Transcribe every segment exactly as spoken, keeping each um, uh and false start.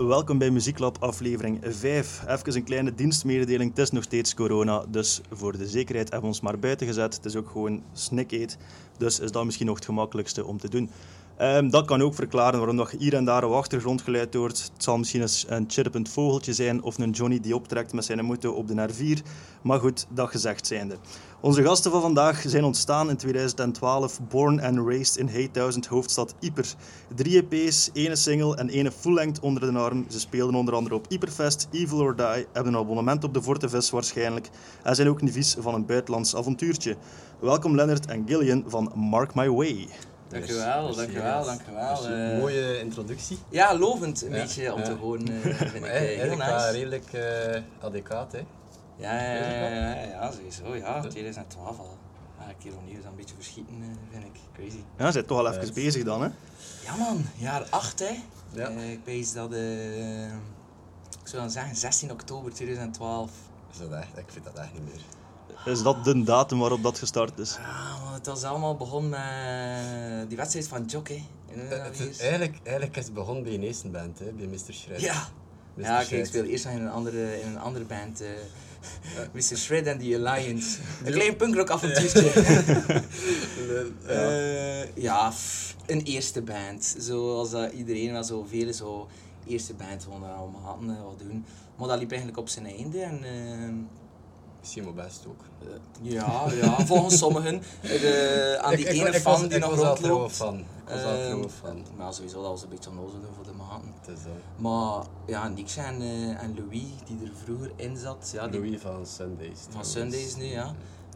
welkom bij Muzieklab aflevering vijf. Even een kleine dienstmededeling, het is nog steeds corona, dus voor de zekerheid hebben we ons maar buiten gezet. Het is ook gewoon snikheet, dus is dat misschien nog het gemakkelijkste om te doen. Um, dat kan ook verklaren waarom dat je hier en daar een achtergrondgeluid hoort. Het zal misschien een chirpend vogeltje zijn of een Johnny die optrekt met zijn moto op de R vier. Maar goed, dat gezegd zijnde. Onze gasten van vandaag zijn ontstaan in tweeduizend twaalf, born and raised in Heithuizen, hoofdstad Ieper. Drie E P's, één single en één full-length onder de arm. Ze speelden onder andere op Ieperfest, Evil or Die, hebben een abonnement op de Fortevis waarschijnlijk en zijn ook vies van een buitenlands avontuurtje. Welkom Lennart en Gillian van Mark My Way. Dankjewel, dankjewel, dankjewel. Een uh, mooie introductie. Ja, lovend een ja, beetje om ja. te horen, uh, vind ik uh, heel nice. Ja, redelijk uh, adequaat, hè. Ja, ja, ja, ja, ja, ja, sowieso, ja, tweeduizend twaalf al. Ja, een keer opnieuw is een beetje verschieten, uh, vind ik, crazy. Ja, je bent toch al even uh, bezig dan, hè? Ja man, jaar acht, hè. Ja. Uh, ik weet dat, uh, ik zou dan zeggen, zestien oktober tweeduizend twaalf. Is dat echt? Ik vind dat echt niet meer. Is dat de datum waarop dat gestart is? Ja, maar het was allemaal begonnen met die wedstrijd van Jock, hè. Uh, het is eigenlijk, eigenlijk is het begonnen bij een eerste band, hè, bij mister Shred. Ja, mister ja kijk, ik speelde eerst nog in een andere, in een andere band, uh, ja. mister Shred and the Alliance. Een klein punkrock avontuurtje. ja, uh, ja pff, een eerste band. Zoals uh, iedereen wel zo vele zo eerste band gewoon uh, om hadden uh, wat doen. Maar dat liep eigenlijk op zijn einde en... Uh, Misschien wel best ook. Uh, ja, ja, volgens sommigen. De, aan die ik, ene ik, fan ik was, die ik nog was rondloopt. Fan. Ik was uh, al trouwe fan. Maar sowieso, dat was een beetje onnozel voor de maten. Het is dat. Maar ja, Nick en, uh, en Louis, die er vroeger in zat. Ja, die, Louis van Sundays. Van Sundays nu, ja.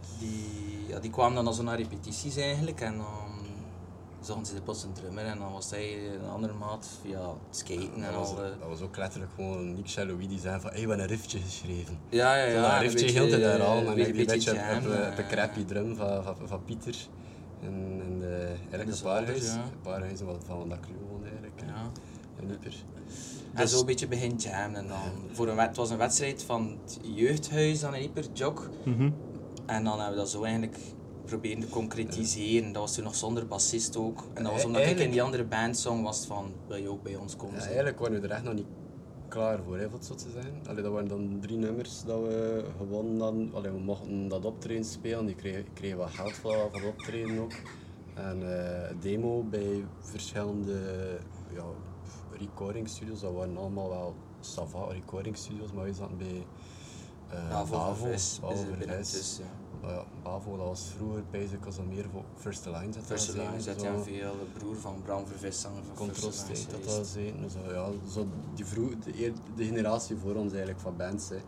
Die, ja. die kwamen dan al zo naar repetities eigenlijk. En dan zochten ze de plots een drummer en dan was hij een andere maat via skaten ja, en dat al. Was, dat was ook letterlijk gewoon Nick en Louis die zeiden van hé, hey, we hebben een riffje geschreven. Ja, ja, ja. Zo, dat riffje hield hij daar al, en een een beetje op, jam, op, op een crappy drum van, van, van Pieter. En, en de, eigenlijk een paar huizen, ja. een paar huizen van dat crew gewoon eigenlijk. Ja. En Ieper. En dus zo een beetje begin jammen en dan, voor een, het was een wedstrijd van het jeugdhuis dan in Ieper, Jok. Mm-hmm. En dan hebben we dat zo eigenlijk proberen te concretiseren. Dat was toen nog zonder bassist ook. En dat was omdat ik in die andere bandsong was van, wil je ook bij ons komen? Ja, eigenlijk waren we er echt nog niet klaar voor, hè, voor het zo te zijn. Allee, dat waren dan drie nummers dat we gewonnen hadden. Allee, we mochten dat optreden spelen, die kregen, kregen wat geld voor dat optreden ook. En uh, demo bij verschillende ja, recording studios, dat waren allemaal wel Sava recording studios, maar we zaten bij uh, Bavo, Bavo, Vervis, Bavo, Vervis. Ja. Ja, Bavo, dat was vroeger, Pijs, was dat meer voor First Alliance. First Alliance, dat ja veel, de broer van Bram Vervis, zanger van Control State, dat was zijn. Dus, ja, zo die vroeg, de, eer, de generatie voor ons eigenlijk van bands. Hè. Ja,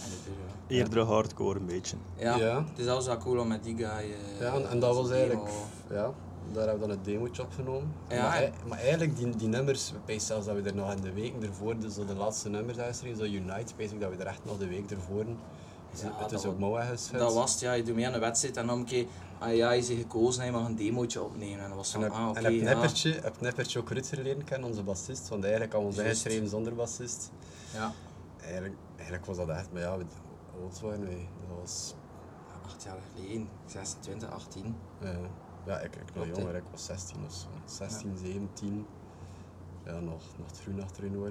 ja. Eerder hardcore een beetje. Ja, ja. Het is alles wel cool om met die guy... Uh, ja, en, en dat was eigenlijk... Demo. Ja, daar hebben we dan het demootje opgenomen. Ja, maar, maar eigenlijk, die, die nummers, we pijs zelfs dat we er nog in de weken ervoor, dus de laatste nummers uitstreden, zo Unite, pijs ik dat we er echt nog de week ervoor... Dus ja, het is ook mooi gesfit. Dat was het, ja. Je doet mee aan een wedstrijd en dan een keer, ah ja, je is gekozen en je mag een demootje opnemen. En dat was van, en ah oké, okay, En heb Nippertje, ja. heb Nippertje ook Rutger leren kennen, onze bassist, want eigenlijk hadden we ons ingeschreven zonder bassist. Ja. Eigenlijk, eigenlijk was dat echt, maar ja, hoe oud waren wij? Dat was... Acht jaar geleden, zesentwintig, achttien. Ja, ja ik, ik nog jonger, ik was zestien of zo. zestien, ja. zeventien. Ja, nog, nog te vroeg achterin worden.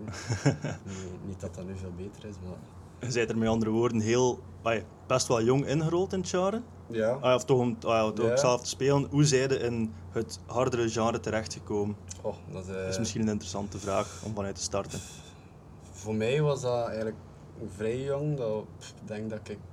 nee, niet dat dat nu veel beter is, maar... Je bent er met andere woorden heel, ay, best wel jong ingerold in het genre. Ja. Ay, of toch om ay, toch ja. zelf te spelen. Hoe zijn je in het hardere genre terechtgekomen? Oh, dat, is, uh... dat is misschien een interessante vraag om vanuit te starten. Voor mij was dat eigenlijk vrij jong. Dat, ik denk dat ik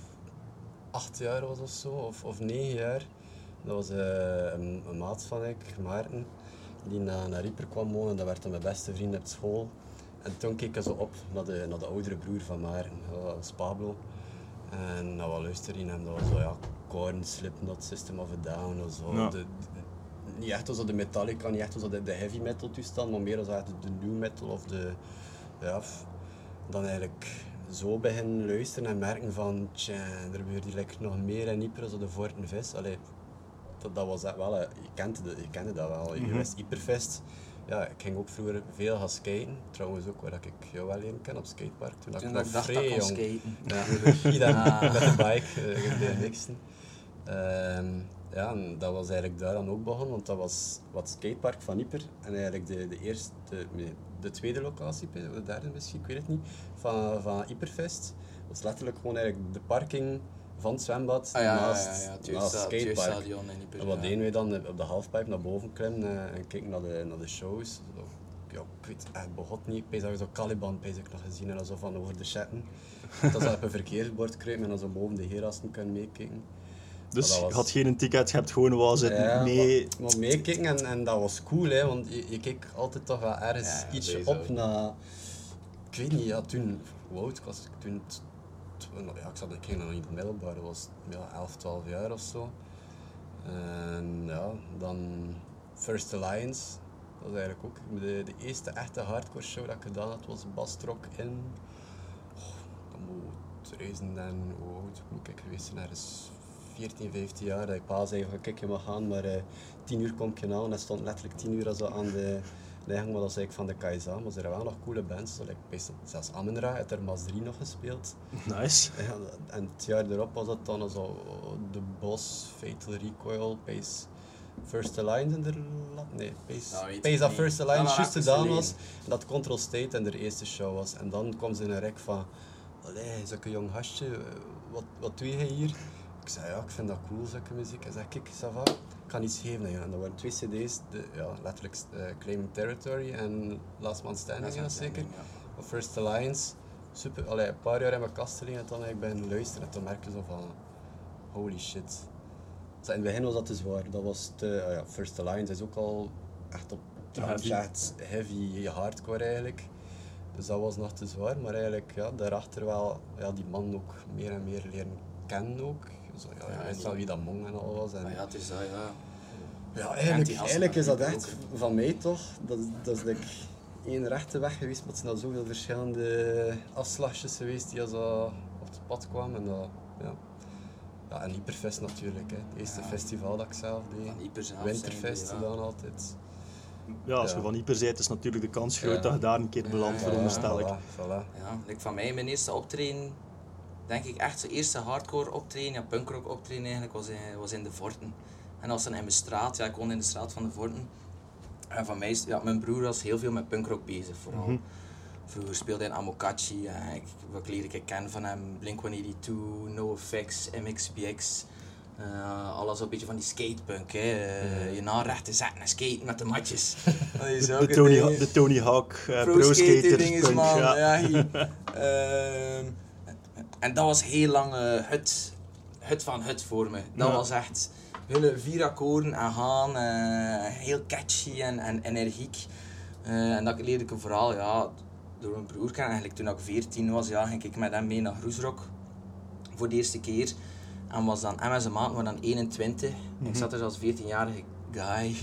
acht jaar was of zo, of, of negen jaar. Dat was uh, een, een maat van ik, Maarten, die naar, naar Ieper kwam wonen. Dat werd dan mijn beste vriend op school. En toen keek ik zo op naar de, naar de oudere broer van Maarten, dat was Pablo. En nou, wat luisterde hij en dat was zo, ja, Korn, Slipknot, System of a Down of zo. Ja. De, de, niet echt als de Metallica, niet echt als de, de heavy metal toestand, maar meer als de, de new metal of de... Ja, dan eigenlijk zo beginnen luisteren en merken van, tja, er gebeurt hier like nog meer in Ieper als de Fortevis. Allee, dat, dat was dat wel, je kende, de, je kende dat wel, je mm-hmm. wist Ieperfest. Ja, ik ging ook vroeger veel gaan skaten, trouwens ook waar ik jou wel leren ken op skatepark. Toen, toen ik nog dacht vrij dat ik kon jong. skaten. Ja, ah. met de bike, uh, bij Nixon. Um, ja, en dat was eigenlijk daar dan ook begonnen, want dat was wat skatepark van Ieper. En eigenlijk de, de eerste, de, de tweede locatie, of de derde misschien, ik weet het niet, van, van Hyperfest. Dat is letterlijk gewoon eigenlijk de parking van het zwembad ah, ja, naast, ja, ja, ja, naast het skatepark. stadion en Hyper, En wat ja. deden wij dan? Op de halfpipe naar boven klimmen uh, en kijken naar de, naar de shows. Zo, ja, ik weet echt begot niet. Ik weet dat je zo Caliban ik nog gezien en zo van over de chatten. Dat ze op een verkeersbord kruipen en dan zo boven de heerasten kunnen meekijken. Dus was... je had geen ticket, je hebt gewoon wel zitten ja, mee... Maar, maar meekijken en, en dat was cool, hè, want je, je keek altijd toch wel ergens ja, ietsje sowieso. op naar... Ik weet niet, ja, toen... Hoe oud was ik toen? T, t, ja, ik, zat, ik ging nog niet op middelbaar, dat was ja, elf, twaalf jaar of zo. En ja, dan First Alliance. Dat was eigenlijk ook de, de eerste echte hardcore show dat ik gedaan had, was Bastrok in... Oh, dat moet tweeduizend en... Hoe oud moet ik geweest zijn? Ergens veertien, vijftien jaar. Dat ik pa zei van kijk, je mag gaan, maar uh, tien uur kom je aan. En hij stond letterlijk tien uur zo aan de... Nee, maar dat zei ik van de Kaiza, maar er waren wel nog coole bands. So, like, zelfs Amenra heeft er Mas drie nog gespeeld. Nice. Ja, en het jaar erop was dat dan zo The Boss, Fatal Recoil, Pace... First Alliance in de lab? Nee, Pace, nou, Pace dat First Alliance juist gedaan was. En dat Control State en de eerste show was. En dan kwam ze in een rek van... Allee, zulke jong gastje, wat, wat doe je hier? Ik zei, ja, ik vind dat cool, zulke muziek. Hij zei, kijk, ça va, ik kan iets geven. Ja. En dat waren twee cd's, de, ja, letterlijk uh, Claiming Territory en Last Man Standing, ja, zeker. Ja. First Alliance, super. Allee, een paar jaar in mijn kast liggen en dan ben ik bij luisteren. En toen merk je zo van, holy shit. In het begin was dat te zwaar. Dat was te, uh, ja, First Alliance is ook al echt op Heavy. echt heavy hardcore eigenlijk. Dus dat was nog te zwaar, maar eigenlijk ja, daarachter wel ja, die man ook meer en meer leren kennen ook. Zo, ja, Ja, je wist die- wel wie dat Mong en al was. En, Ah, ja, het is dat, ja. ja, die eigenlijk, gasten eigenlijk is dat natuurlijk echt ook, van mij toch. Dat, dat is like één rechte weg geweest, maar het zijn al zoveel verschillende afslagjes geweest die zo op het pad kwamen. En dat, ja. Ja, en Hyperfest natuurlijk, hè. Het eerste Ja. festival dat ik zelf deed. Van Hyper zelf Winterfest zijn die, ja. dan altijd. Ja, als je Ja. van hyper bent, is natuurlijk de kans groot Ja. dat je daar een keer belandt, Ja, veronderstel ik. Voilà, voilà. Ja, like van mij, mijn eerste optreden, denk ik echt zijn eerste hardcore optreden, ja, punkrock optreden eigenlijk, was in, was in de Vorten. En dat was dan in mijn straat, ja, ik woonde in de straat van de Vorten. En van mij, is- ja, mijn broer was heel veel met punkrock bezig vooral. Mhm. Vroeger speelde hij in Amokachi, ja, ik, wat leer ik ken van hem, Blink honderdtweeënnegentig, NoFX, M X P X. Uh, alles een beetje van die skatepunk, hè. Uh, je narecht te zetten en skaten met de matjes. Dat is ook De het Tony, ding. Ha- de Tony Hawk, uh, Pro pro skater skater dinges, punk. man. Ja. Ja, hier. Ehm, en dat was heel lang uh, het, het van het voor me. Dat Ja. was echt hele vier akkoorden en gaan, uh, heel catchy en, en energiek. Uh, en dat leerde ik vooral ja, door mijn broer kennen. Eigenlijk toen ik veertien was, ja, ging ik met hem mee naar Groesrock voor de eerste keer. En was dan, en met zijn maat waren dan eenentwintig. Mhm. Ik zat er als veertienjarige guy,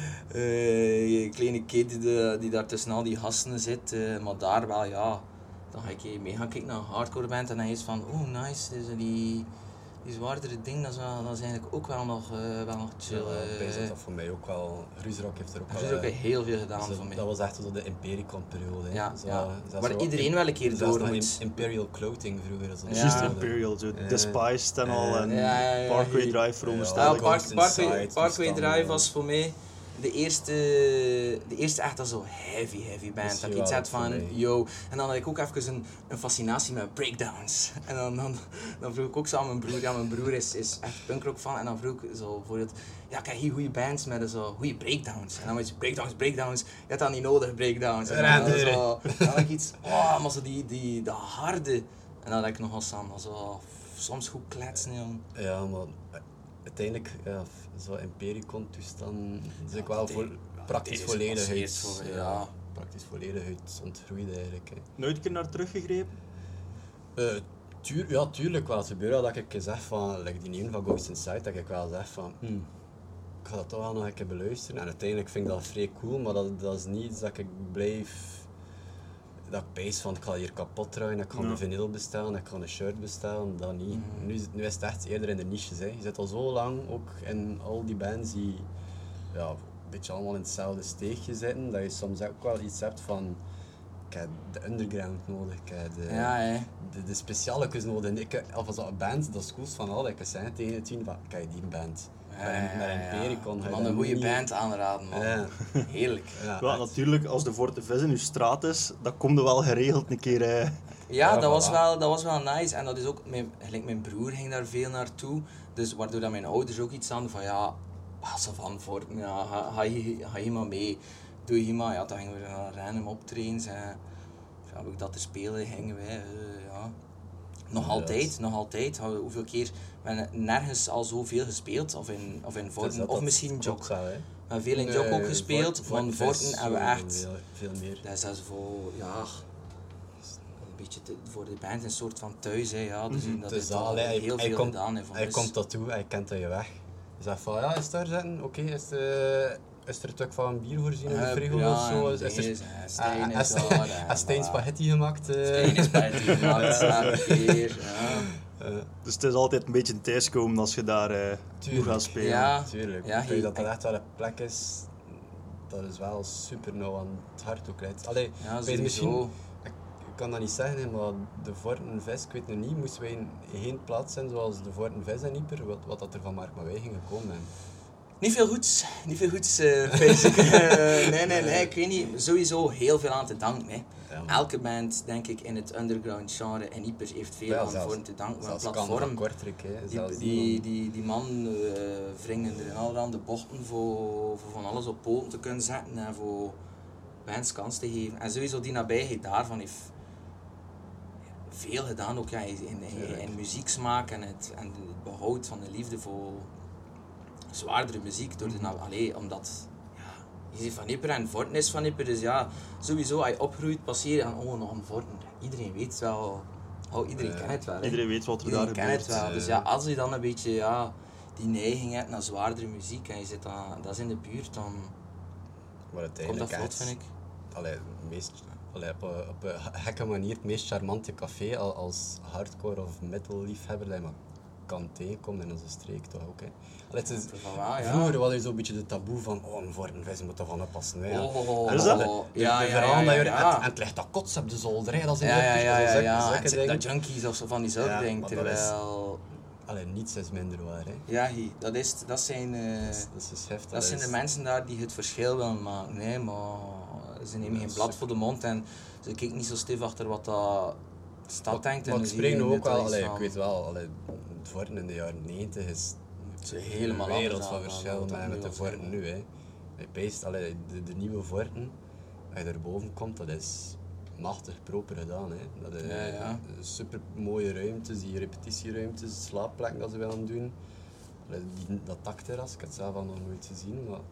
uh, kleine kid die, die daar tussen al die gasten zit. Uh, maar daar wel, ja, dan ga ik mee gaan kijken naar een hardcore band en dan is van, oh nice, dus die, die zwaardere ding, dat is, wel, dat is eigenlijk ook wel nog, uh, wel nog chill. Ja, ik denk dat Uh, dat voor mij ook wel... Groesrock heeft er ook er wel... is ook eh, heel veel gedaan zo- voor mij. Dat was echt zo de Impericon-periode. hè. Ja, Zo, ja. zelfs Waar zo- iedereen wel een keer zelfs door nog moet. Im- Imperial Clothing vroeger. Zo Ja. Just Ja. Imperial, zo Ja. Despised en al, en Ja, ja, ja, Parkway ja. Drive veronderstel Ja, ik. Park, Ghost Parkway, Inside, Parkway toestanden. Drive was voor mij de eerste, de eerste echt al zo heavy, heavy band. Misschien Dat ik wel iets had ook voor van, mij. yo. En dan had ik ook even een, een fascinatie met breakdowns. En dan, dan, dan vroeg ik ook zo aan mijn broer, ja, mijn broer is, is echt punkrock fan. En dan vroeg ik zo bijvoorbeeld, ja, kijk hier goede bands met zo goede breakdowns. En dan weet je, breakdowns, breakdowns, je hebt dat niet nodig, breakdowns. En dan, dan, zo, dan had ik iets, oh, maar zo die, die, de harde. En dan had ik nog eens aan, zo, soms goed kletsen, jong. Ja, maar eh, uiteindelijk, ja, zo Impericon-toestand is ik wel die- voor ja, praktisch die is volledig gepasseerd uit, voor- ja, ja. praktisch volledig uit ontgroeid eigenlijk. Hè. Nooit een keer naar teruggegrepen? Uh, tuur, ja, tuurlijk wel. Het gebeurt wel dat ik zeg van, like die een van Ghost Inside, dat ik wel zeg van, hmm, ik ga dat toch wel nog een keer beluisteren. En uiteindelijk vind ik dat vrij cool, maar dat, dat is niet dat ik blijf, dat ik pees van, ik ga hier kapot draaien, ik ga Ja. een vinyl bestellen, ik ga een shirt bestellen, dat niet. Mhm. Nu, is het- nu is het echt eerder in de niches. Hè. Je zit al zo lang ook in al die bands die ja, een beetje allemaal in hetzelfde steegje zitten, dat je soms ook wel iets hebt van, ik heb de underground nodig, ik heb de, Ja, hè. de, de specialetjes nodig. Ik, of als een band, dat is cool van al, dat ik zei tegen het team van, kijk die band. met, met Impericon. Ja, man, een goede band aanraden, man. Ja. Heerlijk. Ja, ja, natuurlijk, als de Voor te Vis in uw straat is, dan komt er wel geregeld een keer... Eh... Ja, ja, dat, was wel, dat was wel nice. En dat is ook, mijn, gelijk mijn broer ging daar veel naartoe. Dus waardoor dat mijn ouders ook iets hadden van, ja, als ze van Vorten, ja, ga, ga, je, ga je maar mee. Doe je maar, ja, dan gingen we naar random optredens. En, ja, heb ik dat te spelen, gingen wij, uh, ja. Nog altijd, nog altijd. Hoeveel keer, we hebben nergens al zoveel gespeeld, of in, of in Vorten, of misschien Jok. We hebben veel in Jok ook gespeeld, van Vorten hebben we echt, veel, veel meer. Dat is dus voor, ja, een beetje te, voor de band een soort van thuis, hè, ja. Dus mm-hmm. dat is al heel hij, veel hij komt, gedaan. Hè, van hij dus. komt dat toe, hij kent dat je weg. Hij zegt van, ja, is daar zitten? Oké, okay, is de... Is er een stuk van een bier voorzien in de frigo ja, of zo? Is, is er Stijn uh, is daar. Stijn spaghetti gemaakt? Uh. Stijn spaghetti gemaakt, elke keer. Ja. Uh. Dus het is altijd een beetje thuiskomen als je daar uh, moet gaan spelen. Ja, tuurlijk. Ja, he, dat dat echt wel een plek is, dat is wel super nauw aan het hart ook lijkt. Allee, ja, weet misschien, ik, ik kan dat niet zeggen, maar de Vortenvis, ik weet nog niet, moesten wij in geen plaats zijn zoals de Vortenvis en Ieper, wat, wat dat er van Mark maar wij gingen komen. Niet veel goeds, niet veel goeds, uh, basic. uh, nee, nee, nee, ik weet niet, sowieso heel veel aan te danken. Hè. Ja, elke band, denk ik, in het underground genre en Ieper heeft veel ja, aan zelfs, voor te danken. Een platform. Kortrijk, hè. Die, die, die, die man uh, wringen er in allerhande bochten voor, voor van alles op poten te kunnen zetten en voor bands kans te geven. En sowieso die nabijheid daarvan heeft veel gedaan, ook ja, in, in, in muzieksmaak en het, en het behoud van de liefde voor zwaardere muziek, door de, nou, allee, omdat ja, je zit van Ieper en Vorten is van Ieper, dus ja, sowieso als je opgroeit, passeer je aan, oh, nog een Vorten. Iedereen weet wel, oh, iedereen uh, kent het wel. Hè. Iedereen weet wat er iedereen daar gebeurt. gebeurt. Het wel. Dus ja, als je dan een beetje ja, die neiging hebt naar zwaardere muziek en je zit dan, dat is in de buurt, dan komt dat vlot, vind ik. Allee, meest, allee, op, een, op een gekke manier het meest charmante café als hardcore of metal liefhebber dat je maar kan tegenkomen in onze streek toch ook. Hè. Allee, het is, ja, ja. Vroeger was er zo'n beetje de taboe van oh, een Vortenvis moet ervan oppassen. Hè. Oh, oh, oh, en is dat? dat? De, de, ja, de ja, verhaal ja, ja, dat je, ja. en, en het ligt dat kots op de zolder, hè. Dat is in ja, ja, ja, ja, ja, ja. ja. Dat junkies of zo van die zulke ja, dingen, terwijl... Alleen niets is minder waar, hè. Ja, dat, is, dat zijn, uh, dat, dat, is heftig, dat zijn de mensen daar die het verschil willen maken. Nee, maar ze nemen geen blad voor de mond en ze kijken niet zo stif achter wat dat stad denkt. Maar ik spreek nu ook wel, allee, ik weet wel, allee, het Vorten in de jaren negentig is helemaal een wereld van verschil met, met de Vorten nu. Hè. Beest, allee, de, de nieuwe Vorten, als je erboven komt, dat is machtig proper gedaan. Hè. Dat is ja, ja. super mooie ruimtes, die repetitieruimtes, slaapplekken dat ze willen doen. Die, dat dakterras, ik heb het zelf al nog nooit gezien. Maar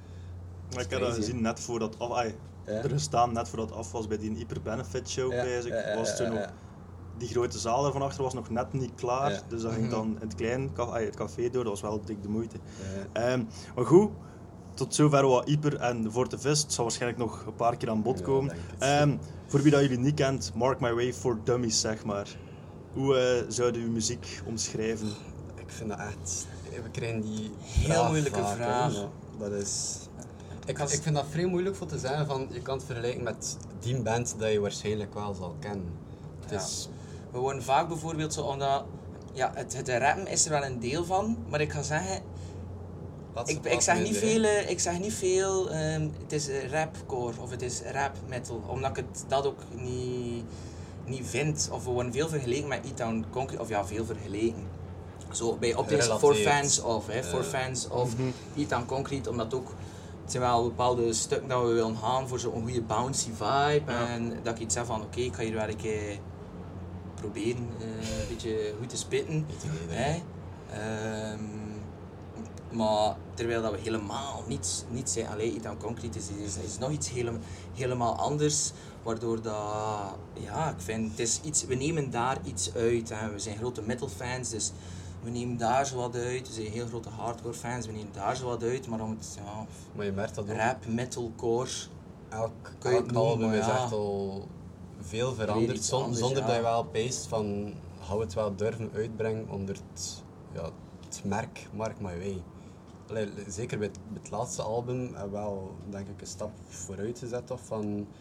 maar ik heb dat gezien net voordat af, ay, ja? er gestaan net voordat het af was bij die Hyper Benefit Show. Ja, ja, ja, was toen ja, ja. nog, die grote zaal er van achter was nog net niet klaar, ja. dus dat ging dan in het klein ay, het café door, dat was wel dik de moeite. Ja. Um, maar goed, tot zover wat Ieper en Voor te Vis. Het zal waarschijnlijk nog een paar keer aan bod komen. Ja, um, voor wie dat jullie niet kent, Mark My Way for Dummies, zeg maar. Hoe uh, zouden uw muziek omschrijven? Ik vind dat echt... We krijgen die heel moeilijke vaak, vraag. Hè, dat is... Ik, ik vind dat vrij moeilijk voor te zeggen van je kan het vergelijken met die band dat je waarschijnlijk wel zal kennen. Het ja. is... We worden vaak bijvoorbeeld zo omdat... Ja, het, het rappen is er wel een deel van, maar ik ga zeggen... Wat, ik, wat ik, zeg niet veel, ik zeg niet veel, um, het is rapcore of het is rap metal, omdat ik het dat ook niet, niet vind. Of we worden veel vergeleken met E-Town Concrete, of ja, veel vergeleken. Zo bij optredens voor fans of, hè, voor uh, fans of mm-hmm. E-Town Concrete, omdat ook, het zijn wel bepaalde stukken dat we willen gaan voor zo'n goede bouncy vibe. Ja. En dat ik iets zeg van, oké, okay, ik ga hier wel een keer proberen uh, een beetje goed te spitten. Hè. Um, Maar terwijl dat we helemaal niets, niets zijn, alleen E-Town Concrete is, is, is nog iets hele, helemaal anders, waardoor dat, ja, ik vind, het is iets, we nemen daar iets uit, hè. We zijn grote metal fans, dus we nemen daar zo wat uit, we zijn heel grote hardcore fans, we nemen daar zo wat uit, maar om het, ja, maar je merkt dat ook. Rap, metalcore, elk, elk album is echt al veel veranderd, Zon, anders, zonder ja. dat je wel peest van, gaan we het wel durven uitbrengen onder het, ja, het merk Mark My Way. Allee, zeker bij het, bij het laatste album hebben we wel denk ik een stap vooruit gezet of van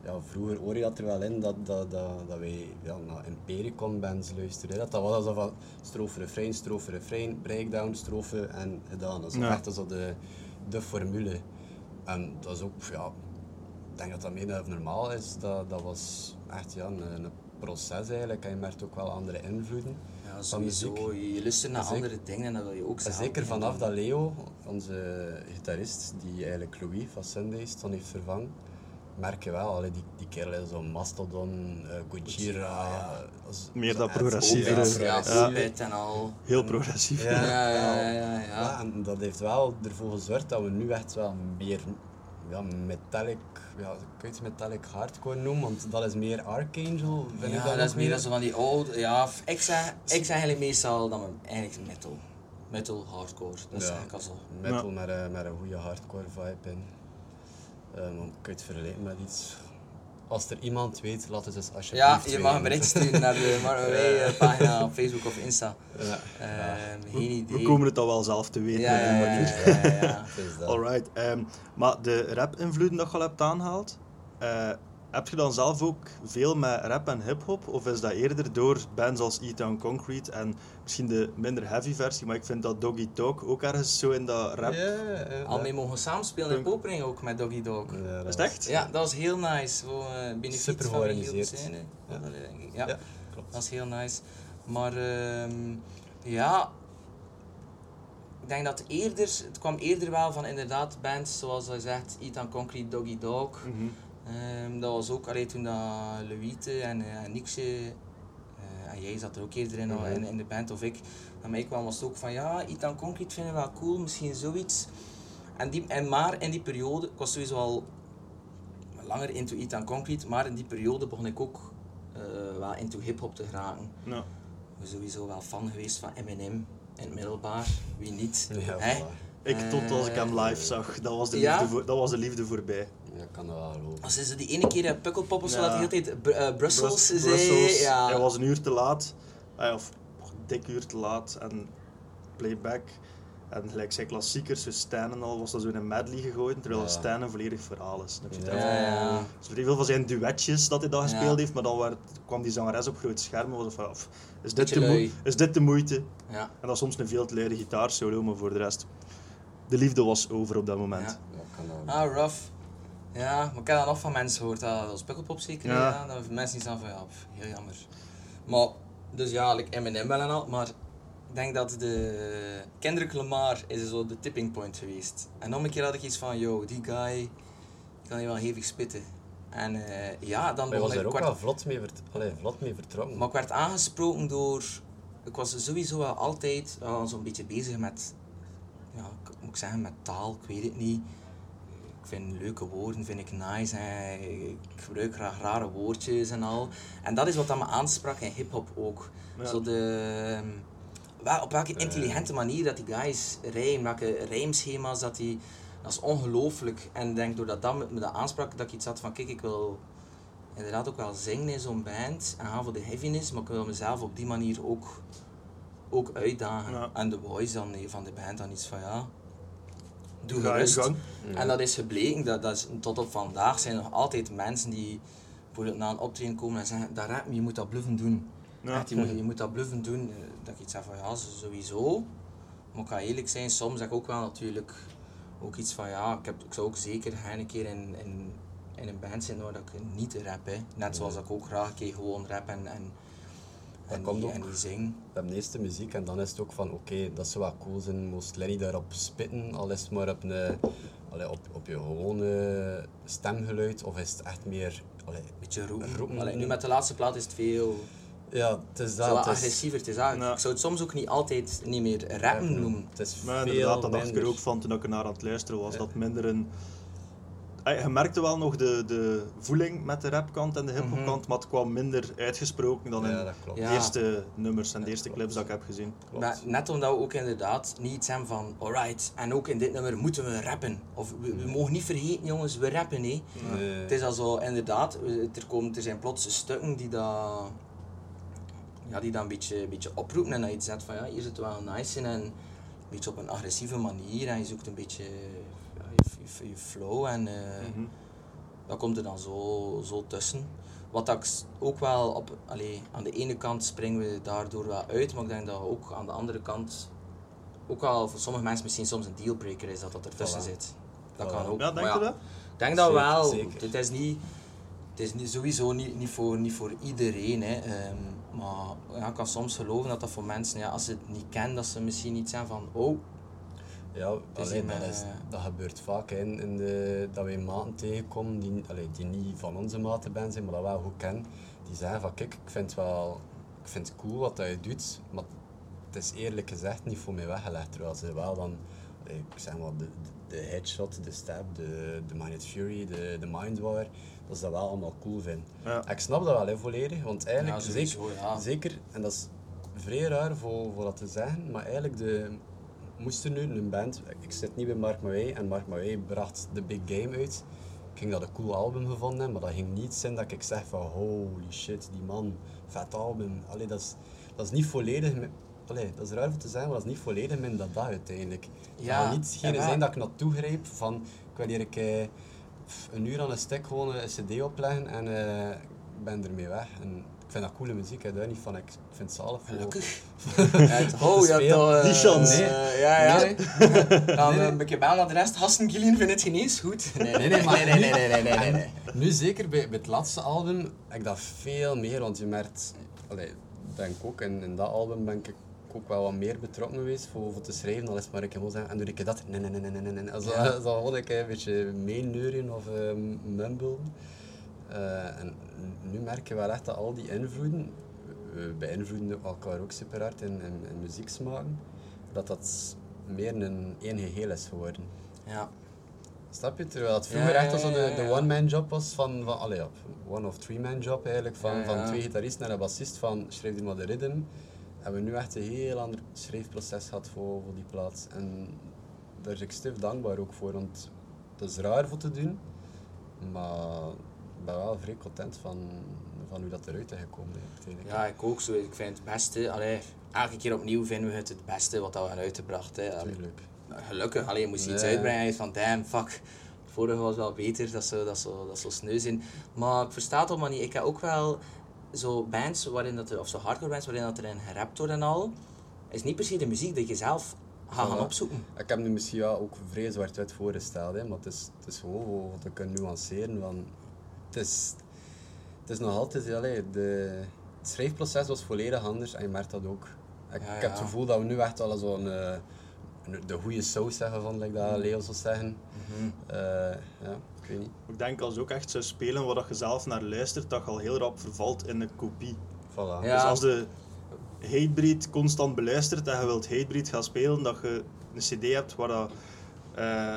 ja, vroeger hoor je dat er wel in dat, dat, dat, dat wij ja, naar Impericon bands luisterden. Dat, dat was zo van strofe, refrein, strofe, refrein, breakdown, strofe en gedaan. Dat is Ja. echt zo de, de formule. En dat is ook, ja, ik denk dat dat meer dan normaal is. Dat, dat was echt ja, een, een proces eigenlijk en je merkt ook wel andere invloeden. Ja, van muziek. sowieso. Je luistert naar Zeker. andere dingen en dat wil je ook En zelf zeker beginnen vanaf doen. dat Leo, onze gitarist, die eigenlijk Louis van Sundays dan heeft vervangen, merk je wel, allee, die, die kerel is zo'n Mastodon, uh, Gojira, ja. dat is- Meer zo dat echt progressievere. opet, Ja, Ja. opet en al. Heel progressief. Ja, Ja, ja, ja, ja. ja, Ja, ja. en dat heeft wel ervoor gezorgd dat we nu echt wel meer ja, metallic, ja, kun je het metallic hardcore noemen, want dat is meer Archangel, vind ik Ja, dat dat is nog meer zo van die oude, ja, f- ik zeg, ik zeg eigenlijk meestal dat we eigenlijk metal, metal hardcore, dat is Ja. eigenlijk al zo. Metal met, een, met een goede hardcore vibe in. Um, kun je het vergelijken met iets? Als er iemand weet, laat het dus Ja, alsjeblieft je mag een weten. bericht sturen naar de Marway uh, pagina op Facebook of Insta. Ja. Uh, geen idee. We komen het al wel zelf te weten. Ja, op die ja, ja, manier. ja, ja, ja. Het is dat. Alright. ehm, maar de rap-invloeden dat je al hebt aangehaald, eh, heb je dan zelf ook veel met rap en hip-hop? Of is dat eerder door bands als E-Town Concrete en misschien de minder heavy versie, maar ik vind dat Doggy Dog ook ergens zo in dat rap. Ja, ja, Al mee mogen samenspelen in Punk. Popering ook met Doggy Dog. ja, dat Is het echt? Ja, dat was heel nice. Zo, uh, benefiet Super van heel georganiseerd. de scène. Ja. Dat, denk ik. Ja, Ja, klopt. dat is heel nice. Maar ehm, ja, ik denk dat eerder, het kwam eerder wel van inderdaad bands zoals hij zegt, E-Town Concrete, Doggy Dog. Mhm. Ehm, dat was ook allee, toen dat Louite en, uh, en Niksje, uh, en jij zat er ook eerder in, Mhm. in, in de band of ik, naar mij kwam was het ook van ja, E-Town Concrete vinden we wel cool, misschien zoiets. En, die, en maar in die periode, ik was sowieso al langer into E-Town Concrete, maar in die periode begon ik ook uh, wel into hip-hop te geraken. Ja. Ik ben sowieso wel fan geweest van Eminem in het middelbaar, wie niet? Ja, Hè? voilà. Ik tot als ik hem Eh, live zag, dat was de ja? liefde, voor, dat was de liefde voorbij. Ja, kan dat wel geloven. Als ze die ene keer in Pukkelpop of zo Ja. dat de hele tijd Br- uh, Brussels Brus- zei, Brussels, ja. hij was een uur te laat, eh, of een dik uur te laat, en playback. En gelijk zijn klassiekers, dus Stan en al, was dat zo in een medley gegooid, terwijl Ja. Stan een volledig verhaal is. Dan heb je het Ja. over- Ja, ja. Dus vrij veel van zijn duetjes dat hij dan gespeeld Ja. heeft, maar dan werd, kwam die zangeres op groot scherm en was het van, of, is, dit Beetje de moe- lui. is dit de moeite? Ja. En dan soms een veel te luide gitaarsolo, maar voor de rest, de liefde was over op dat moment. Ja. Ja, kan dat wel. Ah, rough. Ja, maar ik heb dat nog van mensen gehoord, dat was Pukkelpop zeker, Ja. ja. Dat mensen die zeggen van ja, pff, heel jammer. Maar, dus ja, like Eminem wel en al, maar ik denk dat de Kendrick Lamar is zo de tipping point geweest. En nog een keer had ik iets van, yo, die guy kan hier wel hevig spitten. En uh, ja, dan Maar je was begon er ik ook kwart- wel vlot mee, vert allee, vlot mee vertrokken. Maar ik werd aangesproken door... Ik was sowieso wel altijd uh, zo'n beetje bezig met... Ja, ik- moet ik zeggen, met taal, ik weet het niet. Ik vind leuke woorden, vind ik nice. Hè. Ik gebruik graag rare woordjes en al. En dat is wat dat me aansprak in hip-hop ook. Ja. Zo de... Wel, op welke intelligente manier dat die guys rijmen, welke rijmschema's dat die... Dat is ongelooflijk. En ik denk doordat dat me, me dat aansprak, dat ik iets had van, kijk, ik wil inderdaad ook wel zingen in zo'n band en gaan voor de heaviness, maar ik wil mezelf op die manier ook, ook uitdagen. Ja. En de boys dan, eh, van de band dan iets van, ja, doe Ga je gerust. gang. En dat is gebleken, dat, dat is, tot op vandaag zijn er nog altijd mensen die bijvoorbeeld na een optreden komen en zeggen, dat rap, je moet dat bluffen doen. Ja. Echt, je, moet, je moet dat bluffen doen. Eh, Dat ik iets zeg van, ja, sowieso. Maar ik ga eerlijk zijn, soms zeg ik ook wel natuurlijk ook iets van, ja, ik, heb, ik zou ook zeker geen een keer in, in, in een band zitten waar dat ik niet rap, hè. Net zoals ik ook graag een keer gewoon rap en, en, en, komt die, ook. en die zing. We hebben eerst de muziek en dan is het ook van oké, okay, dat zou wel cool zijn, moest Lenny daarop spitten, al is het maar op, een, allee, op, op je gewone stemgeluid, of is het echt meer... Allee, Beetje roepen. Roepen. Allee, nu met de laatste plaat is het veel ja, het is dat. zo het is- agressiever. Het is eigenlijk- Ja. Ik zou het soms ook niet altijd niet meer rappen noemen. Het is Maar veel inderdaad, dat dacht ik er minder. ook van toen ik er naar aan het luisteren was. Ja. Dat minder een... Ah, Je merkte wel nog de, de voeling met de rapkant en de hiphopkant, Mhm. maar het kwam minder uitgesproken dan in Ja, dat klopt. Ja. de eerste nummers en de eerste klopt. clips dat ik heb gezien. Klopt. Maar net omdat we ook inderdaad niet iets hebben van alright, en ook in dit nummer moeten we rappen. Of we, we mogen niet vergeten jongens, we rappen hè. Nee. Het is al zo, inderdaad, we- er, komen, er zijn plots stukken die dat, ja, die dat een beetje, een beetje oproepen en dat je zegt van ja, hier zit wel nice in en een beetje op een agressieve manier en je zoekt een beetje ja, je, je, je flow en, eh, Mhm. dat komt er dan zo, zo tussen. Wat dat ik ook wel op, allee, aan de ene kant springen we daardoor wel uit, maar ik denk dat ook aan de andere kant, ook wel voor sommige mensen misschien soms een dealbreaker is dat dat ertussen Voilà. zit. Dat Voilà. kan ook. Ja, denk maar je ja, dat? ik denk dat Zeker, wel. zeker. Het is niet, het is niet, sowieso niet, niet, voor, niet voor iedereen. Hè. Um, maar ja, ik kan soms geloven dat dat voor mensen, ja, als ze het niet kennen, dat ze misschien niet zijn van, oh, Ja, is allee, in, dat, eh, is, dat gebeurt vaak hè, in, in de, dat wij maten tegenkomen die, allee, die niet van onze matenband zijn, maar dat wel goed kennen. Die zeggen van kijk, ik vind het wel ik vind het cool wat dat je doet, maar het is eerlijk gezegd niet voor mij weggelegd. Terwijl ze wel dan, allee, ik zeg maar, de, de, de headshot, de stab, de, de Minded Fury, de, de Mindwire, dat ze dat wel allemaal cool vinden. Ja. Ik snap dat wel hè, volledig, want eigenlijk, Ja, sowieso, zeker, ja. zeker, en dat is vrij raar voor, voor dat te zeggen, maar eigenlijk de, moest er nu een band, ik zit niet bij Mark Maway en Mark Maway bracht The Big Game uit. Ik ging dat een cool album gevonden hebben, maar dat ging niet zijn dat ik zeg van holy shit, die man, vet album. Allee, dat is, dat is niet volledig, me- allee, dat is raar om te zeggen, maar dat is niet volledig mijn dada uiteindelijk. Het Ja, gaat niet geen ja. zijn dat ik naartoe grijp van, ik wil hier een, keer een uur aan een stek gewoon een cd opleggen en uh, ik ben ermee weg. En ik vind dat coole muziek, hè, daar niet van. Ik vind het zalig voor... gelukkig. uit Oh, ja, dat... uh, Die chance. uh, ja, ja. Nee. Dan Nee, een beetje bellen naar de rest. Hassen, Gillian, vind het geen eens goed? Nee, Nee, nee, maar nee, nee, nee, nee, nee, nee, nee. Nu zeker bij, bij het laatste album heb ik dat veel meer, want je merkt, allee, denk ook, in, in dat album ben ik ook wel wat meer betrokken geweest voor, voor te schrijven, dan is het maar ik gewoon zeggen, en doe ik dat, nee, nee, nee, nee, nee, nee, also, Ja. zo gewoon een een beetje meeneuren of uh, mumbelen. Uh, en nu merk je wel echt dat al die invloeden, we beïnvloeden elkaar ook super hard in, in, in muzieksmaken, dat dat meer een één geheel is geworden. Ja. Snap je? Terwijl het vroeger Ja, echt al zo ja, de, ja, de ja. one-man job was van, van allee, ja, one of three-man job eigenlijk, van, Ja, ja. van twee gitaristen en een bassist, van schrijf die maar de rhythm. Hebben we nu echt een heel ander schrijfproces gehad voor, voor die plaats. En daar is ik stief dankbaar ook voor, want het is raar voor te doen, maar ik ben wel vrij content van, van hoe dat eruit is gekomen. Eigenlijk. Ja, ik ook zo. Ik vind het beste, allee, elke keer opnieuw vinden we het het beste wat dat we hebben uitgebracht. Hè. Allee, Tuurlijk. gelukkig, alleen moest je iets Nee. uitbrengen en van damn, fuck. Het vorige was wel beter, dat zou dat zo, dat zo sneu zijn. Maar ik versta het allemaal niet. Ik heb ook wel zo bands, waarin dat er, of zo hardcore bands waarin dat erin gerapt wordt en al. Is niet precies de muziek die je zelf gaat gaan Voilà. opzoeken. Ik heb nu misschien wel ook vrij zwart-wit voorgesteld, hè, maar het is, het is gewoon om te kunnen nuanceren. Van, het, is, het is nog altijd, allee, de, het schrijfproces was volledig anders en je merkt dat ook. Ik, Ja, ik heb ja. het gevoel dat we nu echt al zo'n uh, de goede saus zeggen, van, like dat Leo zou zeggen. Mhm. Uh, ja, ik weet niet. Ik denk als je ook echt zou spelen waar je zelf naar luistert, dat je al heel rap vervalt in een kopie. Voilà. Ja. Dus als de Hatebreed constant beluistert en je wilt Hatebreed gaan spelen, dat je een cd hebt waar dat eh,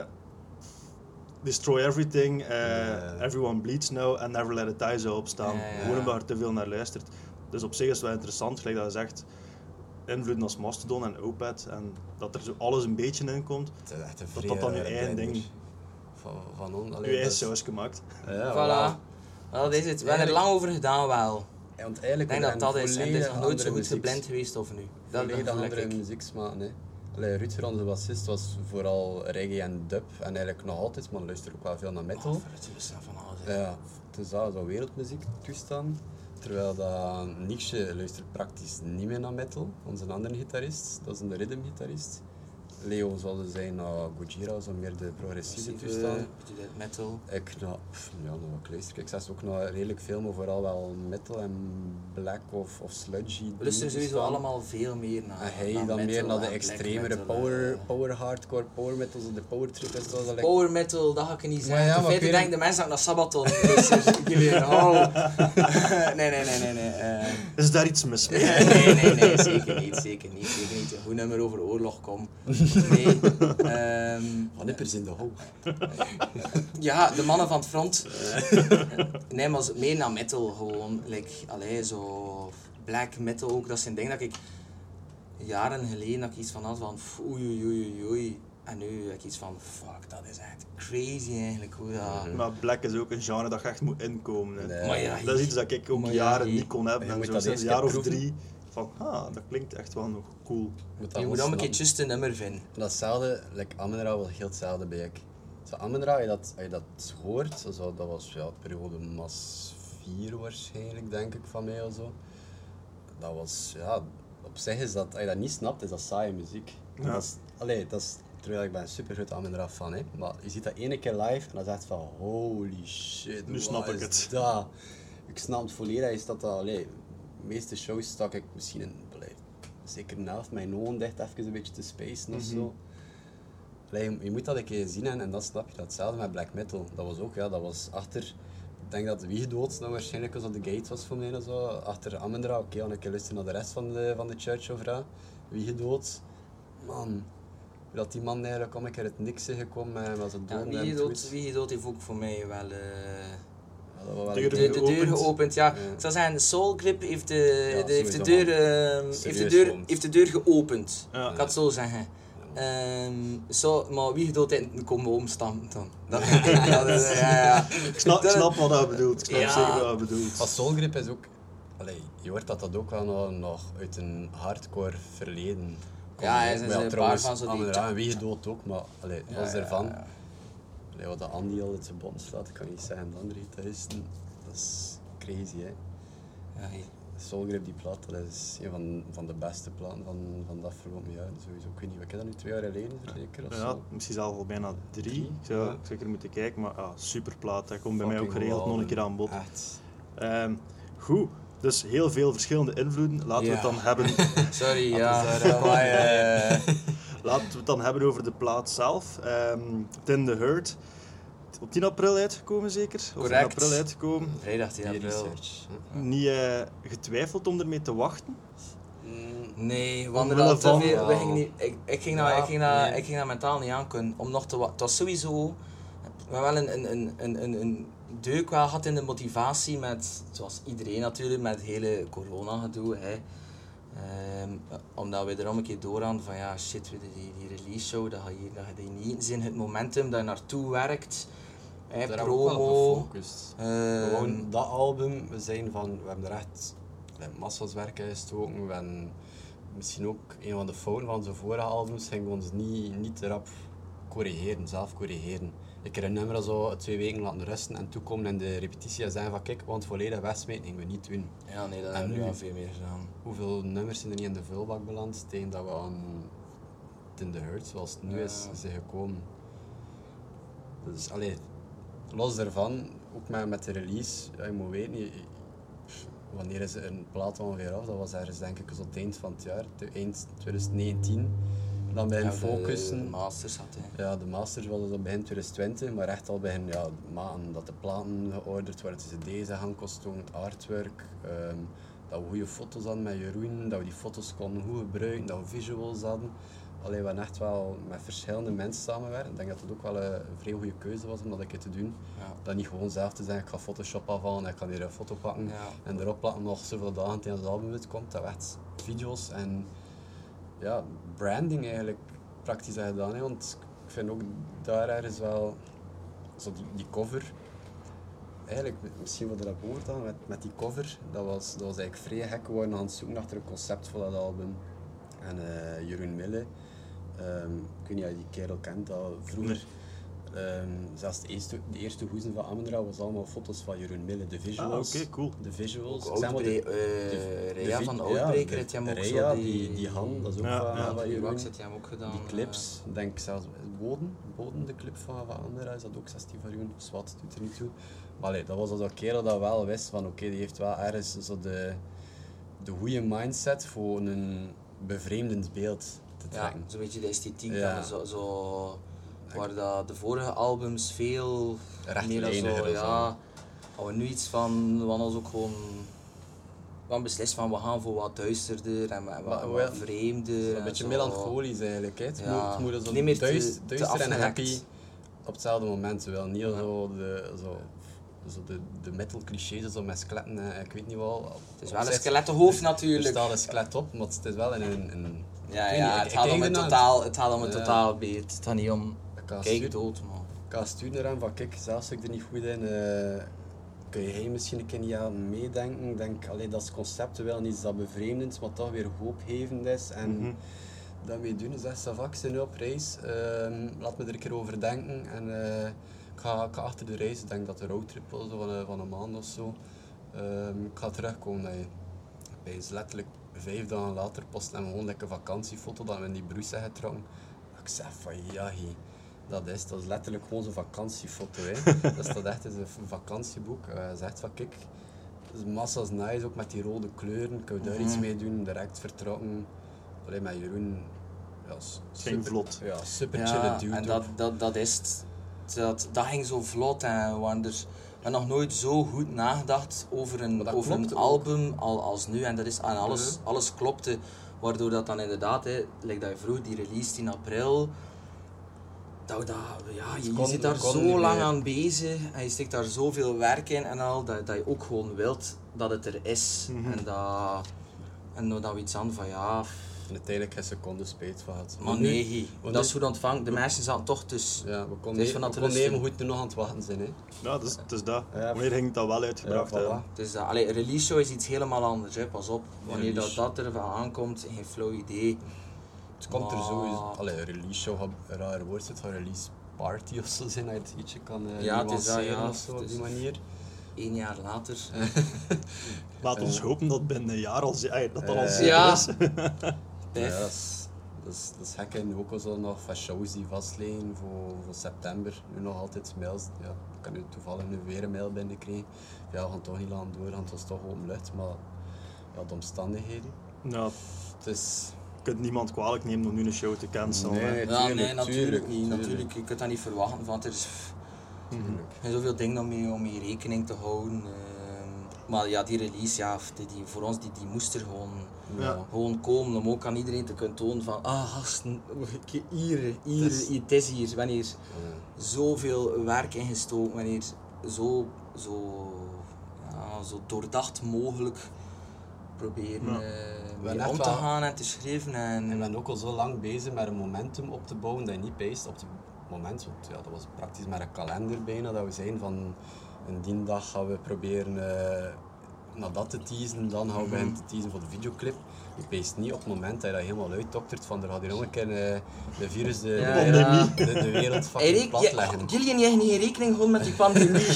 Destroy Everything, eh, Ja. Everyone Bleeds Now en Never Let It Die zou opstaan. Ja, ja. Gewoon omdat je er te veel naar luistert. Dus op zich is het wel interessant, gelijk dat je zegt, invloeden als Mastodon en Opeth en dat er zo alles een beetje in komt. Het is echt een Dat vrij dat dan je rare eigen blender. ding, Van, van on, allee, je eigen dat is- saus gemaakt. Ja, Voilà. Wel, dat is het. We hebben er lang over gedaan wel. Ja, want Ik eigenlijk denk we dat dat zijn is. En er is volledig nog nooit zo andere goed muziek- geblend geweest of nu. Dat, dat Volledig voel andere ik. muzieksmaak, nee. Allee, Rutger, onze bassist, was vooral reggae en dub. En eigenlijk nog altijd, maar luister ook wel veel naar metal. Oh, voor het rusten van alles. hè. Ja, het is al zo'n wereldmuziek toestaan. Terwijl dat Nietzsche luistert praktisch niet meer naar metal. Onze andere gitarist, dat is een rhythmgitarist. Leo zal zijn naar Gojira, zo meer de progressieve Progressieve, toestaan. beetje death metal. Ik nou, pff, ja, nog wat luister. Ik zet ook naar redelijk veel, maar vooral wel metal en black of, of sludgy. We luisteren sowieso toestaan. allemaal veel meer naar. En hij naar dan metal meer naar de en black extremere metal, power, eh. power hardcore, power metal, zo de power trip is zoals dat. Power metal, dat ga ik niet Maar zeggen. ja, In maar feite kun je- denken de mensen dat ik naar Sabaton luister. Gillian, oh. Nee, nee, nee, nee. nee. eh. Is daar iets mis mee? Nee, nee, nee, zeker niet, zeker niet, zeker niet. Een goed nummer over oorlog, kom. Nee. ehm, Van nippers in de hol. ja, de mannen van het front. Nee, maar meer naar metal gewoon. Like, allee, zo black metal ook. Dat zijn dingen dat ik jaren geleden dat ik iets van had van pff, oei oei oei oei. En nu heb ik iets van fuck, dat is echt crazy eigenlijk hoe dat... Mhm. Maar black is ook een genre dat je echt moet inkomen. Hè. Nee. Maar ja, Dat is iets dat ik ook Maar ja, jaren je- niet kon hebben. je En moet zo dat sinds een eerst jaar of proeven. drie van, ah, dat klinkt echt wel nog cool. Moet dat je moet gewoon ook een keer snappen. just een nummer vinden. Datzelfde, like Amenra was heel hetzelfde bij ik. Zo, zo Amon Ra, als je dat, als je dat hoort, zo, dat was ja, periode Mas vier waarschijnlijk, denk ik, van mij of zo. Dat was, ja, op zich is dat, als je dat niet snapt, is dat saaie muziek. Ja. Dat is, allee, dat is, terwijl ik ben een super groot Amon Ra fan, hè. Maar je ziet dat ene keer live en dan is echt van, holy shit, Nu wat snap ik is het. dat? Ik snap het volledig, is dat dat, allee, de meeste shows stak ik misschien in, allee, zeker een helft mijn ogen dicht even een beetje te spacen of zo. Allee, je, je moet dat een keer zien en, en dan snap je dat. Hetzelfde met black metal. Dat was ook, ja, dat was achter, ik denk dat Wie Gedood nou waarschijnlijk was op de gate was voor mij of zo. Achter Amon Ra, oké, dan een keer luisteren naar de rest van de, van de Church of Ra. Wie Gedood, man. Dat die man eigenlijk om een keer uit niks is gekomen met, met zijn Ja, dood Wie en Gedood, tweets. Wie Gedood heeft ook voor mij wel... Uh... Ja, dat was wel Deur een De, de deur. deur geopend. geopend, ja. Ja. Ik zou zeggen, Soul Grip heeft de, Ja, de, heeft de, sowieso, deur, uh, heeft de, Serieus deur, gewoon. heeft de deur geopend. Ja. Ik had het zo zeggen. Um, zo, maar Wie Gedood heeft komen omstampen dan. Dat, ja, dat, ja, ja. Ik snap, ik snap wat hij bedoelt. Ik snap Ja. zeker wat hij bedoelt. Maar Soul Grip is ook, allee, je hoort dat dat ook wel nog, nog uit een hardcore verleden komt. Ja, hij is Maar een paar trouwens, van zo die- Amon Ra en Wie Gedood ook, maar allee, Ja, los ja, daarvan. ja. Allee, wat de Andy al uit zijn bond slaat, kan ik niet zeggen. De andere gitaristen, dat is crazy, hè. Ja, hey. Soul Grip, die plaat, dat is een van, van de beste platen van, van de afgelopen jaren. Sowieso, ik weet niet, wat is dat nu, twee jaar geleden zeker? Of Ja, zo? misschien zelfs al bijna drie. Drie, Ik zou ja. zeker moeten kijken, maar ah, super plaat. Dat komt bij mij ook Fucking geregeld nog een geweldig. keer aan bod. Echt. Ehm, goed, dus heel veel verschillende invloeden. Laten we het Ja. dan hebben, Sorry, Wat ja. is daar, maar, uh, laten we het dan hebben over de plaat zelf. Ehm Tin the Hurt. Op tien april uitgekomen zeker? Of in Correct. april uitgekomen. Vrijdag tien Die april. research. hè. Niet eh, getwijfeld om ermee te wachten? Mm, Nee, want er Omwille al te van- veel. We gingen niet, ik, ik, ging dat, Ja, ik, ging dat, nee. ik ging dat mentaal niet aankunnen om nog te wachten. Het was sowieso. We hebben wel een, een, een, een, een, een deuk wel gehad in de motivatie met, zoals iedereen natuurlijk, met het hele corona gedoe. Hè. Ehm, omdat we er om een keer doorgaan van ja shit, die, die release show, dat ga je, dat ga je niet zien. Het momentum dat je naartoe werkt. Hè, Daar hebben we ook wel op promo. gefocust. ehm, Gewoon dat album, we zijn van, we hebben er echt we hebben massa's werk in gestoken. We hebben misschien ook een van de fouten van onze vorige albums, gingen we ons niet, niet te rap corrigeren, zelf corrigeren. Ik heb een nummer zo twee weken laten rusten en toekomen in de repetitie en zeggen van kijk, want volledig wegsmijten gingen we niet doen. ja, nee, dat En hebben we nu? wel veel meer gedaan. Hoeveel nummers zijn er niet in de vulbak beland tegen dat we aan Tin the Hurt, zoals het nu Ja. is, zijn gekomen. Dus allee, los daarvan, ook met, met de release, ja, je moet weten, je- pff, wanneer is een plaat ongeveer af? Dat was ergens denk ik zo het eind van het jaar, te- eind twintig negentien. Dan bij Ja, een de- focussen. De masters had hij. Ja, de masters was dus op begin twintig twintig, maar echt al begin ja, maanden dat de platen georderd werden, de cd's gaan kosten, het artwork, ehm, dat we goede foto's hadden met Jeroen, dat we die foto's konden goed gebruiken, dat we visuals hadden. Allee, we hebben echt wel met verschillende mensen samenwerken. Ik denk dat het ook wel een, een vrij goede keuze was om dat een keer te doen. Ja. Dat niet gewoon zelf te zeggen, ik ga Photoshop afhalen en ik ga hier een foto pakken Ja. en erop plakken nog zoveel dagen tegen het album uitkomt. Dat we echt video's en ja, branding eigenlijk praktisch hebben gedaan. Hè. Want ik vind ook daar ergens wel, zo die, die cover, eigenlijk misschien wat er dat gehoord had met, met die cover, dat was, dat was eigenlijk vrij gek geworden aan het zoeken achter een concept voor dat album. En uh, Jeroen Mille, um, ik weet niet of je die kerel kent, dat vroeger, um, zelfs de eerste, de eerste hoezen van Amon Ra was allemaal foto's van Jeroen Mille, de visuals. Ah, oké, cool. De visuals. Ook Zeg maar de- Outbreak- eh, de- Rea de van vi- Outbreaker ja, heeft hem ook Rea, zo die, die- die hand, dat is ook Ja, van, ja. van Die Jeroen. wax heeft hij hem ook gedaan. Die eh. clips, denk ik zelfs, Boden, Boden, de clip van, van Amon Ra, is dat ook zestien van Jeroen, zwart, doet er niet toe. Maar allee, dat was als een kerel dat wel wist van oké, die heeft wel ergens zo de, de goede mindset voor een bevreemdend beeld te Ja, trekken. zo'n beetje de esthetiek. Ja. Dat zo, zo, waar dat de vorige albums veel meer dan Rechtlijniger zo, of ja. Hadden we nu iets van, we hadden ons ook gewoon we beslist van we gaan voor wat duisterder en wat, wat, Maar wat wel- vreemder. Een en beetje zo. melancholisch eigenlijk. Hè. Het Ja, moet, het moet zo niet meer te- duist- te duister en afgewerkt. happy op hetzelfde moment. Wel. Niet zo de, zo, zo de, de metal clichés zo met skeletten en ik weet niet wel. Het is wel een skelettenhoofd Er natuurlijk. staat een skelet op, maar het is wel in een... een Ja, ik weet ja, niet, het ik- gaat ik om kijk een ernaar. totaal, het gaat om een Ja. totaal beeld. Het gaat niet om Ik kan kijk sturen- dood, man. ik kan sturen naar hem van kijk, zelfs als ik er niet goed in... eh, kun je misschien een keer niet aan meedenken. Ik denk, allee, dat is conceptueel niet dat bevreemdend, maar toch weer hoopgevend is. En Mhm. daarmee doen. Zeg, Savak, ik ben nu op reis. Uh, laat me er een keer over denken. En uh, ik, ga, ik ga achter de reis. Ik denk dat de roadtrip was van een, van een maand of zo. Uh, ik ga terugkomen. Nee. Bij is letterlijk vijf dagen later post hem gewoon een vakantiefoto dat we in die Bruce hebben getrokken. Ik zeg van ja, hey, dat is, dat is letterlijk gewoon zo'n vakantiefoto. Hè. Dat staat echt in een vakantieboek. Hij uh, zegt van kijk, het is massa's nice, ook met die rode kleuren. Ik kan daar mm-hmm. iets mee doen, direct vertrokken. Alleen met Jeroen, ja, ging vlot. Ja, super ja, chille dude. En dat, dat, dat is het. Dat, dat ging zo vlot en we hebben er nog nooit zo goed nagedacht over een, over een album al, als nu. En dat is, en alles, mm-hmm. alles klopte, waardoor dat dan inderdaad, hè, like dat je vroeg, die release in april. Dat, dat, ja, je, je zit daar zo lang aan bezig en je steekt daar zoveel werk in en al, dat, dat je ook gewoon wilt dat het er is. Mm-hmm. En dat, en dat we iets aan van ja... En uiteindelijk een seconde spijt van het. Maar nee, dat nu, is goed ontvangen. De meisjes zaten toch dus... Ja, we konden even, we konden even goed er nog aan het wachten zijn. Hè. Ja, dat is, het is dat. Ja. Wanneer ging dat wel uitgebracht? Ja, voilà. Het is dat. Allee, een release show is iets helemaal anders, hè. Pas op. Wanneer dat, dat er van aankomt, geen flow idee. Het komt maar... er sowieso... Allee, een release show, een raar woord zit van release party of zo zijn, dat je het ietsje kan uh, ja, nuanceren ja, of zo op die manier. Eén jaar later. Laat ons uh, hopen dat binnen een jaar al dat dat al uh, zeker ja. is. Ja, dat is, dat is, dat is gek. En ook al zo nog van shows die vastliggen voor, voor september. Nu nog altijd mails. Ja, ik kan nu toevallig nu weer een mail binnenkregen. Ja, we gaan toch niet lang doorgaan, het was toch open lucht. Maar ja, de omstandigheden. Ja. Het is... Je kunt niemand kwalijk nemen om nu een show te cancelen. Nee, ja, tuurlijk, nee, natuurlijk tuurlijk, niet. tuurlijk. Natuurlijk, je kunt dat niet verwachten, want er is, mm-hmm. er zijn zoveel dingen om mee, om mee rekening te houden. Uh, maar ja, die release, ja, die, die, voor ons, die, die moest er gewoon, ja. gewoon komen om ook aan iedereen te kunnen tonen van ah, gasten, hier, hier, het is, het is hier. Wanneer ja. zoveel werk ingestoken, wanneer zo, zo, ja, zo doordacht mogelijk proberen ja. uh, mee om te gaan en te schrijven. En... en we zijn ook al zo lang bezig met een momentum op te bouwen dat je niet peest op het moment. Want ja, dat was praktisch met een kalender bijna, dat we zijn van een die dag gaan we proberen uh, naar dat te teasen, dan gaan we beginnen te teasen voor de videoclip. Je peest niet op het moment dat je dat helemaal uitdoktert van er gaat hier nog een keer uh, de virus de, ja, de, ja. de, de wereld fucking plat leggen. Jullie hebben geen rekening gehouden met die pandemie.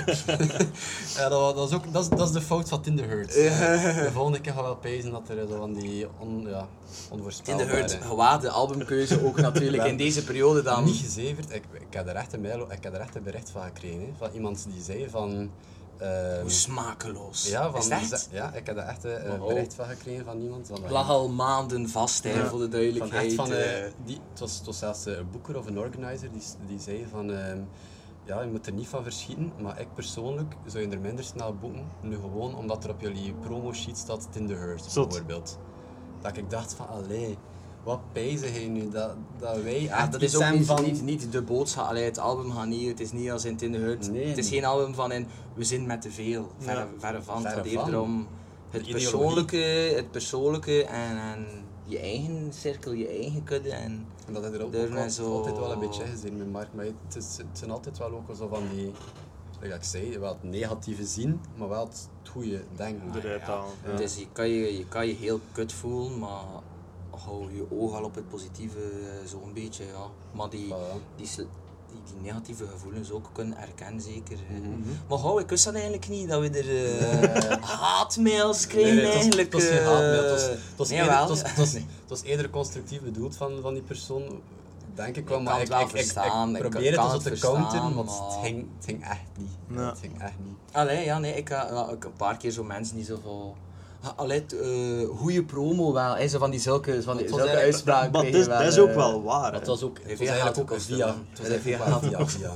Ja, dat, dat, is ook, dat, is, dat is de fout van Tinder Hurts. Ja. De volgende keer gaan we wel pezen dat er zo van die on, ja, onvoorspelbare... Tinder Hurts, gewaagde albumkeuze ook natuurlijk in deze periode dan. Niet gezeverd, ik, ik heb er echt een mail, ik heb er echt een bericht van gekregen, hè, van iemand die zei van... Uh, Hoe smakeloos. Ja, van, is dat echt? Ja, ik heb er echt een uh, bericht van gekregen van iemand. Het lag al maanden vast, hè, ja. voor de duidelijkheid. Van echt van, uh, die, het, was, het was zelfs een boeker of een organizer die, die zei van... Uh, ja, je moet er niet van verschieten, maar ik persoonlijk zou je er minder snel boeken. Nu gewoon omdat er op jullie promo-sheet staat Tinder Hurts bijvoorbeeld. Dat ik dacht van, allee... Wat pijzen hij nu, dat, dat wij ja, echt dat is ook niet, van... niet, niet de boodschap, allee, het album gaat niet, het is niet als in Tinder Hurts, nee, het is geen album van in, we zijn met te veel, verre, ja. verre van, het gaat eerder om het persoonlijke, het persoonlijke en, en je eigen cirkel, je eigen kudde en, en dat heb je er ook, ook al, zo... altijd wel een beetje gezien met Mark, maar het, is, het zijn altijd wel ook zo van die, zoals ik zei, wel het negatieve zien, maar wel het goede denken. De ja, ja. Ja. Dus je kan je, je kan je heel kut voelen, maar hou je oog al op het positieve zo'n beetje, ja. Maar die, voilà. die, die, die negatieve gevoelens ook kunnen erkennen, zeker. Mm-hmm. Maar hou, ik wist dat eigenlijk niet, dat we er uh, nee. haatmails kregen nee, nee, eigenlijk. Het was geen haatmail, het was, het was, nee, eerder, het was, het was, het was eerder constructief bedoeld van, van die persoon. Denk ik wel, maar ik, ik, ik, ik probeer het zo te counteren, maar het ging, het ging echt niet. Ja. Het ging echt niet. Allee, ja, nee, ik heb ja, een paar keer zo mensen die zo van... Allee, uh, goede promo wel, hè, zo van die zulke, van die, zulke uitspraken. Maar dat, dat is ook wel waar. Het was ook, het was eigenlijk ook via. Het was eigenlijk wel via via.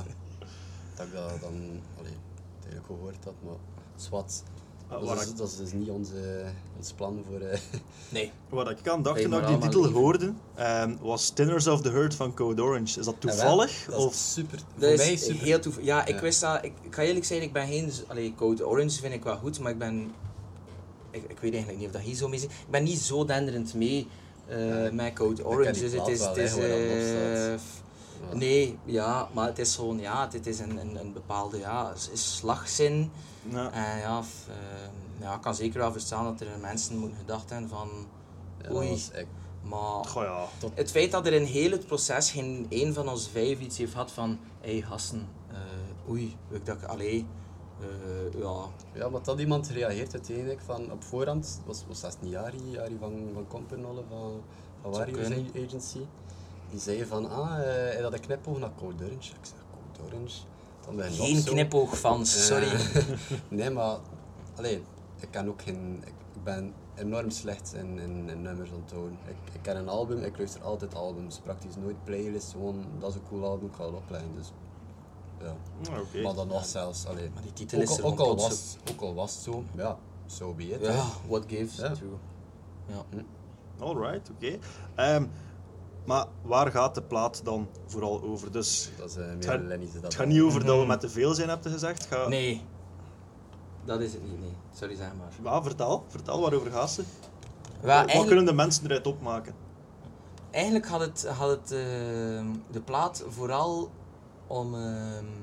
Dat ik dat dan allee, uiteindelijk gehoord had, maar zwart. Dat, dat, is, dat is dus niet onze, ons plan voor... Uh... Nee. Wat ik aan dacht toen ik die titel leven. hoorde, um, was Tinners of the Hurt van Code Orange. Is dat toevallig? Ja, of? Is super. Dat voor is mij super. Heel toevallig. Ja, ik ja. wist dat... Ik, ik ga eerlijk zijn, ik ben geen... Allee, Code Orange vind ik wel goed, maar ik ben... Ik, ik weet eigenlijk niet of dat hier zo mee zit. Ik ben niet zo denderend mee uh, ja. met Code Orange. Dus het is... Wel, het is uh, ja. Nee, ja, maar het is gewoon... Ja, dit is een, een, een bepaalde ja, slagzin. Ja. En ja, f, uh, ja, ik kan zeker wel verstaan dat er mensen moeten gedacht hebben van... Ja, oei, was, ik, Maar Goh, ja. het feit dat er in heel het proces geen één van ons vijf iets heeft gehad van hé hey, gasten, uh, oei, ik dacht, allee, uh, ja. Ja, maar dat iemand reageert uiteindelijk van op voorhand, was, was dat niet Jari, Jari van, van Kompernolle van, van Warriors Agency. Die zei van, ah, uh, hij had een knipoog naar Code Orange. Ik zeg, Code Orange? Dan ben je geen nog zo. knipoog van, sorry. Uh, nee, maar, alleen, ik kan ook geen, ik, ik ben enorm slecht in, in, in nummers onthouden. Ik, ik ken een album, ik luister altijd albums, praktisch nooit playlists, gewoon, dat is een cool album, ik ga het opleggen. Dus, ja. Okay. Maar dan nog zelfs, allee. Maar die titel is ook, er ook, al plots was, ook al was het zo, ja, so be it. Ja, hè. what gives, Ja. true. Ja. Alright, oké. Okay. Um, maar waar gaat de plaat dan vooral over? Dus, Dat is uh, het, meer gaat, Lenny ze dat het gaat niet over dat we met te veel zijn, heb je gezegd? Ga... Nee, dat is het niet, nee. Sorry, zeg maar. Ja, vertel, vertel, waarover gaat ze? Wel, Wat eigenlijk, kunnen de mensen eruit opmaken? eigenlijk had het, had het uh, de plaat vooral om uh,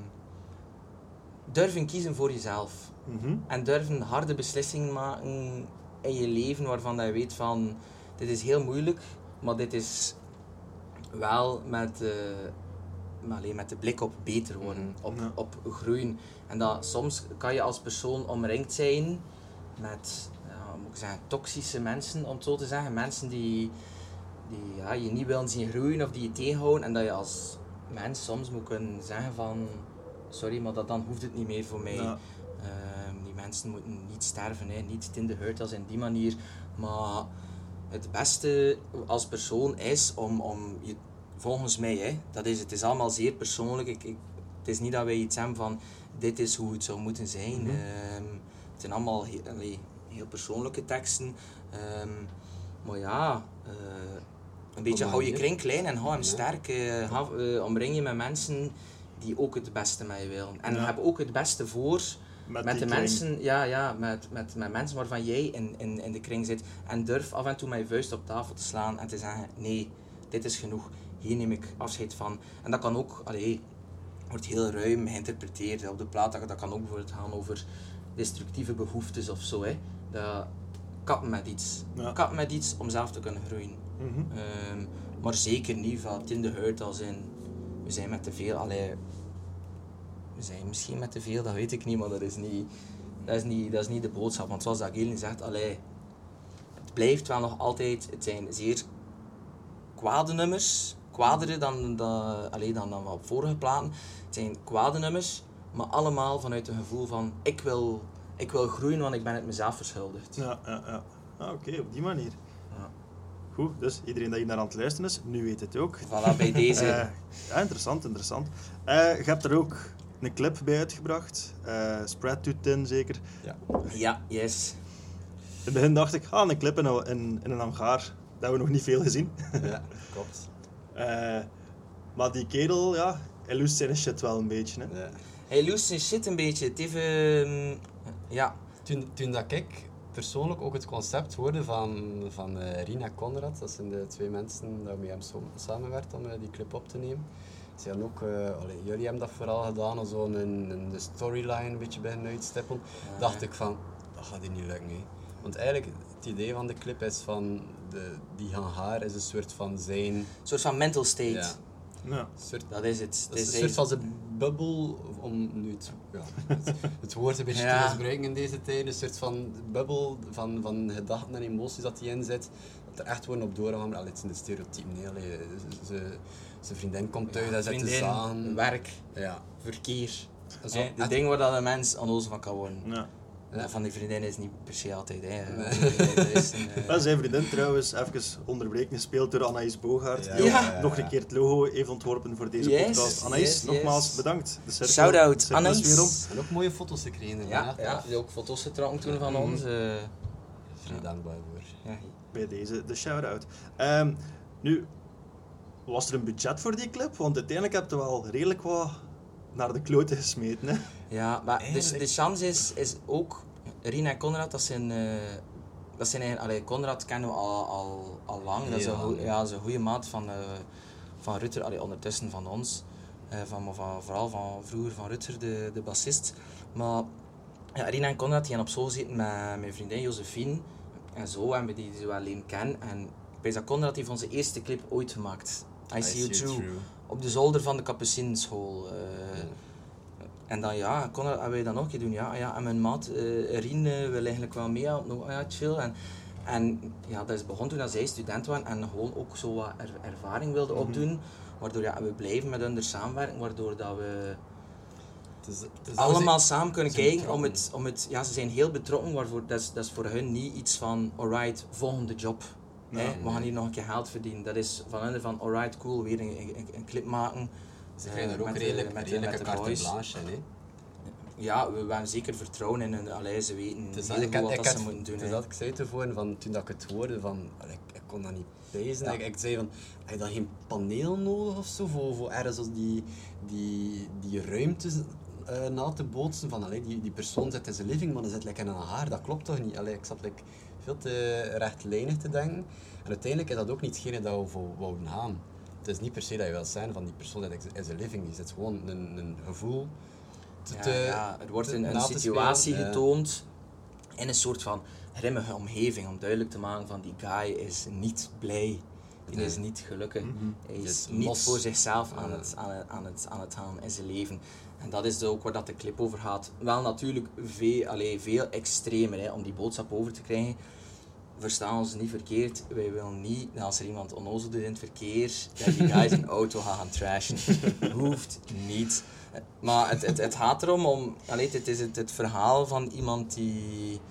durven kiezen voor jezelf. Mm-hmm. En durven harde beslissingen maken in je leven waarvan dat je weet van dit is heel moeilijk, maar dit is wel met, uh, maar alleen met de blik op beter worden, op, Ja. op groeien. En dat soms kan je als persoon omringd zijn met ja, moet ik zeggen, toxische mensen, om het zo te zeggen. Mensen die, die ja, je niet willen zien groeien of die je tegenhouden. En dat je als mens soms moet kunnen zeggen van sorry, maar dat, dan hoeft het niet meer voor mij. Ja. Uh, die mensen moeten niet sterven, hè. Niet in de hurt als in die manier. Maar het beste als persoon is om, om je, volgens mij, hè, dat is, het is allemaal zeer persoonlijk. Ik, ik, het is niet dat wij iets hebben van dit is hoe het zou moeten zijn. Mm-hmm. Um, het zijn allemaal heel, allee, heel persoonlijke teksten. Um, maar ja, uh, een beetje hou je kring klein en hou hem Ja. sterk. Uh, hou, uh, omring je met mensen die ook het beste met je willen. En Ja. heb ook het beste voor Met, met die de kring. mensen, ja, ja, met, met, met mensen waarvan jij in, in, in de kring zit. En durf af en toe met je vuist op tafel te slaan en te zeggen, nee, dit is genoeg. Hier neem ik afscheid van. En dat kan ook, allee, wordt heel ruim geïnterpreteerd op de plaat. Dat kan ook bijvoorbeeld gaan over destructieve behoeftes of zo. Hè. Dat kappen met iets. Ja. Kappen met iets om zelf te kunnen groeien. Mm-hmm. Um, maar zeker niet van in de hurt als in we zijn met te veel. Allee, we zijn misschien met te veel, dat weet ik niet, maar dat is niet, dat is niet, dat is niet de boodschap. Want zoals Agilin zegt, allee, het blijft wel nog altijd, het zijn zeer kwade nummers, kwadere dan, dan, allee, dan, dan op vorige platen. Het zijn kwade nummers, maar allemaal vanuit een gevoel van ik wil, ik wil groeien, want ik ben het mezelf verschuldigd. Ja, ja, ja. Ah, oké, okay, op die manier. Ja. Goed, dus iedereen dat hier naar aan het luisteren is, nu weet het ook. Voilà, bij deze. Uh, ja, interessant, interessant. Uh, je hebt er ook een clip bij uitgebracht. Uh, Spread Too Thin, zeker? Ja. Ja, yes. In het begin dacht ik, ah, een clip in een, in, in een hangar. Dat hebben we nog niet veel gezien. Ja, klopt. Uh, maar die kerel, ja, hij loest zijn shit wel een beetje. Hè? Ja. Hij loest zijn shit een beetje. Het heeft, uh, ja. Toen, toen dat ik persoonlijk ook het concept hoorde van, van uh, Rina Conrad, dat zijn de twee mensen die met hem samenwerkt om uh, die clip op te nemen. Ze hadden ook, uh, allee, jullie hebben dat vooral gedaan, om zo een, een, de storyline een beetje bij hen uitstippelen. Ja. Dacht ik van, dat gaat hier niet lukken. Hè. Want eigenlijk, het idee van de clip is van, de, die hangar is een soort van zijn... Een soort van mental state. Ja. Ja. Soort, Dat is het. dat Het is is een soort van zijn bubbel, om nu het, ja, het, het woord een beetje Ja. te misbruiken in deze tijd, een soort van bubbel van, van gedachten en emoties dat hij in zit, dat er echt worden op doorgaan. Allee, het zijn de stereotypen, nee, allee, ze, zijn vriendin komt thuis, hij zet te Vriendin, zagen. werk, Ja. verkeer. Zo, Hè, de echt- dingen waar dat een mens onnozel van kan worden. Ja. Ja. Van die vriendin is niet per se altijd. Hè. Nee. Dat is een, eh, Ja, zijn vriendin trouwens, even onderbreken, gespeeld door Anaïs Bogaert. Ja, die ja, ook ja, ja. nog een keer het logo heeft ontworpen voor deze Yes, podcast. Anaïs, yes, nogmaals yes. bedankt. De cirkel- Shout-out, cirkel is Anaïs. weer rond. En ook mooie foto's gekregen. ja, echt, ja, die ook foto's getrokken toen van ons. eh. Vrij dankbaar voor. Ja. Bij deze de shout-out. Um, nu, was er een budget voor die clip? Want uiteindelijk heb je wel redelijk wat naar de kloten gesmeten. Hè? Ja, maar de, Eigenlijk- de chance is, is ook, Rina en Conrad, dat zijn, uh, dat zijn eigenlijk, allee, Conrad kennen we al, al, al lang, dat is Heel een, goe- lang. ja, dat is een goede maat van, uh, van Rutter, allee, ondertussen van ons, uh, van, van, vooral van vroeger van Rutter, de, de bassist. Maar ja, Rina en Conrad die gaan op school zitten met mijn vriendin Josephine en zo hebben we die zo wel leren kennen. En weet dat Conrad heeft onze eerste clip ooit gemaakt. I, I See See You You Through. Through. Op de zolder van de Capucinschool. Uh, Ja. En dan ja, Conrad, en wij dat nog een keer doen. Ja, ja, en mijn maat uh, Rien uh, wil eigenlijk wel mee helpen. Oh, ja, chill. En, en ja, dat is begonnen toen dat zij student waren en gewoon ook zo wat er, ervaring wilden Mhm. opdoen. Waardoor ja, we blijven met hun er samenwerken, waardoor dat we Het is, het is allemaal ze- samen kunnen ze zijn kijken om betrokken. het, om het... Ja, ze zijn heel betrokken, waarvoor dat is, dat is voor hun niet iets van alright, volgende job. Ja, hè, we nee. gaan hier nog een keer geld verdienen. Dat is van hun van alright, cool, weer een, een, een clip maken. Ze krijgen er eh, ook met de- redelijk, met de- redelijke met de carte boys. blanche in. Hè. Ja, we hebben zeker vertrouwen in hun. Allee, ze weten Het is heel dat, goed ik, had- wat ik dat had, ze moeten doen. het is hè. dat ik zei tevoren, van, toen dat ik het hoorde, van, allee, ik, ik kon dat niet lezen. Ja. Ik, ik zei van, heb je dan geen paneel nodig of zo, voor, voor ergens als die, die, die ruimte uh, na te bootsen, van allee, die, die persoon zit in zijn living, maar dan zit like in een haar, dat klopt toch niet? Allee, ik zat like, veel te rechtlijnig te denken. En uiteindelijk is dat ook niet hetgene dat we voor wouden gaan. Het is niet per se dat je wil zijn van die persoon zit in zijn living, die zit gewoon een, een gevoel te, Ja, te- ja, er wordt te- een, een na te situatie spelen. Ja. getoond in een soort van grimmige omgeving om duidelijk te maken van die guy is niet blij. Die Nee. is niet gelukkig. Mhm. Hij Die is is niet los. voor zichzelf aan Ja. het, aan, het, aan, het, aan het gaan in zijn leven. En dat is ook waar dat de clip over gaat. Wel natuurlijk veel, allee, veel extremer hè, om die boodschap over te krijgen. Verstaan ons niet verkeerd. Wij willen niet dat als er iemand onnozel doet in het verkeer, dat die guy zijn auto gaat gaan trashen. Hoeft niet. Maar het, het, het gaat erom om... Allee, het is het, het verhaal van iemand die...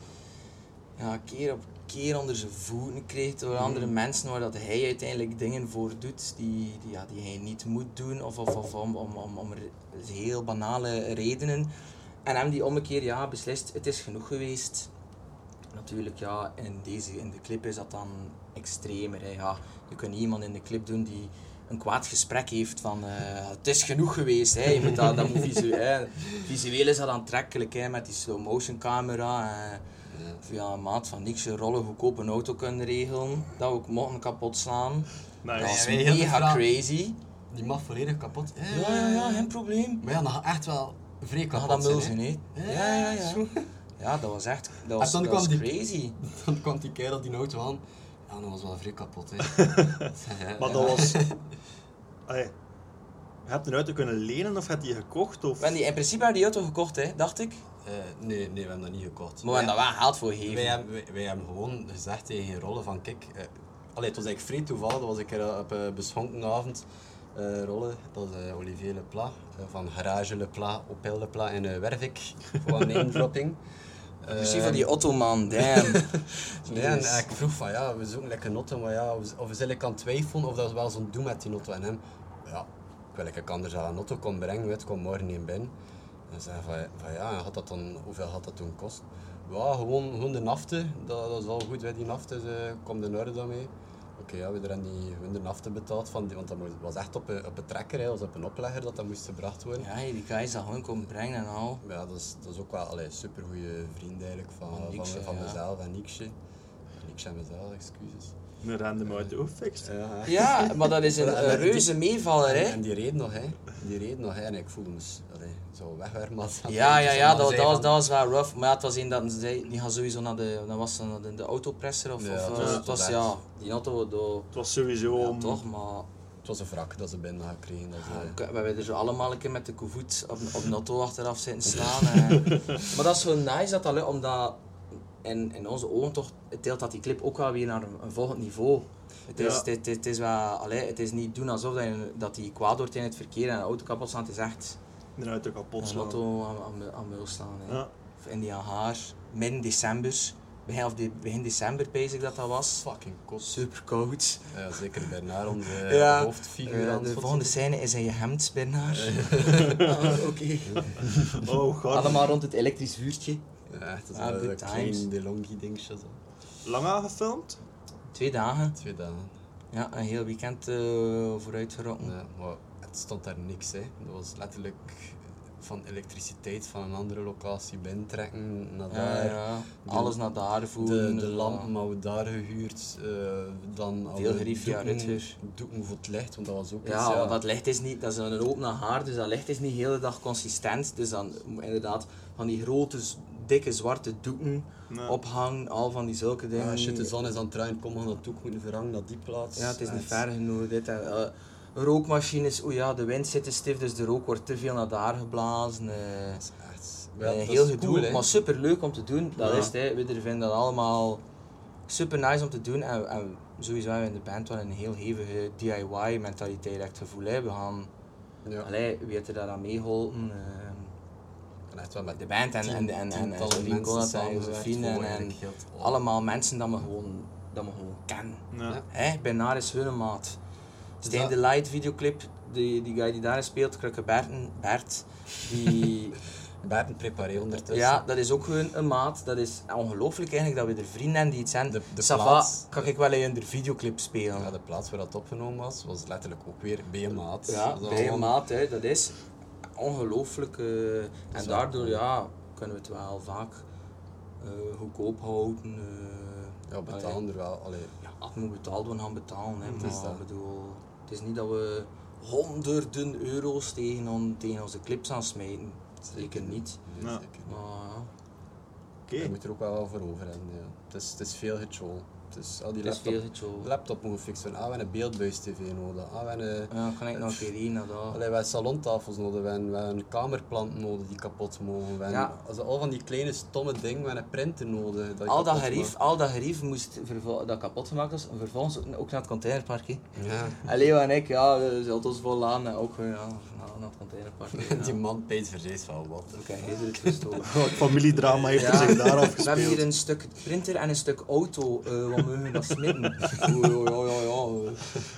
Ja, keer op keer onder zijn voeten kreeg door andere mensen, waar dat hij uiteindelijk dingen voor doet die, die, ja, die hij niet moet doen, of, of, of om, om, om, om re- heel banale redenen. En hem die omgekeerd ja, beslist, het is genoeg geweest. Natuurlijk, ja, in, deze, in de clip is dat dan extremer. Hè. Ja, je kunt niet iemand in de clip doen die een kwaad gesprek heeft van uh, het is genoeg geweest. Hè. Je moet dat, dat moet visu- hè. Visueel is dat aantrekkelijk hè, met die slow motion camera. Uh, Ja. via een maat van niks rollen goedkoop een auto kunnen regelen. Dat we ook mochten kapot slaan. Nice. Dat was wij heel mega vraag- crazy. Die mag volledig kapot. Ja, ja, ja, geen probleem. Maar ja, dat gaat echt wel vrij Dat kapot gaat dat mul zijn, zijn, hè. hè. Ja, ja, ja. zo. Ja, dat was echt dat was, dan dat kwam was die- crazy. Dan kwam die kerel die auto aan. Ja, dat was wel vrij kapot, hè. Ja, Maar ja. dat was... Allee, je hebt een auto kunnen lenen of heb je die gekocht? Of... We hebben die, in principe hebben we die auto gekocht, hè, dacht ik. Eh, nee, nee, we hebben dat niet gekocht. Maar we hebben daar wel geld voor gegeven. Wij hebben, wij, wij hebben gewoon gezegd tegen Rollen van kijk, eh, allee, het was eigenlijk vrij toevallig, dat was een keer op een beschonken avond. Eh Rollen, dat is eh, Olivier Leplat, eh, van Garage Leplat, Opel Leplat in uh, Wervik, voor een name dropping. Precies voor die Ottoman, damn. Nee, en eh, ik vroeg van ja, we zoeken lekker een auto, maar ja, of we zijn like aan het twijfelen of dat we wel zo'n doen met die auto. En hem, ja, ik wil ik anders aan een auto komen brengen, weet, kom morgen in binnen. En zei van, van ja, had dat dan, hoeveel had dat toen kost? Ja, gewoon, gewoon de nafte, dat, dat is al goed, hè, die nafte, uh, komt in orde daarmee. Oké, okay, ja, we hebben die, gewoon de nafte betaald, van die, want dat was echt op een, op een trekker, hè, was op een oplegger dat dat moest gebracht worden. Ja, die guys dat gewoon komen brengen en al. Maar ja, dat is, dat is ook wel een super goede vriend eigenlijk van, Van van, Nietzsche, van, van ja. mezelf en Nietzsche. Nietzsche en mezelf, excuses. Een random auto fixt. Ja, hè. Ja, maar dat is een, En- een en die- reuze meevaller, En, hè. en die reed nog, hè. Die reed nog, hè. En ik voelde me s- allee, zo wegwermen. Ja, ja, ja, dat, dat, was, dat was wel rough. Maar ja, het was een dat zei, die gaat sowieso naar de, dat was naar de, de autopresser of, Ja, of het uh, was- het het was, was ja, echt- die auto, do, Het was sowieso ja, om... toch, maar Het was een wrak dat ze binnen had gekregen. Dat ze, we hebben er zo allemaal een keer met de koevoet op, op een auto achteraf zitten slaan. eh. Maar dat is zo nice dat dat lukt, omdat in, in onze ogen toch, het deelt dat die clip ook wel weer naar een, een volgend niveau. Het is, Ja. het, het, het is wel, allee, het is niet doen alsof dat, je, dat die kwaad wordt in het verkeer en een auto kapot slaan. Het is echt Een auto kapot een slaan. auto aan, aan, aan mul slaan. Hè. Ja. Of in die haar, midden december, begin, of de, begin december pees ik dat dat was. fucking kop. Super koud. Ja, zeker Bernard, onze Ja, hoofdfiguur. Eh, aan de het volgende foto's. scène is in je hemd, Bernard. Ah, Oké. Oh, god. Allemaal rond het elektrisch vuurtje. Ja, echt, dat is Ah, wel good een times. klein DeLonghi dingetje. Zo. Lang aangefilmd? Twee dagen. Twee dagen. Ja, een heel weekend uh, vooruit gerokken. Ja, maar het stond daar niks, hè. Dat was letterlijk van elektriciteit van een andere locatie binnentrekken naar Ja, daar. ja. De- Alles naar daar voeren. De, de ja. lampen hadden we daar gehuurd. Uh, dan hadden Veel we gerief via doeken- Rutger. Doeken voor het licht, want dat was ook iets, Ja, want dat licht is niet, dat is een open haar, dus dat licht is niet de hele dag consistent. Dus dan moet inderdaad van die grote s- dikke zwarte doeken Ja. ophangen, al van die zulke dingen. Ja, shit, de zon is aan het draaien, kom, we gaan dat ook moeten verhangen naar die plaats. Ja, het is niet Echt. ver genoeg. Dit en, uh, rookmachines, oeh ja, de wind zit te stif, dus de rook wordt te veel naar daar geblazen. Uh, Dat is echt... uh, Ja, dat heel is gedoe, cool, hè. maar super leuk om te doen. Dat Ja. is het, hè. We vinden dat allemaal super nice om te doen. En, en sowieso hebben we in de band wel een heel hevige D I Y mentaliteit, echt gevoel. Hè. We gaan, Ja. allee, wie heeft er daar aan meegeholpen? Uh, En echt wel met de band en, tien- en, en, en, en tientallen Jolien mensen Conrad en samengewerkt Josephine voor en, en eigenlijk heel het- allemaal mensen dat we gewoon, dat we gewoon kennen. Ja. Hè? Bij Naar is hun maat. Steen dat- de Light videoclip, die, die guy die daarin speelt, Krukke Berten, Bert, die... Buiten prepareren ondertussen. ja, dat is ook gewoon een maat. Dat is ongelooflijk eigenlijk dat we er vrienden hebben die iets zijn. De- de Ça va, plaats- kan ik wel in de videoclip spelen. Ja, de plaats waar dat opgenomen was, was letterlijk ook weer bij een maat. Ja, Dat was bij een gewoon- maat, hè, dat is ongelooflijk. eh, en is daardoor wel cool. ja, kunnen we het wel vaak eh, goedkoop houden. eh. Ja, betalen er wel. Allee, Ja, als we betaald worden, gaan betalen. Hè, Het maar is dat. ik bedoel, het is niet dat we honderden euro's tegen, on, tegen onze clips aan smijten. Zeker niet. nee, Ja. zeker. Maar ja, Oké. Je moet er ook wel wel voor over hebben. Ja. Het, is, het is veel getjol. Het is al die het is laptop, veel getjool. laptop moeten fixen. Ah, we hebben een beeldbuis-tv nodig. Ah, we hebben... Ja, kan ik nog een keer heen naar dat. Allee, we hebben salontafels nodig, we hebben, we hebben kamerplanten nodig die kapot mogen. We hebben Ja. also, al van die kleine stomme dingen, we hebben een printer nodig. Dat je Al dat kapot gerief, maakt. al dat gerief moest vervol- dat kapot gemaakt was, en vervolgens ook, ook naar het containerpark. Hè. Ja. En Leo en ik, ja, we zetten ons vol aan en ook gewoon, ja, naar het containerpark. Ja. Die man peet verzees van wat. Oké, hij is er gestoken. Wat familiedrama heeft er Ja. zich daar We hebben hier afgespeeld. een stuk printer en een stuk auto, uh, wat mogen we dat smitten? Oh, ja, ja, ja, ja.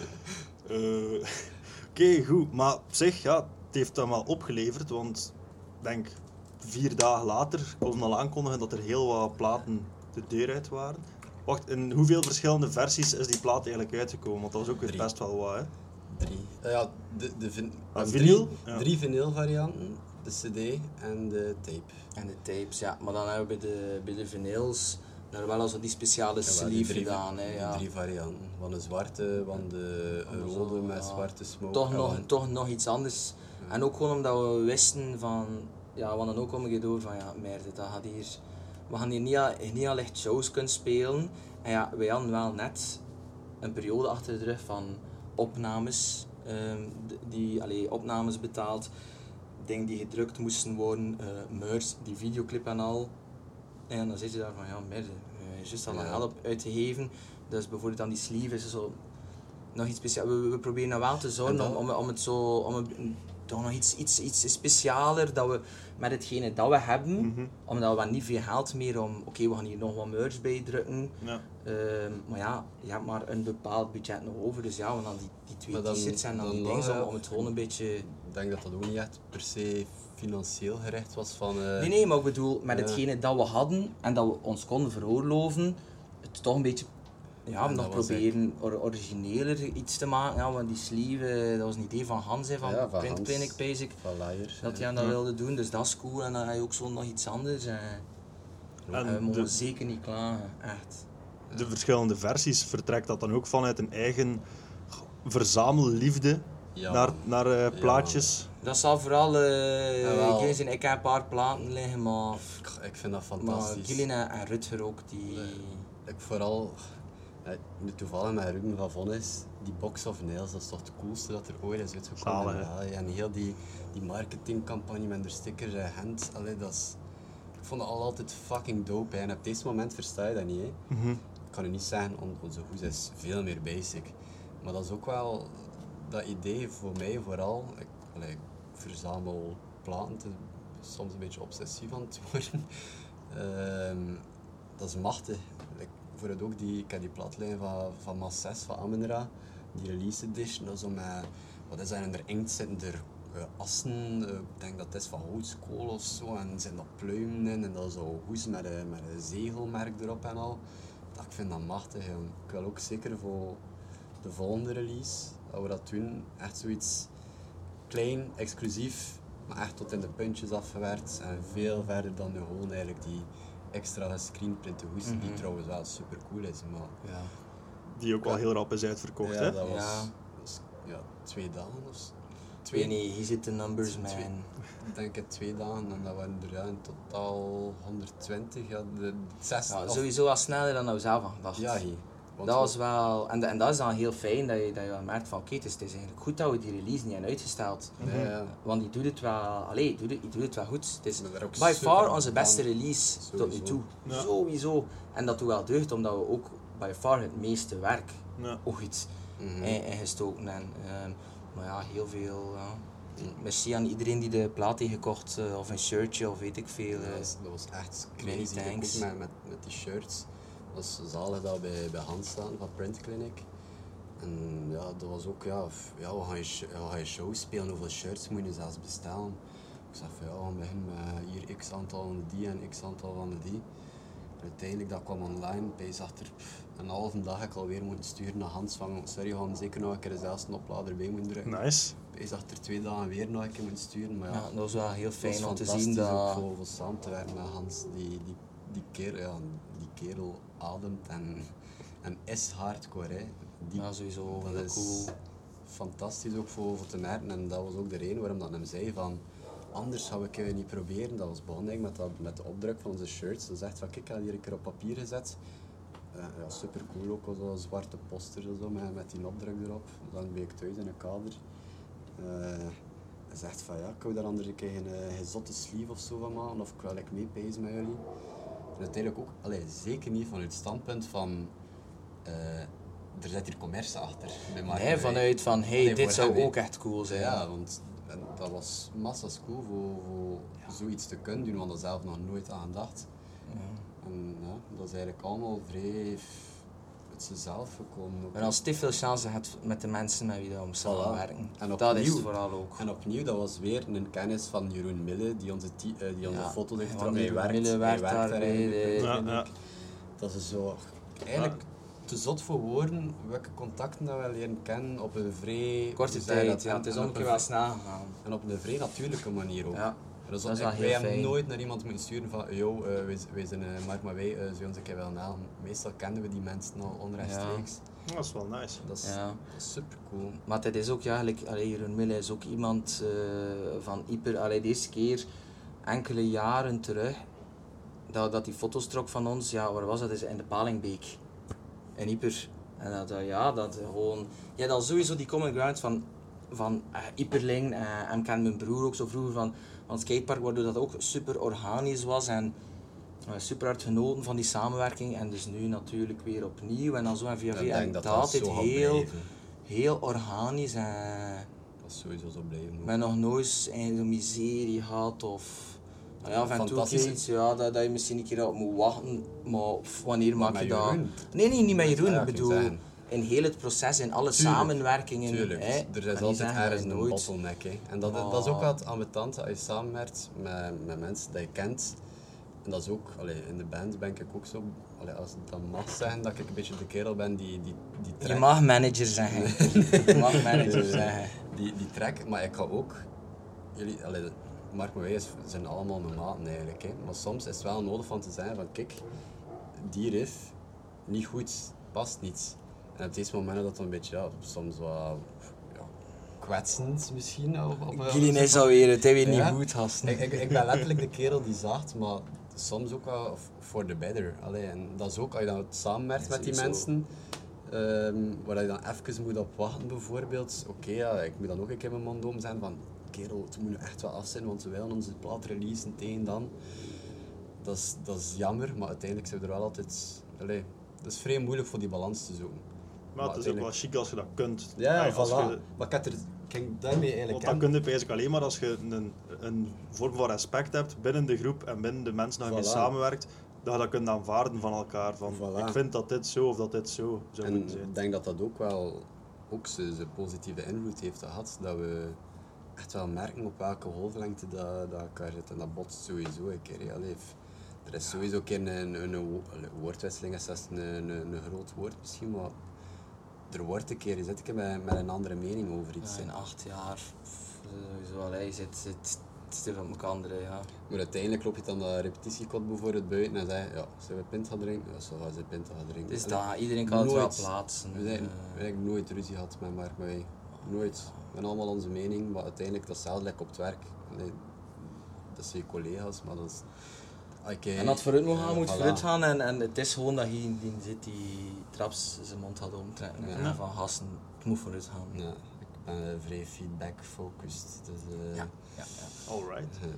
Eh, Oké, goed. Maar op zich, ja, het heeft dan wel opgeleverd, want ik denk vier dagen later konden we al aankondigen dat er heel wat platen de deur uit waren. Wacht, in hoeveel verschillende versies is die plaat eigenlijk uitgekomen? Want dat was ook weer Drie. best wel wat, hè? Drie. Uh, ja, de, de vin- Ah, drie, vinyl? Ja. drie vinyl varianten, de cd en de tape. En de tapes, ja. Maar dan hebben we bij de, bij de vinyls daar wel al zo die speciale Ja, wel, die sleeve drie- gedaan. Hè, die ja. Drie varianten. Van de zwarte, van de Van de rode zo, met ja. zwarte smoke. Toch en nog, van- toch nog iets anders. En ook gewoon omdat we wisten van, ja, we hadden ook om door van, ja, merde, dat gaat hier, we gaan hier niet, al- niet al echt shows kunnen spelen. En ja, wij hadden wel net een periode achter de rug van opnames, ehm, d- die, allee, opnames betaald, dingen die gedrukt moesten worden, eh merch, die videoclip en al. En dan zit je daar van, ja, merde, uh, juist al Ja. een geld op uitgegeven. Dus bijvoorbeeld aan die sleeve is er zo nog iets speciaals. We, we proberen nou wel te zorgen En om, dat- om, om het zo, om het, toch nog iets, iets, iets specialer dat we met hetgene dat we hebben, Mhm. omdat we niet veel geld meer om, oké, we gaan hier nog wat merch bij drukken. Ja. Ehm, maar ja, je hebt maar een bepaald budget nog over, dus ja, we dan die, die twee Maar dan- t-shirts en dan, dan die nog, dingen om, ja. om het gewoon een beetje... Ik denk dat dat ook niet echt per se financieel gerecht was van... eh, Nee, nee, maar ik bedoel, met Ja. hetgene dat we hadden en dat we ons konden veroorloven, het toch een beetje, ja, En nog dat was proberen or- origineler iets te maken. Ja, want die sleeve, dat was een idee van Hans, hè, van Ja, van Print Hans. Clinic, basic, Van Liar. dat hij ja. aan dat Ja. wilde doen, dus dat is cool. En dan heb je ook zo nog iets anders. En, En en we mogen de- zeker niet klagen, echt. De verschillende versies, vertrekt dat dan ook vanuit een eigen verzamelliefde Ja. naar, naar eh, plaatjes? Dat zal vooral, eh Jawel. ik, weet niet, ik heb een paar platen liggen, maar, Ik vind dat maar fantastisch. Gillian en, en Rutger ook, die... Ik vooral, eh, nu toevallig met Ruben van Vonnis, die Box of Nails, dat is toch het coolste dat er ooit is uitgekomen. Zalig, hè? Ja, en heel die, die marketingcampagne met de stickers en hand, allee, dat is, ik vond dat al altijd fucking dope. Hè. En op deze moment versta je dat niet. Hè. Mhm. Ik kan u niet zeggen, on- onze hoes is veel meer basic. Maar dat is ook wel dat idee voor mij vooral. Ik, allee, ik verzamel platen, het is soms een beetje obsessief aan het worden. Ehm, dat is machtig. Ik, voor het ook die, ik heb die platlijn van, van Mas zes van Amenra, die release edition, dat is zo met, wat is dat, in er inkt zitten er uh, assen, uh, ik denk dat het is van houtskool of zo, en er zijn dat pluimen in, en dat is zo hoes met een, met een zegelmerk erop en al. Dat, ik vind dat machtig, jong. Ik wil ook zeker voor de volgende release, dat we dat doen, echt zoiets klein, exclusief, maar echt tot in de puntjes afgewerkt en veel verder dan nu gewoon eigenlijk die extra gescreenprinte hoes, die Mhm. trouwens wel super cool is, maar Die ook wel heel rap is uitverkocht, ja, hè? dat was Ja. dat was, ja, twee dagen of zo. weet niet, hier zitten numbers, man. Twee, ik denk het twee dagen en dat waren er ja, in totaal honderdtwintig. Ja, de, zes, Ja, of, sowieso wel sneller dan we zelf aan gedacht. ja, hier. Want Dat was wel, en, en dat is dan heel fijn dat je, dat je wel merkt van oké, okay, het, het is eigenlijk goed dat we die release niet hebben uitgesteld. Ja, ja. Want die doet het wel, allee, die doet het, die doet het wel goed. Het is We zijn er ook by super far aan onze beste gedaan. release tot nu Sowieso. toe. Ja. Sowieso. En dat doet wel deugd, omdat we ook by far het meeste werk Ja. ooit Mhm. in, in gestoken hebben. Ehm, maar ja, heel veel. Ja. Merci aan iedereen die de plaat heeft gekocht, uh, of een shirtje of weet ik veel. Dat Uh. was, dat was echt Many crazy. Ik thanks. ook met, met, met die shirts. Dat was zalig dat bij, bij Hans staan van Print Clinic. En ja, dat was ook, ja, f- ja we, gaan je, sh- we gaan je show spelen, hoeveel shirts moet je zelfs bestellen? Ik zei van ja, we gaan beginnen met hier x aantal van de die en x aantal van de die. En uiteindelijk dat kwam online, bij achter pff, een halve dag heb ik alweer moeten sturen naar Hans van sorry, we gaan zeker nog een keer dezelfde oplader bij moeten drukken. Nice. Bij achter twee dagen weer nog een keer moeten sturen, maar ja. Ja, dat was wel heel Het was fijn om te fantastisch zien ook dat. voor, voor samen te werken met Hans. Die, die, die, kerel, ja, die kerel ademt en, en is hardcore. Hè. Die, Ja, sowieso dat heel is cool. fantastisch ook voor, voor te merken. En dat was ook de reden waarom dat hem zei van anders gaan we het niet proberen. Dat was begonnen met, dat, met de opdruk van onze shirts. Dat is echt van kijk, ik heb hier een keer op papier gezet. Uh, ja, super cool ook, zo'n zwarte poster zo, met, met die opdruk erop. Dan ben ik thuis in een kader. Uh, Hij zegt van ja, ik wil daar anders een keer een, een zotte sleeve of zo van maken, of ik wil ik meepezen met jullie. En uiteindelijk ook, allee, zeker niet vanuit het standpunt van uh, er zit hier commerce achter. Nee, vanuit van hey, nee, dit zou hem, ook echt cool zijn. Ja, want en dat was massas cool voor, voor ja. zoiets te kunnen doen, want dat zelf nog nooit aan gedacht. Ja. En ja, dat is eigenlijk allemaal vrij uit zichzelf gekomen. Ook. En als stief veel chance hebt met de mensen met wie we om samenwerken. En dat opnieuw, is het vooral ook. En opnieuw, dat was weer een kennis van Jeroen Mille, die onze, t- uh, die onze Ja, foto's heeft want hij Jeroen werkt, Mille hij werkt werkt daar daar bij eigenlijk. de- Ja, ja. Dat is zo, eigenlijk te zot voor woorden welke contacten dat we leren kennen op een vrij... Korte hoe zeg je tijd, dat? ja, het is En ook op een een keer vrij- wel snel gegaan. En op een vrij natuurlijke manier ook. Ja. Dus Dat is ik, wel heel wij hebben fijn. nooit naar iemand moeten sturen van yo, uh, wij, wij zijn uh, Mark, maar wij uh, zullen ons een keer wel helpen. Meestal kenden we die mensen al onrechtstreeks. Ja, dat is wel nice. Dat is, Ja. dat is super cool. Maar het is ook, ja, like, allee, Jeroen Mille is ook iemand uh, van hyper, allee, deze keer enkele jaren terug, dat, dat die foto's trok van ons, ja, waar was dat? Dat is in de Palingbeek, in hyper. En dat, uh, ja, dat gewoon, je had al sowieso die common ground van, van uh, hyperling, uh, en ken mijn broer ook zo vroeger van, van het skatepark, waardoor dat ook super organisch was en uh, super hard genoten van die samenwerking. En dus nu natuurlijk weer opnieuw en dan zo en via Ik via. denk En dat dat dat altijd zo gaat heel, blijven. heel organisch en Dat is sowieso zo blijven. ook. met nog nooit een miserie gehad of nou ja, af en toe Fantastische- iets, ja, dat, dat je misschien een keer op moet wachten, maar pff, wanneer maak met je dat? Jeroen? Nee, nee, niet met Jeroen, Ja, ik ik ging bedoel zeggen. in heel het proces, in alle Tuurlijk, samenwerkingen. Tuurlijk, Hè, er kan is niet altijd zeggen dat ergens je een nooit- bottleneck. Hè. En dat, Maar- dat is ook wat ambetant als je samenwerkt met, met mensen die je kent. En dat is ook, allee, in de band ben ik ook zo, allee, als ik dan mag zeggen, dat ik een beetje de kerel ben die, die, die Je track. mag manager zeggen. Je mag manager zeggen. Die, die track, maar ik ga ook, jullie, allee, Mark en wij is- zijn allemaal mijn maten eigenlijk. Hè. Maar soms is het wel nodig van te zeggen van kijk, die riff, niet goed, past niet. En op deze momenten dat dan een beetje, ja, soms wat ja, kwetsend misschien. Op, op, Jullie is alweer, het is weer niet Ja. goed, gasten. Ik, ik, ik ben letterlijk de kerel die zaagt, maar soms ook wel for the better. Allee, en dat is ook als je dan samenwerkt Ja, met die sowieso. mensen, ehm, waar je dan even moet op wachten bijvoorbeeld. Oké, ja, ik moet dan ook een keer mijn mond open zijn van kerel, het moet nu echt wel af zijn, want we willen onze plaat releasen tegen dan. Dat is, dat is jammer, maar uiteindelijk zijn we er wel altijd... Allee, het is vrij moeilijk voor die balans te zoeken. Maar het is ook wel chic als je dat kunt. Ja, Als voilà. je- Maar ik had er... Ik ging daarmee eigenlijk Want dat kun je eigenlijk alleen maar als je een, een vorm van respect hebt binnen de groep en binnen de mensen waar je mee Voilà. samenwerkt, dat je dat kunt aanvaarden van elkaar. Van, Voilà. ik vind dat dit zo of dat dit zo zou En moeten zijn. ik denk dat dat ook wel ook zijn zijn positieve invloed heeft gehad. Dat we echt wel merken op welke golflengte dat, dat elkaar zit. En dat botst sowieso een keer. Ja. Allee, er is sowieso een keer een, een, een wo- allee, woordwisseling, is best een, een, een groot woord misschien, maar er wordt een keer, je zit een keer met, met een andere mening over iets. Ja, in hè. acht jaar, pff, sowieso, allee, je zit, zit, zit op elkaar, ja. Maar uiteindelijk loop je dan dat repetitiekot bijvoorbeeld buiten en zeg je, ja, zullen we pint gaan drinken? Ja, zo gaan ze pint gaan drinken. Dus Allee, dat, iedereen kan het wel nooit. plaatsen. We zijn, eh. we hebben nooit ruzie gehad met Mark, maar wij. nooit. We hebben allemaal onze mening, maar uiteindelijk datzelfde like op het werk. Nee, dat zijn je collega's, maar dat is... Okay, en dat vooruit moet gaan, uh, moet voilà. vooruit gaan en, en het is gewoon dat hij die zit die traps zijn mond had omtrekken. Ja. En van gasten, het moet vooruit gaan. Ja, ik ben uh, vrij feedback-focused. Dus, uh, Ja, ja, ja. Alright. uh,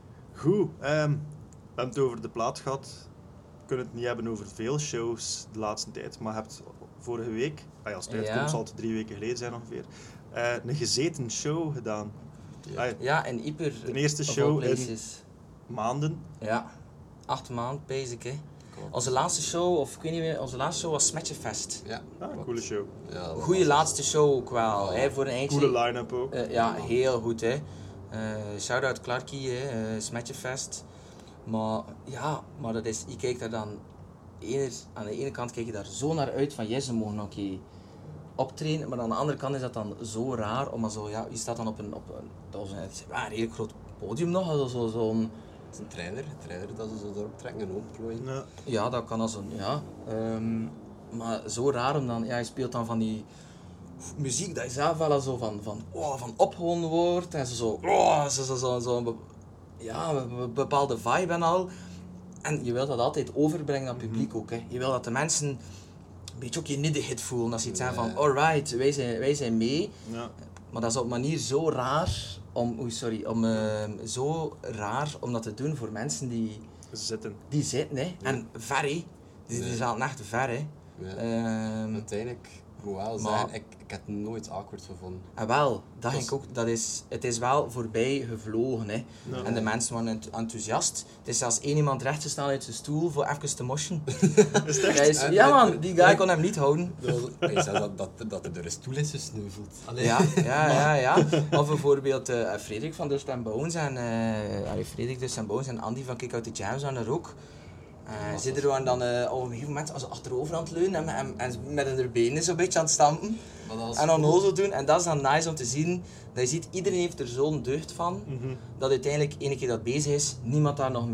Goed, um, we hebben het over de plaat gehad. We kunnen het niet hebben over veel shows de laatste tijd, maar je hebt vorige week, ah ja, als het Ja. uitkomt zal het drie weken geleden zijn ongeveer, uh, een gezeten show gedaan. Ja. Ah, Ja, en Hyper. De eerste of show all in- places. maanden. Ja, acht maanden basic hè. klopt. Onze laatste show, of ik weet niet meer, onze laatste show was Smetjefest. Ja, Ah, klopt. coole show. Ja, dat Goeie was- laatste show ook wel, hè, voor een eindje. Coole line-up ook. Eh, ja, heel goed hè. Uh, Shout-out Clarkie, hè, uh, Smetjefest. Maar ja, maar dat is, je kijkt daar dan, ener, aan de ene kant kijk je daar zo naar uit van yes, ze mogen oké okay, optreden, maar aan de andere kant is dat dan zo raar, omdat zo, ja, je staat dan op een, op een, dat was een, het is wel een heel groot podium nog, zo, zo, zo'n, Het is een trailer, een trailer dat ze zo erop trekken en opplooien. Ja. ja, dat kan als een, ja. Um, maar zo raar om dan, ja, je speelt dan van die muziek dat je zelf wel al zo van, van, oh, van opgewonden wordt en zo, zo, oh, zo, zo, zo, zo, zo ja, een bepaalde vibe en al. En je wilt dat altijd overbrengen aan het publiek ook. Hè. Je wil dat de mensen een beetje ook je niddigheid voelen. Dat ze iets Ja. zeggen van, alright, wij zijn, wij zijn mee. Ja. Maar dat is op een manier zo raar om, oei, sorry, om, uh, zo raar om dat te doen voor mensen die, Zitten. die zitten. Hè. En ver, hè. Die, die Nee. zaten echt ver. Hè. Ja. Ehm, Uiteindelijk, hoewel maar- zijn, ik, ik heb het nooit awkward gevonden. En wel, dat Dat denk is- ik ook, dat is, het is wel voorbij gevlogen. Hè. Ja. En de mensen waren ent- enthousiast. Het is zelfs één iemand rechtgestaan uit zijn stoel voor even te moshen. Is het echt? Hij is- En- ja en- man, die guy kon hem niet houden. Hij zei dat, dat, dat er door een stoel is gesneuveld. Allee. Ja, ja, ja, ja. Of bijvoorbeeld uh, Frederik van Dust and Bones en uh, allee, Frederik Dust and Bones en Andy van Kick Out The Jams waren er ook. Uh, ze waren dan uh, op een gegeven moment als ze achterover aan het leunen en, en, en met hun benen zo'n beetje aan het stampen. Maar dat was En dan cool. onnozel doen. En dat is dan nice om te zien. Dat je ziet, iedereen heeft er zo'n deugd van. Mhm. Dat uiteindelijk, ene keer dat bezig is, niemand daar nog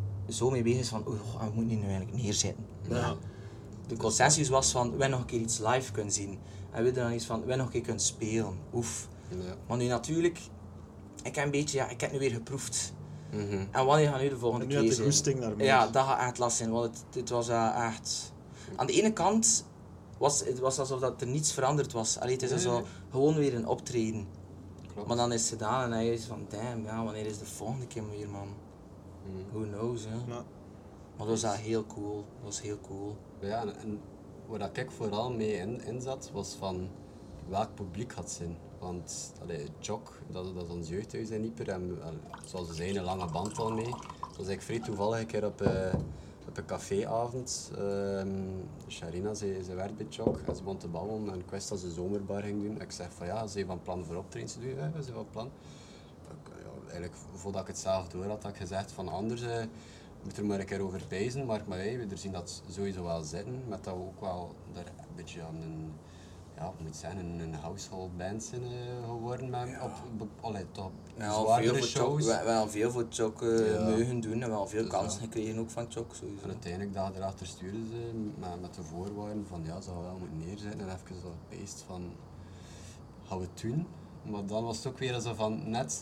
zo mee bezig is van oeh, we moeten die nu eigenlijk neerzetten. Ja. De consensus was van, wij nog een keer iets live kunnen zien. En we dan iets van, wij nog een keer kunnen spelen. Oef. Ja. Maar nu natuurlijk, ik heb een beetje, ja, ik heb nu weer geproefd. Mhm. En wanneer gaat nu de volgende En nu keer had de zijn? goesting naar meer. Ja, dat gaat echt last zijn, want het, het was uh, echt... Aan de ene kant was het was alsof dat er niets veranderd was. Allee, het is Nee, zo nee. gewoon weer een optreden. Klopt. Maar dan is het gedaan en hij is van, damn, ja, wanneer is de volgende keer weer, man? Mhm. Who knows, hè? Ja. Maar dat was wel heel cool. Dat was heel cool. Ja, en, en waar dat ik vooral mee in, in zat, was van welk publiek had zijn. Want allee, Jock, dat, dat is ons jeugdhuis in Ieper, en allee, zoals we zijn, een lange band al mee. Dat was ik vrij toevallig een keer op, uh, op een caféavond. Um, Sharina, ze, ze werkt bij Jock en ze begon te babbelen en ik wist dat ze zomerbar ging doen. Ik zeg van ja, ze heeft van plan voor optreden te doen. Ja, ze heeft van plan. Ik, ja, eigenlijk, voordat ik het zelf door had, had ik gezegd van anders... Uh, moet er maar een keer over pijzen, maar, maar hey, we zien dat sowieso wel zitten, met dat we ook wel daar een beetje aan een, ja, ik moet zeggen, een, een household band zijn uh, geworden, met, Ja. op, op, allee, toch We hebben al veel zwaardere voor Chok, shows. we, we hebben al veel voor Chok uh, Ja. mogen doen en we hebben al veel Dus kansen ja. gekregen ook van Chok sowieso. En uiteindelijk dag erachter stuurden ze met, met de voorwaarden van ja, ze gaan wel moeten neerzetten en even zo beest van gaan we het doen. Maar dan was het ook weer zo van net,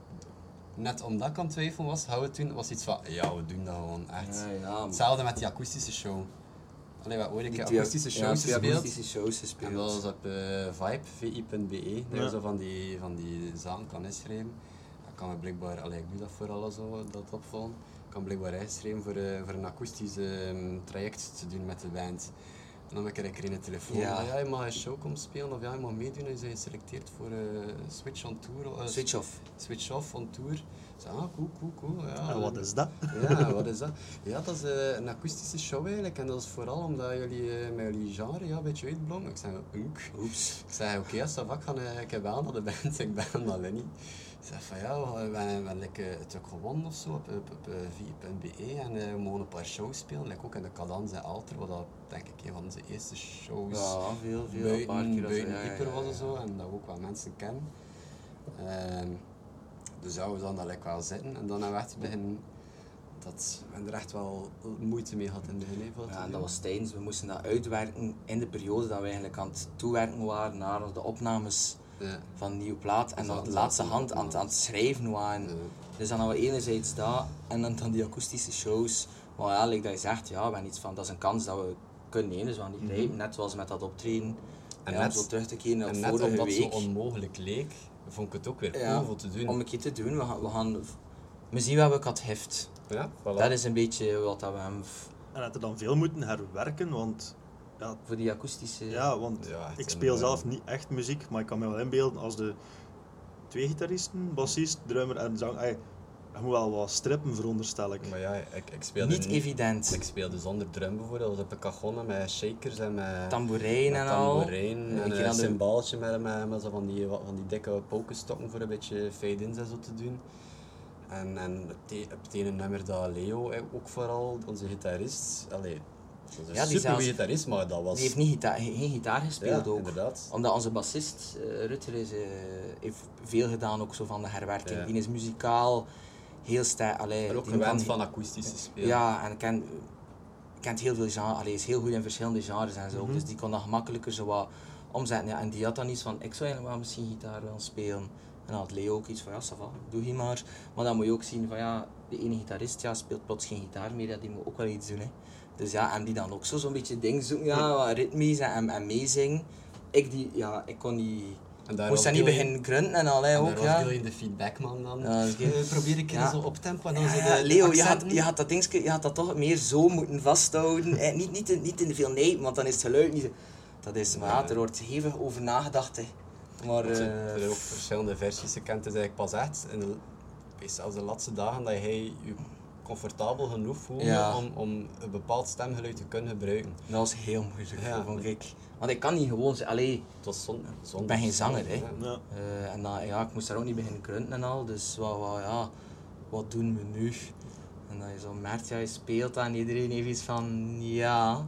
net omdat ik aan het twijfelen was, gaan we het doen, was iets van ja, we doen dat gewoon echt. Ja, ja, man. Hetzelfde met die akoestische show. Allee, wat ooit een Die keer twee- akoestische ja, shows twee gespeeld. akoestische shows gespeeld. En dat was op uh, vibe, v i punt b e, daar Ja. je zo van die, van die zaken kan inschrijven. Ik kan me blijkbaar, allee, ik doe dat voor alles zo, dat opvallen. Ik kan blijkbaar inschrijven voor, uh, voor een akoestisch um, traject te doen met de band. En dan kreeg ik er een telefoon, Ja. ja. ja, je mag een show komen spelen of ja, je mag meedoen en je bent geselecteerd voor uh, Switch on Tour. Uh, Switch off. Switch off on Tour. Ik zei, ah, cool, cool, cool. Ja, En wat is dat? ja, wat is dat? Ja, dat is uh, een akoestische show eigenlijk. En dat is vooral omdat jullie uh, met jullie genre ja, een beetje uitblonken. Ik zei, unk. Oeps. Ik zei, oké, als dat vak gaan, uh, ik heb wel naar de band, ik ben dat niet. Ik zei van ja, we hebben, we hebben like, uh, het ook gewonnen of zo op, op, op uh, v i punt b e en uh, we mogen een paar shows spelen, like ook in de Cadence en Alter, wat dat denk ik een van onze eerste shows Ja, veel, veel. een paar buiten, keer buiten ja, ja, Ieper was ja, en ja. zo, en dat we ook wel mensen kennen. Uh, dus ja, we zouden dat like wel zitten en dan hebben we echt beginnen, dat we hebben er echt wel moeite mee gehad in het begin. hè, voor Ja, te en dat doen. was tijdens, we moesten dat uitwerken in de periode dat we eigenlijk aan het toewerken waren naar de opnames Ja. van een nieuwe plaat. En dan dat de laatste is hand aan, het- aan het schrijven waren. Ja. Dus dan hadden we enerzijds dat en dan, dan die akoestische shows. Maar ja, like dat je zegt, ja, we hebben iets van, dat is een kans dat we kunnen nemen, dus we gaan die grijpen. Mm-hmm. Net zoals met dat optreden. En ja, net, om zo terug te keren naar en de net vorige omdat week. het zo onmogelijk leek, vond ik het ook weer cool Ja, om te doen. Om een keer te doen, we gaan, we gaan we zien wat we had heft. Ja, voilà. Dat is een beetje wat dat we hem En had er dan veel moeten herwerken, want... Ja, voor die akoestische... ja want Ja, echt ik speel een, zelf niet echt muziek, maar ik kan me wel inbeelden als de twee gitaristen, bassist, drummer en zang... Ay, je moet wel wat strippen, veronderstel ik. Maar ja, ik, ik speelde Niet evident. Ik speelde zonder drum bijvoorbeeld, dat was op een cajon met shakers en met... Tamboerijn met en al. tamboerijn en keer een aan de- cymbaaltje met, met, met zo van die, van die dikke pokerstokken voor een beetje fade-ins en zo te doen. En, en het, e- het ene nummer dat Leo ook vooral, onze gitarist, allee, dat is een Ja, die super zelfs- gitarist, maar dat was... Die heeft niet gita- geen gitaar gespeeld ja, ook. inderdaad. Omdat onze bassist, uh, Rutger, is, uh, heeft veel gedaan ook zo van de herwerking. Ja. Die is muzikaal heel sterk. Allee, Maar ook die gewend kan- van akoestisch te spelen. Ja, en kent, kent heel veel genres. Allee, is heel goed in verschillende genres en zo. Mhm. Dus die kon dat gemakkelijker zo wat omzetten. Ja, en die had dan iets van, ik zou eigenlijk wel misschien gitaar willen spelen. En dan had Leo ook iets van, ja, ça va, doe je maar. Maar dan moet je ook zien van, ja, de ene gitarist ja, speelt plots geen gitaar meer, ja, die moet ook wel iets doen. Hè. Dus ja, en die dan ook zo, zo'n beetje dingen zoeken, ja, wat ritmisch en, en meezingen. Ik, die, ja, ik kon niet... En daar Moest was dat niet Gillian- beginnen grunten en al, hè, en ook, daar was ja. Gillian de feedbackman dan. Ja, dat is geen- Eh, probeer ik Ja. zo op tempo en dan Ja, zo de, ja, de Leo, je had, accenten. je, had dat dingetje, je had dat toch meer zo moeten vasthouden. Eh, niet, niet, in, niet in veel nee, want dan is het geluid niet zo... Dat is, maar ja, Nee. er wordt hevig over nagedacht. Hè. Maar, Want er eh, er zijn ook verschillende versies gekend. Het is eigenlijk pas echt in de, zelfs de laatste dagen dat jij je comfortabel genoeg voelde Ja. om, om een bepaald stemgeluid te kunnen gebruiken. dat was heel moeilijk, Ja. vond ik. Want ik kan niet gewoon zeggen, allee, Het was zon, zon, ik ben geen zanger, hè. Ja. Ja. Eh, en dan, ja, ik moest daar ook niet beginnen krunten en al, dus wat, wat, ja, wat doen we nu? En dan je zo merkt, ja, je speelt dat en iedereen heeft iets van, ja,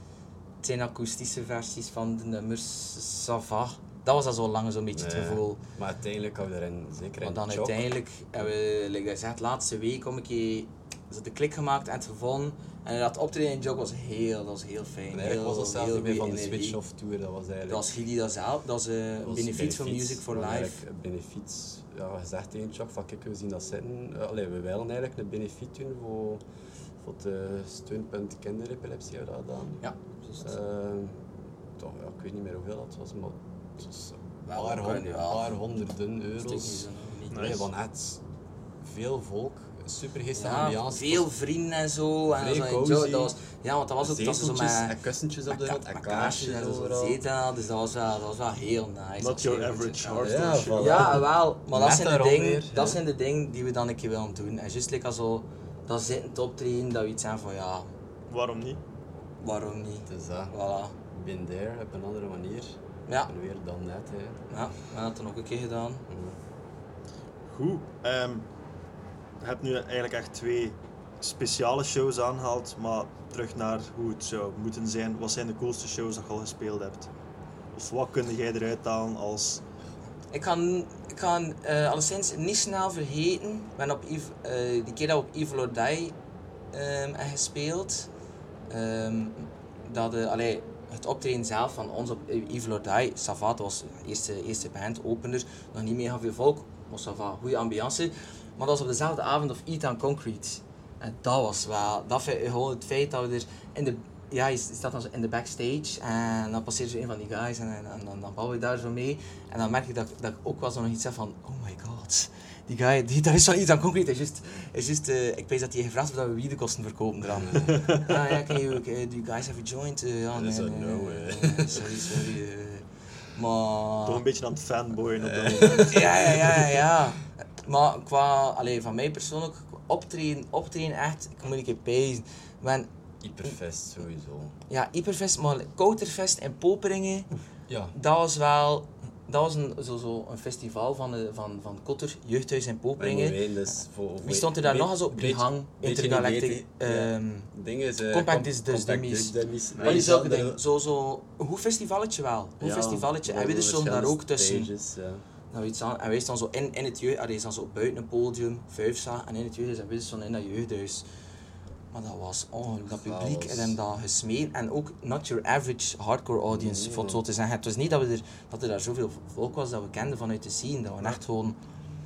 het zijn akoestische versies van de nummers, ça va. Dat was al zo lang zo'n beetje het Nee, gevoel. Maar uiteindelijk hou je erin, zeker in Maar dan Chok, uiteindelijk hebben we, like dat je zegt, laatste week om een keer zo de klik gemaakt en het gevonden. En dat optreden in Jog was heel, dat was heel fijn. En eigenlijk was dat zelfs heel niet meer goeie van de energie. Switch-off tour, dat was eigenlijk... Dat was Gili dat zelf, dat was een dat was benefiet voor benefiet. Music for Dat was Life. eigenlijk een benefiet, ja, gezegd tegen Chok van kijk, we zien dat zitten. Uh, allee, we willen eigenlijk een benefiet doen voor, voor de steunpunt kinderepilepsie hebben we dat gedaan. Ja, juist. Uh, toch, ja, ik weet niet meer hoeveel dat was, maar het was een Wel, paar, dat hond- kan, ja. paar honderden Dat is niet euro's. zo, niet. Nice. Nee, van echt veel volk, super geestige Ja, ambiance. veel vrienden en zo. En vrij zo in cozy. Jog, dat was, ja, want dat was ook dat ze zo zeteltjes met, en kussentjes op met, de ka- rond en met kaarsjes kaarsjes en zo overal. zitten. Dus dat was wel, dat was wel heel nice. Not Dat your was heel average goed. hardcore Ja, show. voilà. Ja, wel, maar dat Net zijn, de daarom dingen, weer, dat ja. zijn de dingen die we dan een keer willen doen. En juist like als zo, dat zitten te optreden, dat we iets zijn van ja, Waarom niet? waarom niet? Dus dat, Voilà. been there, op een andere manier. Ja, En weer dan net, hè. ja, we hebben dat dan ook een keer gedaan. Goed. ehm, je hebt nu eigenlijk echt twee speciale shows aangehaald, maar terug naar hoe het zou moeten zijn. Wat zijn de coolste shows dat je al gespeeld hebt? Of wat kun jij eruit halen als... Ik kan, ik kan uh, alleszins niet snel vergeten, ik ben op Eve, uh, die keer dat we op Evil or Die um, hebben gespeeld, um, dat uh, allee, het optreden zelf van ons op Evil or Die, Savat was de eerste, eerste band, opener, nog niet mega veel volk, maar Savat, goede ambiance. Maar dat was op dezelfde avond of Eat on Concrete. En dat was wel, dat, gewoon het feit dat we er in de... Ja, je staat dan zo in de backstage en dan passeert zo een van die guys en, en, en dan, dan bouwen we daar zo mee. En dan merk ik dat, dat ik ook wel zo nog iets heb van, oh my god, die guy, die, dat is van iets aan concreet. Is just, is just, uh, ik weet dat hij gevraagd heeft dat we wiedekosten verkopen eraan. Ah ja, can you, uh, do you guys have a joint? Uh, ja, Dat is nee, een nee, no, nee, eh. nee, sorry, sorry. Uh, maar... Toch een beetje aan het fanboyen op dat moment. Ja, ja, ja, ja, ja. Maar qua, allee, van mij persoonlijk, optreden, optreden echt, ik moet een keer pezen. Men, Hyperfest sowieso. ja, Hyperfest, maar Kouterfest in Poperingen, Ja. dat was wel, dat was een, zo, zo een festival van, de, van, van Kotter, Jeugdhuis in Poperingen. Weten, dus voor, voor Wie stond er daar be- nog eens op? beetje- Brihang, beetje Intergalactic, niet weten, ja. ehm, Ding is, uh, Compact com- Disc Dummies. Compact Disc Dummies. al die zulke Ja, dingen. Zo, zo, een goed festivalletje wel, een goed festivalletje. En we stonden daar ook tussen. Stages, ja. Nou, iets aan. En wij staan zo in, in het jeugd, allee, staan zo buiten een podium, vijf sta, en in het jeugdhuis en wij stonden in dat jeugdhuis. Maar dat was ongelooflijk. Dat Dat publiek was- en dat gesmeed. En ook not your average hardcore audience, Nee, voor het zo te zeggen. Het was niet dat, we er, dat er daar zoveel volk was dat we kenden vanuit de scene. Dat we echt gewoon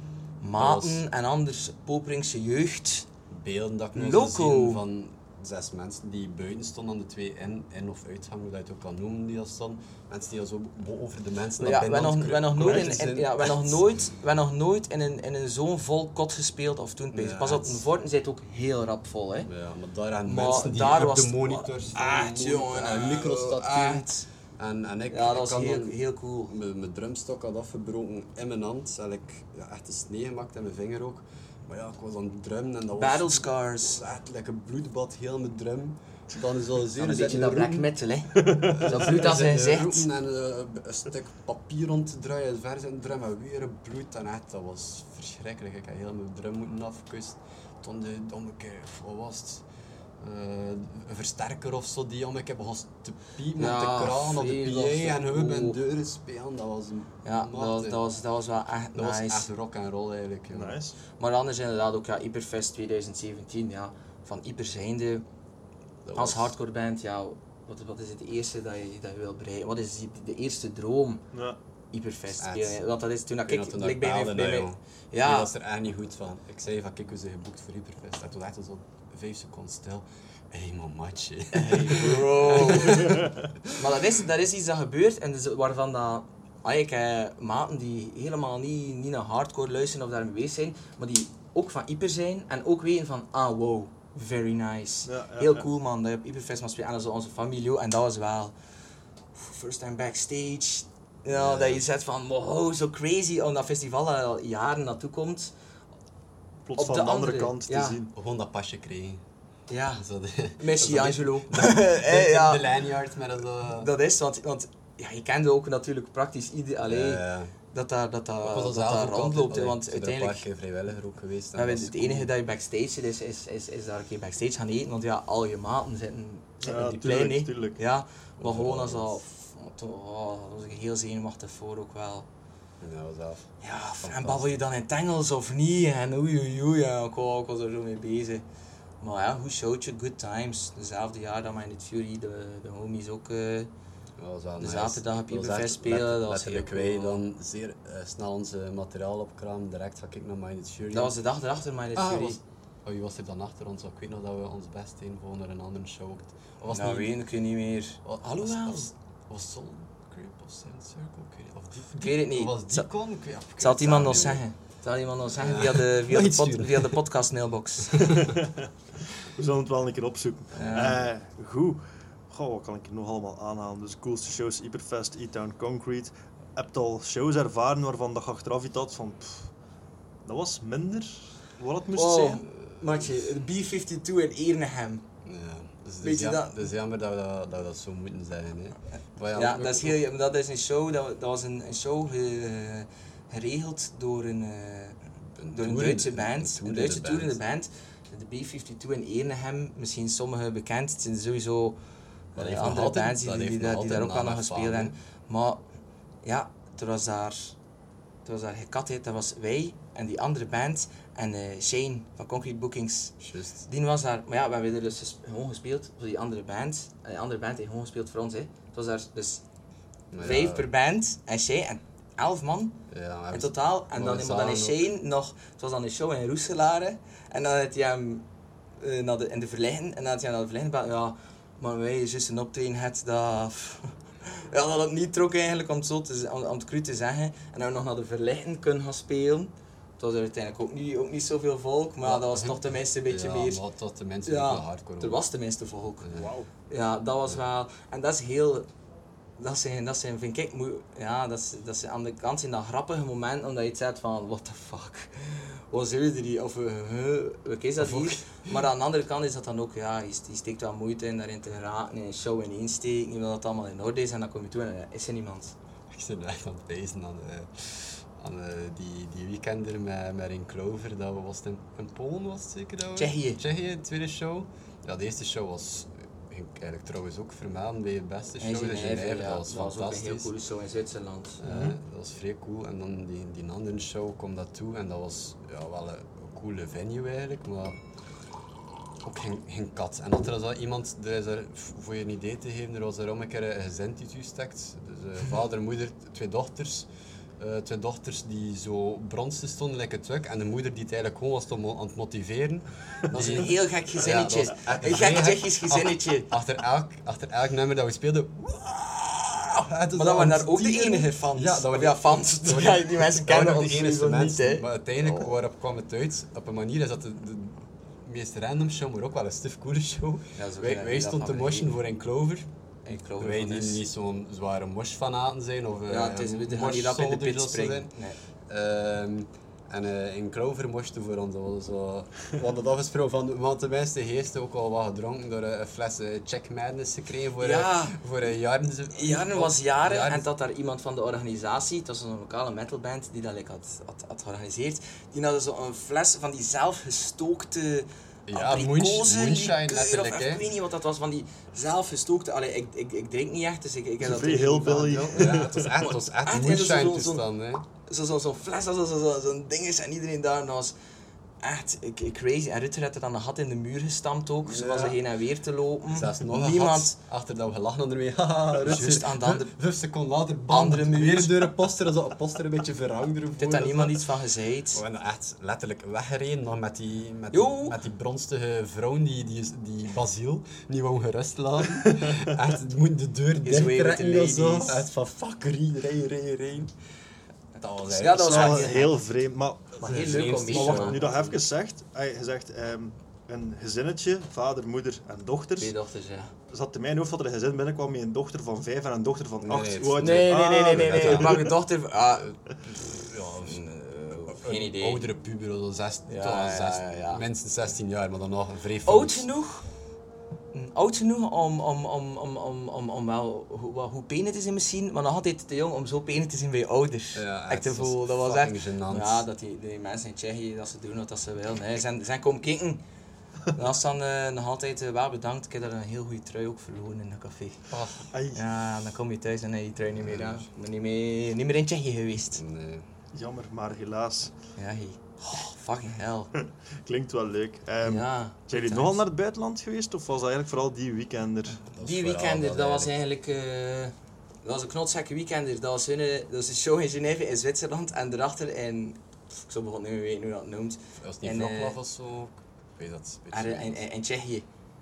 maten was- en anders Poperingse jeugd. Beelden dat ik nog Loco. zou zien van zes mensen die buiten stonden aan de twee in, in of uitgang, hoe dat je het ook kan noemen, die al stonden. Mensen die al zo boven de mensen naar Ja, we binnen nog, aan het we nog nooit, in, kruipen in- zijn. ja, we nog nooit, we nog nooit in een, in een zo'n vol kot gespeeld of toen. Ja, Pas op, het- een Forten zit ook heel rap vol. Hè. Ja, maar daar aan Maar mensen die daar op was de het- monitors Echt, jongen. en microstatuur. Echt. En, en ik, Ja, dat ik was had heel, dan heel cool. mijn, mijn drumstok had afgebroken in mijn hand. En ik ja, echt een snee gemaakt in mijn vinger ook. Maar ja, ik was aan het drummen en dat was... Battle scars. Dat was echt like een bloedbad, heel mijn drum. Dan is al zeer Dan een beetje zitten dat black roepen. metal, hè. Zo vloed als hij Zitten zegt. roepen en uh, een stuk papier rond te draaien, vers in de drum en weer bloed. En echt, dat was verschrikkelijk. Ik heb heel mijn drum moeten afkussen. Toen de domme keer, wat was het? Uh, een versterker of zo die om ik heb begon te piepen Ja, met de kraan op de veel P A of en zo. hub en deuren spelen. Dat was een Ja, dat was, machtig. dat, was, dat was wel echt Dat was nice. echt rock and roll eigenlijk. Ja. Nice. Maar anders inderdaad ook ja, Hyperfest twintig zeventien. Ja, van Hyper zijnde, Dat als was- hardcore band, ja, wat, wat is het eerste dat je, dat je wil bereiken? Wat is die- de eerste droom? Ja. Hyperfest Echt. spelen. Want dat is toen dat Ik ik, weet nog toen ik dat bij ik mij, belde bij naar mij, jou. Ik ja, was er echt niet goed van. Ik zei van kijk, we zijn geboekt voor Hyperfest. En toen echt zo vijf seconden stil. Hé hey, man, matje. hey bro. Maar dat is, dat is iets dat gebeurt en dus waarvan dat, ah, ik heb maten die helemaal niet, niet naar hardcore luisteren of daarmee bezig zijn, maar die ook van hyper zijn en ook weten van, ah wow, very nice. Ja, ja, Heel ja. cool man, dat je op Hyperfest mag spelen en dat is onze familie ook, en dat was wel first time backstage. Ja, Ja. dat je zegt van, wow, zo crazy, om dat festival dat al jaren naartoe komt. Plots Op van de de andere andere, kant ja. te zien. Gewoon dat pasje kregen. Ja, Zo de, Messi dat is Angelo. De, Eh, ja. de lanyard met zo... Dat is, want, want ja, je kende ook natuurlijk praktisch ieder, allee, Ja. dat daar, dat daar, Ik was dat al zelf daar ook rondloopt. hè, altijd- Want ik ben er uiteindelijk, een paar keer vrijwilliger ook geweest. en ja, dat het is enige cool. dat je backstage zit, is, is, is, is daar een keer backstage gaan eten. Want ja, al je maten zitten, zitten Ja, op die tuurlijk, plein. hè. tuurlijk. Ja, maar Overal gewoon als was- dat, oh, daar was ik heel zenuwachtig voor ook wel. Ja, zelf. Ja, en babbel je dan in het Engels of niet? En oei oei oei, ja, ik, was, ik was er zo mee bezig. Maar ja, hoe showt je good times? Dezelfde jaar dat Minded Fury, de, de homies ook, eh, Dat was wel de nice. zaterdag op Dat was Hyperfest echt spelen, let- dat was letterlijk heel wij cool. dan zeer uh, snel onze materiaal opkramen, direct ga ik naar Minded Fury. dat was de dag erachter Minded ah, Fury. was, oh, wie was er dan achter ons? Ik weet nog dat we ons best een voor naar een andere show. Of was Nou, niet- weet ik niet meer. wa- Hallo was, wel. was, was Soul Creep of Sin Circle? Ik weet niet. Of die, Ik weet het niet. Of was Zal- Deacon? Ik weet- ik weet Zal het iemand zelf nog niet meer. zeggen? Zal iemand nog zeggen Ja. via de, via de, Nooit pod, sturen. via de podcast mailbox? We zullen het wel een keer opzoeken. Ja. Eh, goed. Goh, wat kan ik hier nog allemaal aanhalen? Dus coolste shows, Hyperfest, E-Town Concrete. Heb je al shows ervaren waarvan dat je achteraf iets had van... pff, dat was minder wat het moest Oh, zijn? Matje, de B vijfentwintig in Ernegem. Ja, dus het Weet is, je jam- dat- het is jammer dat we dat, dat, we dat zo moeten zeggen. Hè. Maar Ja, ook- dat is, heel, dat is een show, dat, dat was een, een show ge- geregeld door een, eh, Een door een toerende- Duitse een band, een toerende Duitse band. toerende band. De B vijfentwintig in Ernegem, misschien sommigen bekend, het zijn sowieso Dat eh, heeft nog andere altijd- bands die, dat die, heeft daar- nog die daar ook altijd aan nog naam gespeeld en hebben. Maar ja, er was daar, er was daar gekatheid, dat was wij en die andere band en eh, Shane van Concrete Bookings. Juist. Die was daar, maar ja, we hebben er dus ges- gewoon gespeeld voor die andere band. En die andere band heeft gewoon gespeeld voor ons. Hè. Het was daar dus Maar vijf ja, per band en Shane en elf man ja, we in hebben- totaal. En maar dan, we maar dan is zagen Shane nog, het was dan een show in Roeselare. En dan had hij hem eh, naar de, in de verlichting. En dan had hij naar de verlichting gebeld. Ja, maar wij juist een optreden had dat... Ja, dat het niet trok eigenlijk, om het, zo te, om, om het cru te zeggen. En dan hebben we nog naar de verlichting kunnen gaan spelen. Het was er uiteindelijk ook niet, ook niet zoveel volk, maar Ja, dat was toch tenminste een beetje ja, meer... maar het was tenminste Ja, ook wel hardcore. Er was tenminste volk. Ja. Wauw. Ja, dat was wel... En dat is heel... Dat zijn, dat zijn vind ik, moe- ja, dat is, dat zijn aan de kant zijn dat grappige momenten, omdat je het zegt van, what the fuck, wat zijn we er hier, of uh, huh, wat is dat Of ook- hier? Maar aan de andere kant is dat dan ook, ja, je, je steekt wel moeite in daarin te geraken, in een show insteken, je wil dat het allemaal in orde is en dan kom je toe en er is er niemand. Ik zit echt aan het wijzen aan, uh, aan uh, die, die weekender met, met Ring Clover. Dat we, was het in, in Polen was het zeker? Dat we? Tsjechië. Tsjechië, de tweede show. Ja, de eerste show was, ging ik eigenlijk trouwens ook vermelden bij het beste show. En in Genève, Genève, ja, dat was dat was ook een heel fantastisch. coole show in Zwitserland. Uh, dat was vrij cool. En dan die, die andere show kwam dat toe en dat was ja, wel een, een coole venue eigenlijk, maar ook geen, geen kat. En dat er zo iemand, er is er, voor je een idee te geven, er was er om een keer een gezin die toestekt. Dus uh, vader, moeder, twee dochters. Uh, twee dochters die zo bronzen stonden, like het truck. En de moeder die het eigenlijk gewoon was om aan het motiveren. Dat was een heel gek gezinnetje. Ja, dat een gek Tsjechisch gezinnetje. Achter elk, achter elk nummer dat we speelden... Maar dat waren daar ook de enige fans. Ja, dat waren ja, fans. Dat Ja, die mensen kennen ons de enige sowieso mensen. niet, hè. Maar uiteindelijk, Oh. waarop kwam het uit? Op een manier is dat de, de meest random show, maar ook wel een stiff coole show. Ja, zo wij kan wij je dat stonden te van moshen begrijpen. voor een Clover. Ik geloof Wij ervan die is. niet zo'n zware mosh-fanaten zijn. Of, uh, Ja, het is, we gaan niet rap in de pit mosh-soldiers springen. of zo Nee. zijn. Ehm, en uh, in Clover mochten voor ons. Dat was zo, we hadden dat afgesproken van, want de meeste geesten ook al wat gedronken door uh, een fles uh, Czech Madness gekregen voor, Ja. uh, voor uh, jaren. Jaren was jaren Jaren. en dat daar iemand van de organisatie, het was een lokale metalband die dat like, had, had, had georganiseerd, die hadden zo een fles van die zelfgestookte Ja, abrikozen, moonshine likeur of letterlijk, of hè. ik weet niet wat dat was, van die zelfgestookte, allee, ik, ik, ik drink niet echt, dus ik, ik heb dat Vrij er heel niet van Billy. gedronken. Ja, het was echt, het was echt Echt, moonshine ja, zo- zo- toestand, hè. Zo'n zo, zo fles, zo'n zo, zo, zo'n ding is en iedereen daar, dat was echt ik, ik crazy. En Rutter had er dan een gat in de muur gestampt ook, zo was Ja. er heen en weer te lopen. Zelfs nog een Niemand. gat, achter dat we gelachen hadden ermee. Haha, Rutger. Juist aan de andere- Vijf seconden later, Andere bam, muur. weer door een poster, als dat poster een beetje verhangt ervoor. Er heeft daar niemand iets van gezegd. We hebben echt letterlijk weggereden, nog met die, met Jo. die, met die bronstige vrouw, die, die, die Basiel, die wou gerust laten. Echt, het moet de deur His way with dicht the of zo. ladies. Echt van fuck, rij, rij, rij, rij. Dat was Ja, eigenlijk dat was Dat is wel wel heel heel vreemd. Maar, Maar heel leuk om vreemdste mee maar te wacht, gaan. nu dat je even zegt, hij je zegt ehm, een gezinnetje, vader, moeder en dochters. Twee dochters, ja. Zat in mijn hoofd dat er een gezin binnenkwam met een dochter van vijf en een dochter van Nee, acht. nee, Hoe oud Nee, nee, ah, nee, nee, nee, dat nee. is- Maar mijn dochter... Ah, ja, eh, een geen idee. oudere puber, zo zes, Ja, toch wel ja, zes, ja, ja. minstens zestien jaar, maar dan nog een vrij Oud fons. genoeg? Mm, Oud genoeg om, om, om, om, om, om, om wel hoe, wat- hoe pijnlijk te zijn misschien, maar nog altijd te jong om zo pijnlijk te zijn bij je ouders. Ja, Echt te echt, dat voel, is dat was fucking echt... gênant. Ja, dat die, die mensen in Tsjechië, dat ze doen wat dat ze willen. Nee, ze zijn, ze zijn komen kijken. Dat is dan uh, nog altijd uh, wel bedankt. Ik heb daar een heel goede trui ook verloren in een café. Ach, Ai, Ja, dan kom je thuis en heb je die trui niet meer aan. Ik ben niet meer, niet meer in Tsjechië geweest. nee. jammer, maar helaas. Ja, hey. Oh, fucking hell. Klinkt wel leuk. Ehm, Ja. Zijn jullie nogal naar het buitenland geweest of was dat eigenlijk vooral die weekender? Dat was Die vooral weekender, dat was eigenlijk. eigenlijk... eh, dat was een knotsgekke weekender. Dat was, hun, dat was een show in Genève in Zwitserland en daarachter in... Ik zou begon niet meer weten hoe dat het noemt. Was het niet En, Wroclaw eh, of zo? Ik weet dat een En, beetje. in, in, in Tsjechië.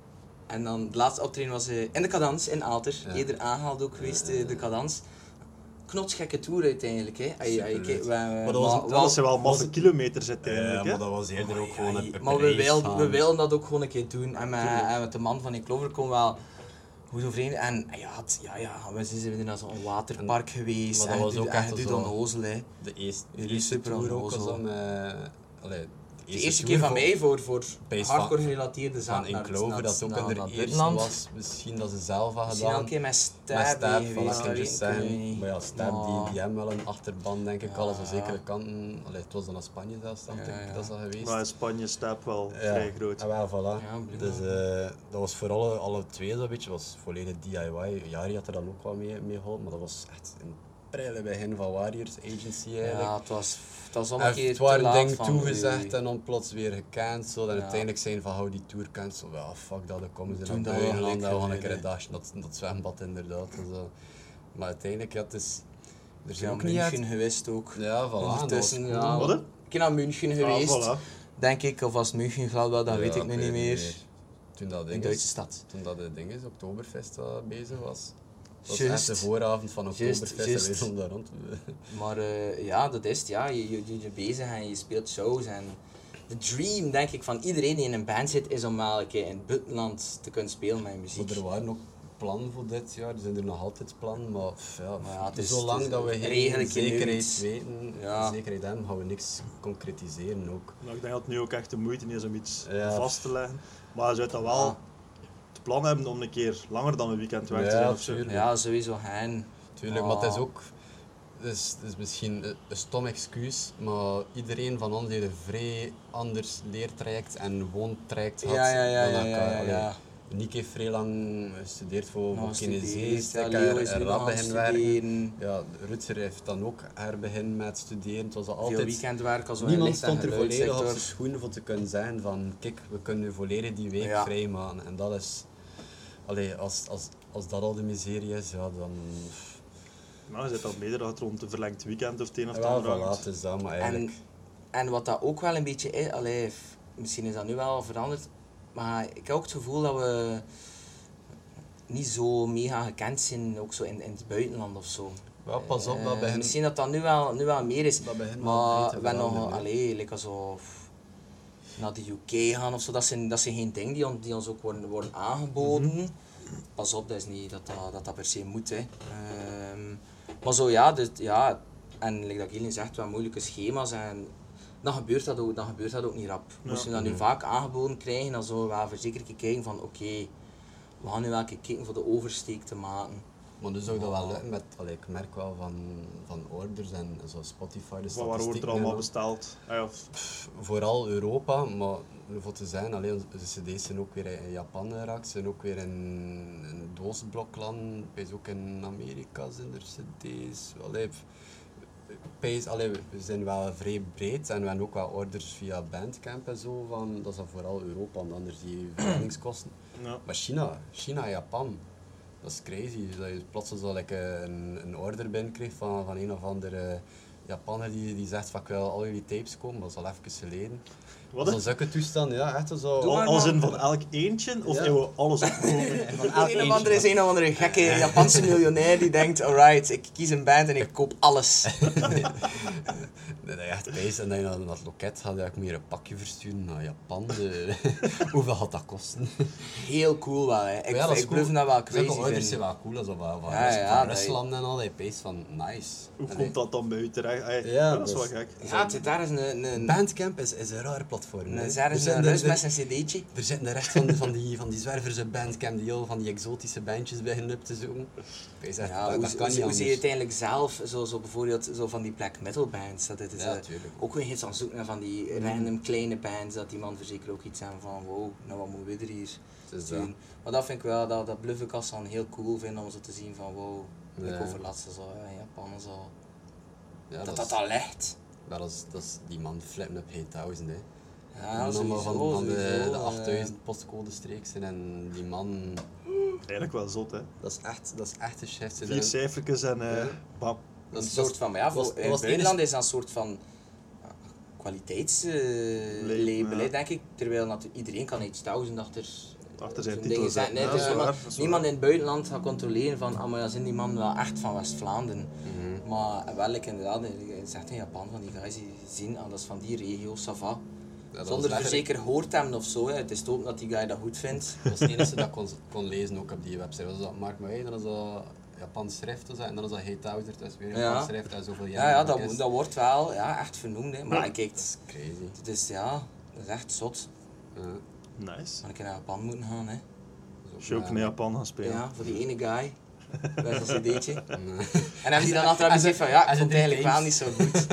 En dan het laatste optreden was eh, in de Cadans in Aalter. Ja. Eerder aangehaald ook geweest, eh, de Cadans. Knotsgekke tour uiteindelijk. Hè. Ai, ai, Superleuk. we- Maar dat we- was- maar- dat Dat was- zijn wel maffe het- kilometers Ja, uiteindelijk. hè? maar dat was eerder ook gewoon een, een Maar we prijs wilden, van- we wilden dat ook gewoon een keer doen. En met, en met de man van die Clover kon wel goed overeen. En ja, het, ja, ja, we zijn naar zo'n waterpark geweest. maar dat en was je doet- ook en echt je doet zo- onnozel, hè. De eerste, de Jullie eerste super tour ook onnozel. was dan... eh, allee, de De eerste tour keer van mij voor, voor Base hardcore van- gerelateerde van zaken in naar, Clover, naar, dat is ook naar, in de naar eerste buitenland. was. Misschien dat ze zelf hadden Misschien al gedaan. een keer met Stab Met Stab, geweest, voilà, dat ik kan weet just ik zeggen. niet. Maar ja, Stab die, Maar- die hebben wel een achterban, denk ik, Ja, al. Als we ja. zekere kanten... Allee, het was dan naar Spanje zelfs, dacht Ja, ik, ja. dat is dat geweest. Maar in Spanje staat wel Ja, vrij groot. ah, wel, voilà. Ja, blijkbaar. Dus eh, dat was voor alle, alle twee zo'n beetje, was volledig D I Y. Jari had er dan ook wel mee, mee geholpen, maar dat was echt een prille begin van Warriors Agency eigenlijk. Ja, het was, het was al Hij een keer heeft te waar laat dingen van toegezegd u. en dan plots weer gecanceld. En Ja. uiteindelijk zijn van hou die tour cancel. Ja, fuck dat, dan komen ze Toen naar dat buitenland gelijk en we gaan een keer geleden. een dagje dat, dat zwembad inderdaad. En zo. Maar uiteindelijk, ja, het is... Er Ik zijn ben ook naar niet München echt... geweest ook. Ja, voilà. Ondertussen, dat was ja. cool. Wat, hè? Ik ben naar München geweest, Ah, voilà. denk ik. Of was het München Gladbach, dat Ja, weet ik ik nu weet niet het meer. Toen dat Een ding Duitse is, stad. toen dat het ding is, Oktoberfest wat bezig was. Dat was Juist. echt de vooravond van Juist, Oktoberfest juist. en wij stonden daar rond. Maar uh, ja, dat is het. Ja. Je, je, je bent bezig en je speelt shows. En de dream, denk ik, van iedereen die in een band zit, is om wel een keer in het buitenland te kunnen spelen met muziek. Maar er waren ook plannen voor dit jaar, er zijn er nog altijd plannen, maar pff, ja, Maar ja, het is- zolang het is dat we geen redelijk zekerheid inuit. weten, Ja. zekerheid hebben, gaan we niks concretiseren ook. Nou, ik denk dat het nu ook echt de moeite is om iets Ja. vast te leggen. Maar je zou dat wel Ja. het plan hebben om een keer langer dan een weekend weg te Ja, zijn of zo. tuurlijk. Ja, sowieso gaan. Tuurlijk, Ah. maar het is ook, het is, het is misschien een, een stom excuus, maar iedereen van ons heeft een vrij anders leertraject en woontraject gehad Ja, ja, ja, dan ja, elkaar. ja, Allee, ja. Nick heeft vrij lang gestudeerd voor, Nou, voor gestudeerd, kinesees, ja, ik Leo heb is er nu rap nog aan het begin werken. studeren. Ja, Rutger heeft dan ook herbegin met studeren. Het was Veel altijd... weekendwerk als we in Niemand licht- en stond er volledig op geluidssector. zijn schoenen voor te kunnen zeggen van kijk, we kunnen nu volledig die week Ja. vrijmaken. En dat is... Allee, als, als, als dat al de miserie is, ja, dan... Nou, je zit al mee dat het rond een verlengd weekend of het een of het Ja, ander voilà, hangt. het is dat, maar En, eigenlijk... en wat dat ook wel een beetje is, allee, f- misschien is dat nu wel veranderd, maar ik heb ook het gevoel dat we niet zo mega gekend zijn, ook zo in, in het buitenland of zo. Ja, pas op, dat Eh, begint... Misschien dat dat nu wel, nu wel meer is, Dat begint wel maar vrij te we nog, veranderen, hè. allee, like zo f- naar de U K gaan of zo, dat zijn, dat zijn geen dingen die, on, die ons ook worden, worden aangeboden. Pas op, dat is niet dat dat, dat, dat per se moet. Hè. Ehm, maar zo ja, dus, ja, en like dat Gillian zegt, wel moeilijke schema's en dan gebeurt dat ook, dan gebeurt dat ook niet rap. Moesten we dat nu Ja. vaak aangeboden krijgen, dan zouden we wel verzekerd kijken van oké, we gaan nu wel een keer kijken voor de oversteek te maken. Maar nu zou dat wel lukken met... Allee, ik merk wel van, van orders en zo Spotify, de Van waar wordt er statistieken allemaal en besteld? Ah, ja, of- vooral Europa, maar voor te zijn, alleen de cd's zijn ook weer in Japan geraakt, zijn ook weer in, in het Oostblokland, is ook in Amerika zijn er cd's. Allee, Pees, allee, we zijn wel vrij breed en we hebben ook wel orders via Bandcamp en zo, van, dat is dan vooral Europa, want anders die verzendingskosten. ja. Maar China, China en Japan, dat is crazy. Dat je plots zo like een, een order binnenkrijgt van, van een of andere Japaner die, die zegt van ik wil al jullie tapes komen, dat is al even geleden. Wat? Dat is een zulke toestand, ja, echt zo. Doe Al, maar, als man. in van elk eentje? Of Ja. hebben we alles opkomen? Van elk Een of eentje. andere is een of andere gekke Japanse miljonair die denkt, alright, ik kies een band en ik koop alles. Dat je echt wijst en dat je naar naar het loket gaat, ja, ik moet hier een pakje versturen naar Japan. De, hoeveel gaat dat kosten? Heel cool wel, hè. Ik, Maar ja, dat is ik cool. blijf dat wel Zulke crazy orders zijn vinden. wel cool, dat is wel van, van, Ja, Rus- ja, van dat je- Rusland en al, dat je peest van nice. Hoe Allee. komt dat dan bij u terecht? Ah, Ja, dat is wel dus- gek. Ja, het zit daar eens een, een, Bandcamp is, is een raar platform. hè. een, daar Er is zijn een er- rust er- met zijn cd'tje. Er zitten er echt van, van, die, van die zwervers op Bandcamp die al van die exotische bandjes beginnen op te zoeken. Ik zeg, Ja, dat, hoe, dat hoe, kan niet hoe zie je anders. uiteindelijk zelf, zo, zo bijvoorbeeld zo van die black metal bands, dat het is Ja, eh, tuurlijk. ook weer iets aan zoeken naar van die random kleine bands, dat die man zeker ook iets hebben van wow, nou wat moeten we er hier Het is doen. dat. Maar dat vind ik wel, dat, dat bluff ik als dan heel cool vind om zo te zien van wow, ik Ja. overlaat ze zo ja, in Japan en zo. Ja, dat dat, dat is, al ligt. dat, is, dat is die man flippen op eight thousand. Hè. Ja, Die sowieso, man van, van de, sowieso, de eh. achtduizend postcode streek zijn en die man, Eigenlijk wel zot, hè. dat is echt, dat is echt een chef. Vier cijfertjes en uh, Ja. bam. Dat Een is, soort van, maar ja, dat was- voor, dat in was het het buitenland enige- is dat een soort van kwaliteitslabel, ja. denk ik. Terwijl natuurlijk iedereen kan iets duizend achter, Achter zijn zo'n titel dingen zetten. zetten. Nee, Ja, dus dat is niemand, waar, dat is niemand waar. in het buitenland gaat controleren van, ah maar ja, zijn die man wel echt van West-Vlaanderen. Mhm. Maar wel, like, inderdaad, je zegt in Japan van die guys die zien, ah, dat is van die regio, ça va. Ja, dat Zonder was letterlijk- verzeker hoort hem of zo, hè. Het is te hopen dat die guy dat goed vindt. Dat was het enige dat ik kon, kon lezen ook op die website. Dat was dat Mark Marie, dan is dat Japans schrift en dan is dat eight thousand, dat is weer Ja. Japans schrift en zoveel Ja, ja, dat, is. dat wordt wel ja, echt vernoemd, hè. Maar Ja. kijk, Dat is crazy. het is, ja, dat is echt zot. Ja, Nice. Maar ik naar Japan moeten gaan, hè. dat is ook Als je ook maar- naar Japan gaan spelen. Ja, voor die ene guy. Bij zijn cd'tje. Nee. En dan die dan achteraf en gezegd ze- van ja, en ik ze vond het eigenlijk wel drie niet zo goed.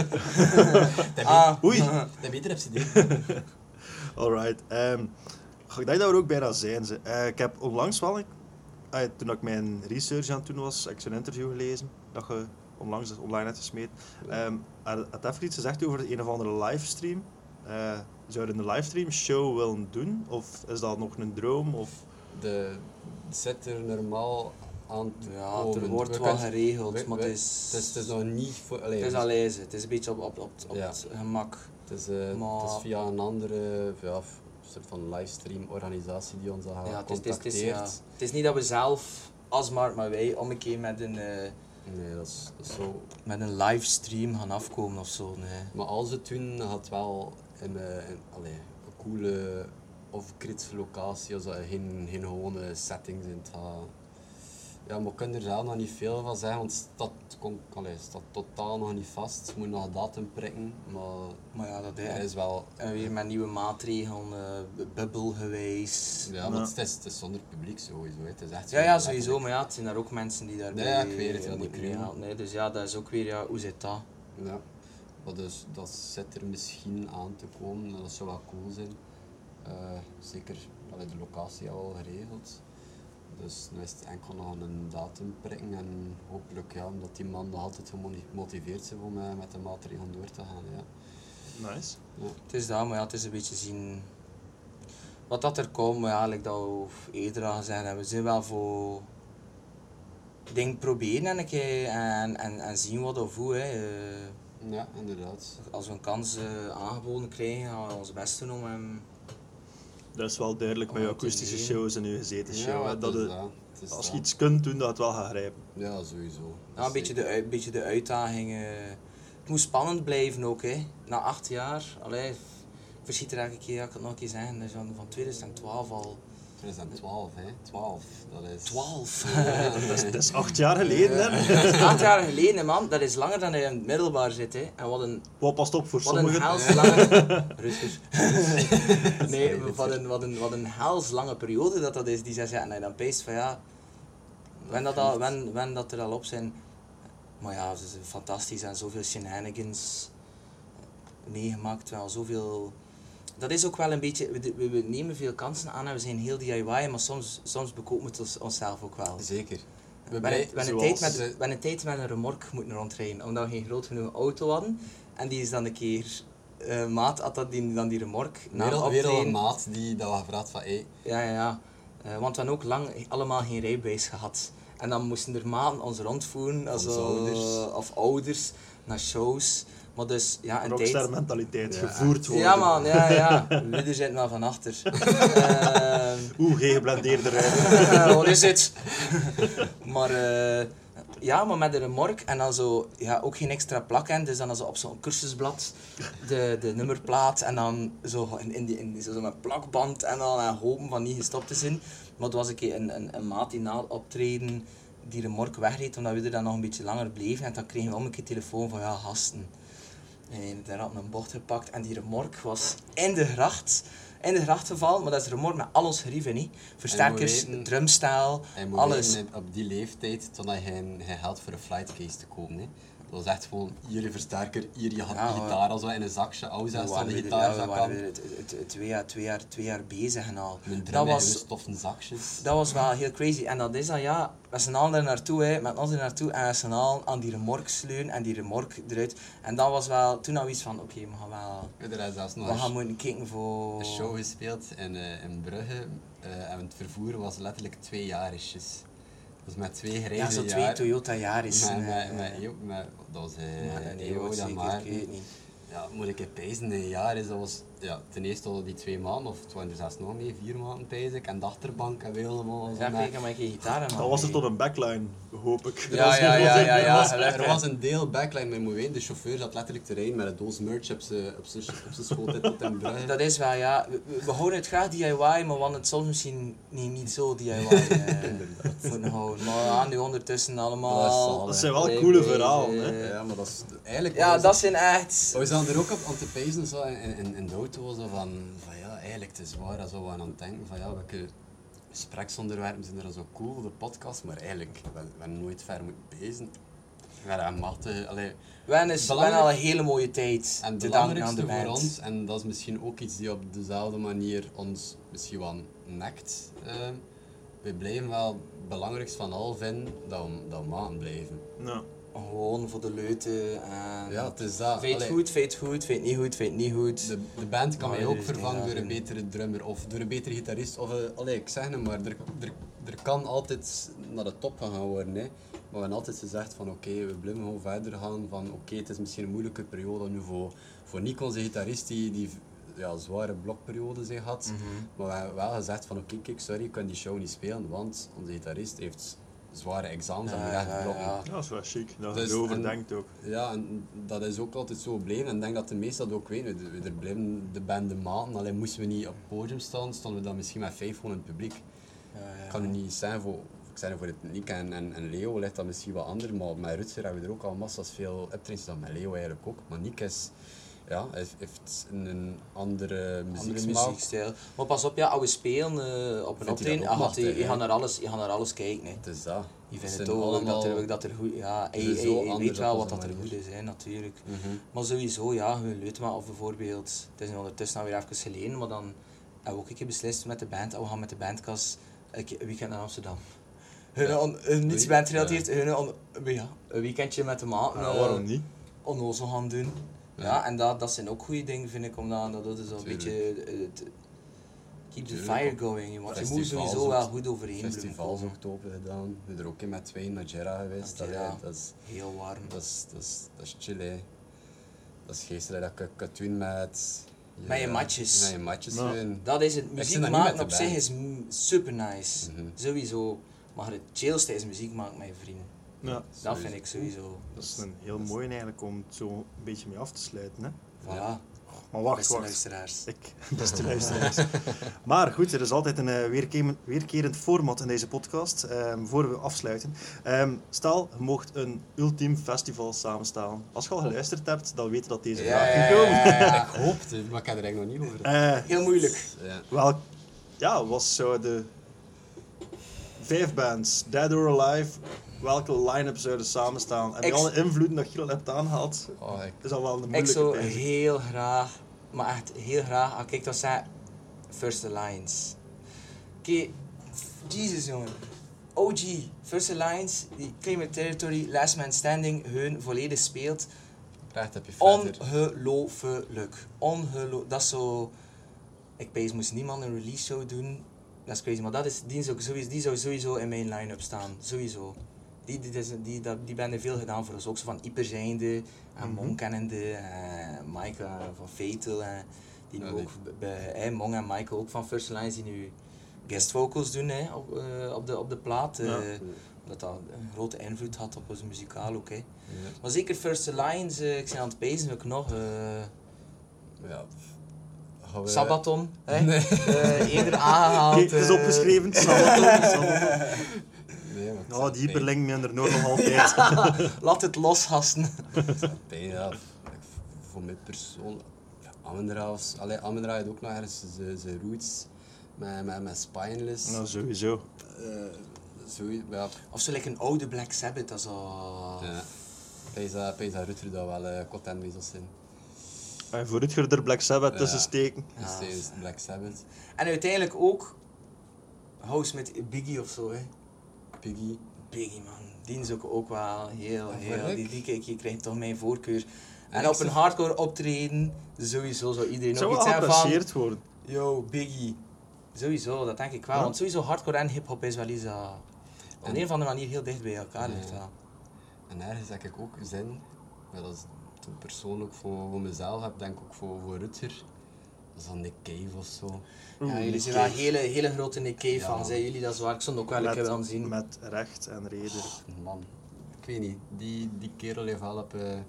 Dat Ah, Oei. Dat beter heb je Alright. ehm, goh, ik denk dat we er ook bijna zijn. Ze. Eh, ik heb onlangs wel, een- ah, toen ik mijn research aan het doen was, heb ik zo'n interview gelezen dat je onlangs online hebt gesmeed. Ehm hij had even iets gezegd over een of andere livestream. Eh zou je een livestream show willen doen? Of is dat nog een droom? Of... De zit er normaal aan te ja, komen. er wordt We wel kunnen- geregeld, we- maar we- het is... Het is, het is nog niet voor... Allee, Het is dus- al lezen, het is een beetje op, op, op, op Ja. het gemak. Het is, eh, Maar- het is via een andere ja, f- soort van livestream organisatie die ons al Ja, het, is, het, is, het, is, ja. contacteert. het is niet dat we zelf, als Mark, maar wij, om een keer met een, eh, Nee, dat is, dat is zo. met een livestream gaan afkomen of zo. Nee. Maar als het doen, gaat het wel in, eh, in allee, een coole off-grid locatie, als dat geen, geen gewone settings in het gaat. Ja, maar ik kan er zelf nog niet veel van zeggen, want het staat, kon- allee, het staat totaal nog niet vast. Je moet nog een datum prikken, maar Maar ja, dat er is... is wel... En weer met nieuwe maatregelen, uh, bubbel geweest. Ja, maar het is, het is zonder publiek sowieso. hè. Het is echt Ja, zo ja, letterlijk- sowieso, maar ja, het zijn daar ook mensen die daarbij Nee, ja, ik weet het, ja, die moeten crew. meehelpen, nee, dus ja, dat is ook weer, ja, hoe zit dat? Ja, maar dus, dat zit er misschien aan te komen, dat zou wel cool zijn. Uh, zeker, allee, de locatie al geregeld. Dus nu is het enkel nog een datum prikken en hopelijk ja, omdat die man nog altijd gemotiveerd zijn om met, met de maatregelen door te gaan. Ja. Nice. Ja. Het is dat, maar ja, het is een beetje zien wat dat er komt. Maar ja, like dat we eerder al gezegd hebben, we zijn wel voor dingen proberen en, een keer, en, en, en zien wat of hoe. Hè. Uh, ja, inderdaad. Als we een kans uh, aangeboden krijgen, gaan we ons best doen om hem... Dat is wel duidelijk met je akoestische shows en je gezeten show. Ja, dat is het, dat. Het als dat. je iets kunt doen, dat het wel gaat grijpen. Ja, sowieso. Ja, een beetje de, uit, beetje de uitdaging. Uh, het moet spannend blijven ook, hè. Na acht jaar. Allee, ik verschiet er elke keer, ik kan het nog een keer zeggen, dat is van, van twintig twaalf al. twintig twaalf, hè? twaalf, dat is... twaalf? Ja, dat, is, dat is acht jaar geleden, hè? Dat is acht jaar geleden, man. Dat is langer dan hij in het middelbaar zit, hè. En wat een... Wat past op voor wat sommigen. Een hels lange... Rustig. Nee, wat een, wat, een, wat een hels lange periode dat dat is, die zes jaar. En hij dan peest van ja... Wen dat, al, wen, wen dat er al op zijn... Maar ja, ze zijn fantastisch en zoveel shenanigans meegemaakt, wel zoveel... Dat is ook wel een beetje, we, we, we nemen veel kansen aan en we zijn heel D I Y, maar soms, soms bekopen we het onszelf ook wel. Zeker. We hebben een, tijd met, we een tijd met een remorque moeten rondrijden, omdat we geen groot genoeg auto hadden. En die is dan een keer, uh, maat had dat die, dan die remorque. Weer, weer al een maat die dat we gevraagd van, hé. Ja, ja, ja. Uh, want we hadden ook lang allemaal geen rijbewijs gehad. En dan moesten er maanden ons rondvoeren, als ouders. of ouders, naar shows. Maar dus, ja, een Rockstar tijd... mentaliteit, ja. gevoerd worden. Ja man, ja, ja. Lidder zit wel van achter. uh, Oeh, geen geblendeerde rijden. Wat is het? Maar uh, ja, maar met een remorque en dan zo, ja, ook geen extra plak in, dus dan zo op zo'n cursusblad de, de nummerplaat en dan zo in, in die, in die, zo met plakband en dan en hopen van niet gestopt te zijn. Maar het was een keer een, een, een maat die na het optreden die remorque wegreed, omdat we er dan nog een beetje langer bleven en dan kregen we om een keer telefoon van ja, gasten. En daar had een bocht gepakt en die remorque was in de gracht, in de gracht gevallen, maar dat is de remorque met al ons gerieven, niet? Versterkers, weten, drumstijl, en alles. Weten, op die leeftijd, toen je geen, geen geld voor een flightcase te kopen, hè. Dat was echt gewoon hier je versterker, hier je, ja, gitaar al zo in een zakje, oude aan de gitaar. Ja, we waren er twee jaar, twee jaar, twee jaar bezig en al. Met dat was stoffen zakjes. Dat was wel heel crazy. En dat is dan ja, met z'n allen er naartoe, hè, met ons er naartoe en met z'n allen aan die remorque sleuren en die remorque eruit. En dat was wel, toen hadden we iets van, oké, okay, we gaan wel, er is zelfs nog we gaan moeten kijken voor... een show gespeeld in, uh, in Brugge uh, en het vervoer was letterlijk twee jaartjes. Dus met twee grijze ja, zo twee jaar, Toyota Yaris. Met, met, met, met, met, dat was uh, ja, nee, E O, dat maar. Ik weet het niet. Ja, moet ik het pijzen, een jaar is dat was, ja, ten eerste al die twee maanden, of het waren er zelfs nog mee, vier maanden pijs ik, en de achterbank en we allemaal zo. Ja, kijk, maar ik heb gitaar en Dat was er tot een backline, hoop ik. Ja, ja, ja, ja, Er ja. was, er was een deel backline, maar je moet weten, de chauffeur zat letterlijk te rijden met een doos merch op zijn op zijn op zijn schoot tot in Brugge. Dat is wel, ja. We, we houden het graag D I Y, maar we hadden het soms misschien niet, niet zo D I Y uh, moeten houden. Maar ja, nu ondertussen allemaal... Dat zijn wel coole verhalen, hè. Ja, maar dat is eigenlijk... Ja, dat zijn echt... We zijn er ook op aan te pijzen zo in, in, in de auto, zo van, van ja, eigenlijk het is waar, dat zo aan het denken van ja, welke gespreksonderwerpen zijn er zo cool, de podcast, maar eigenlijk, we hebben nooit ver moeten bezien. We hebben matten, allee... We hebben al een hele mooie tijd en te danken aan de voor band. ons, en dat is misschien ook iets die op dezelfde manier ons misschien wel nekt, uh, we blijven wel het belangrijkste van al vinden dat we, dat we maten blijven. Ja. Gewoon voor de leuten. En Ja, het is dat. Feit Allee, goed, feit goed, feit niet goed, feit niet goed. De, de band kan Maar mij er ook is vervangen geen door een raden. betere drummer of door een betere gitarist. Of, uh, allee, ik zeg het maar, er, er, er kan altijd naar de top gaan worden. Hè. Maar we hebben altijd gezegd van oké, okay, we blijven gewoon verder gaan. Van oké, okay, het is misschien een moeilijke periode nu voor, voor Nico, onze gitarist, die, die ja, zware blokperiodes heeft gehad. Mm-hmm. Maar we hebben wel gezegd van oké, okay, kijk, sorry, ik kan die show niet spelen, want onze gitarist heeft zware examens en Ja, moet echt ja, blokken. ja. Ja, dat is wel chic, dat Dus, je erover en- denkt ook. Ja, en dat is ook altijd zo gebleven. En ik denk dat de meesten dat ook weten. We- we- Er blijven de band de maten. Alleen moesten we niet op het podium staan, stonden we dan misschien met vijf gewoon in het publiek. Ja, ja. Ik kan nu niet zijn voor, ik zeg voor het Nick en, en, en Leo ligt dat misschien wat anders, maar met Rutger hebben we er ook al massas veel optredens dan met Leo eigenlijk ook. Maar Nick is, ja, hij heeft een, een andere Andere muzieksmaak. muziekstijl. Maar pas op, ja, als we spelen uh, op een hij optreden, dat je, ook gaat, je, machtig, je, hè? gaat naar alles, je gaat naar alles kijken. Hè. Het is dat. Je Het vindt het zijn ook dat allemaal- er, dat er goed ja, hij, Ze hij, zijn zo hij anders weet wel op wat onze dat er manier. goed is, hè, natuurlijk. Mhm. Maar sowieso, ja, je leut maar of bijvoorbeeld, het is nu ondertussen alweer even geleden, maar dan hebben we ook een keer beslist met de band, oh, we gaan met de bandkas een weekend naar Amsterdam. Hun ja. on, uh, niets band gerelateerd, ja. hun on, ja, een weekendje met de maat. Ja, waarom niet? Onnozel gaan doen. Ja, ja en dat, dat zijn ook goede dingen, vind ik, omdat dat, dat is een beetje... Uh, t, keep the fire going, want je moet sowieso wel goed overheen blijven. Festivals ook open gedaan. We zijn er ook in met twee naar Jera geweest. Dat, ja, dat is heel warm. Dat is, dat is, dat is chill, hè. Dat is geestelijk, dat je kan doen met... Je, met je matjes. Met je matjes. Nou, dat is het. Muziek maken op zich is super nice. Mm-hmm. Sowieso. Maar het chillste is muziek maken met je vrienden. Ja. Dat sowieso. Vind ik sowieso. Dat is een heel mooi eigenlijk om het zo een beetje mee af te sluiten. Hè? Voilà. Ja. Maar wacht, beste wacht. luisteraars. Ik, beste luisteraars. Maar goed, er is altijd een uh, weerkerend, weerkerend format in deze podcast, um, voor we afsluiten. Um, stel, je mocht een ultiem festival samenstellen. Als je al geluisterd hebt, dan weet je dat deze ja, vraag ging komen. Ja, ja, ja. Ik hoopte, maar ik heb er eigenlijk nog niet over. Uh, Heel moeilijk. Ja. Wel, ja, was zo de vijf bands, Dead or Alive, welke line-up zouden samenstaan? En met alle invloeden dat je al hebt aangehaald, oh, ik... is al wel een moeilijke Ik zou tijd. heel graag, maar echt heel graag, als ik dat zei, First Alliance. Oké, okay, Jesus jongen. O G, First Alliance, die Claim Your Territory, Last Man Standing, hun volledig speelt. Krijgt heb je Ongelooflijk. Ongelooflijk. Dat is zo... Ik pees, moest niemand een release show doen. Dat is crazy, maar dat is, die, zou sowieso, die zou sowieso in mijn line-up staan. Sowieso. Die, die, die, die, die, die ben er veel gedaan voor ons. Ook zo van Ieper zijnde, en Mm-hmm. Mon kennende, en Mike uh, van Fatal. En die nu ja, ook bij eh, Mon en Michael ook van First Alliance, die nu guest vocals doen hè, op, uh, op, de, op de plaat. Uh, ja. Dat dat een grote invloed had op onze muzikaal ook. Hè. Ja. Maar zeker First Alliance, uh, ik ben aan het pezen ook nog. Uh, ja. We... Sabaton, hè? Nee. Uh, eerder aangehaald. Kijk, het is opgeschreven, Sabaton. Sabaton. Nee, oh, die hyperlink minder nodig nog altijd. Laat het los, gasten. Ja, voor mij persoonlijk. Ja, Amon-Ra, allee, Amon-Ra heeft ook nog ergens zijn roots met, met, met Spineless. Nou, sowieso. Uh, zo, ja. Of zo like een oude Black Sabbath, dat zo... Ja. Pees dat Rutger dat wel uh, content mee zal zijn. En voor Rutger er Black Sabbath ja. tussen steken. Ja, dus is Black Sabbath. En uiteindelijk ook House met Biggie of zo, hè. Biggie. Biggie, man. Die is ook, ook wel heel, ja, heel... Die, die kijk, je krijgt toch mijn voorkeur. En op een hardcore optreden, sowieso zou iedereen nog iets zeggen van... Zou wel worden. Yo, Biggie. Sowieso, dat denk ik wel. Ja. Want sowieso hardcore en hip-hop is wel iets dat op een of andere manier heel dicht bij elkaar ligt. Ja. En ergens heb ik ook zin, ja, dat is persoonlijk voor, voor mezelf, heb denk ik ook voor, voor Rutger. Dat is dan Nick Cave of zo. Ja, jullie zijn wel hele, hele grote Nick Cave ja. fans, jullie, dat is waar. Ik stond ook wel een keer aan zien. Met recht en reden. Oh, man, ik weet niet, die, die kerel heeft wel op, uh,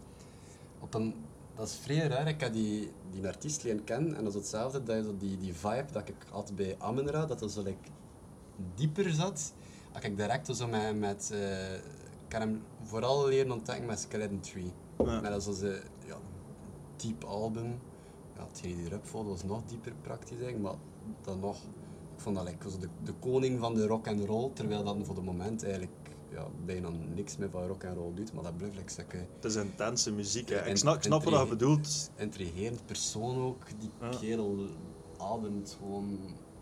op een... Dat is vrij raar, ik heb die, die artiest leren kennen en dat is hetzelfde, dat is die, die vibe dat ik had bij Amon-Ra, dat er zo like, dieper zat. Dat ik direct zo met... met uh, ik heb hem vooral leren ontdekken met Skeleton Tree. Ja. Met dat zo'n ja, diep album. Ja, het die erop volgde was nog dieper praktisch eigenlijk, maar dan nog... Ik vond dat like, de, de koning van de rock and roll, terwijl dat voor de moment eigenlijk ja, bijna niks meer van rock and roll doet, maar dat blijft like, zeker... Het is intense muziek, hè. Ik snap, ik snap wat je bedoelt. Intrigerend persoon ook, die ja. kerel ademt gewoon...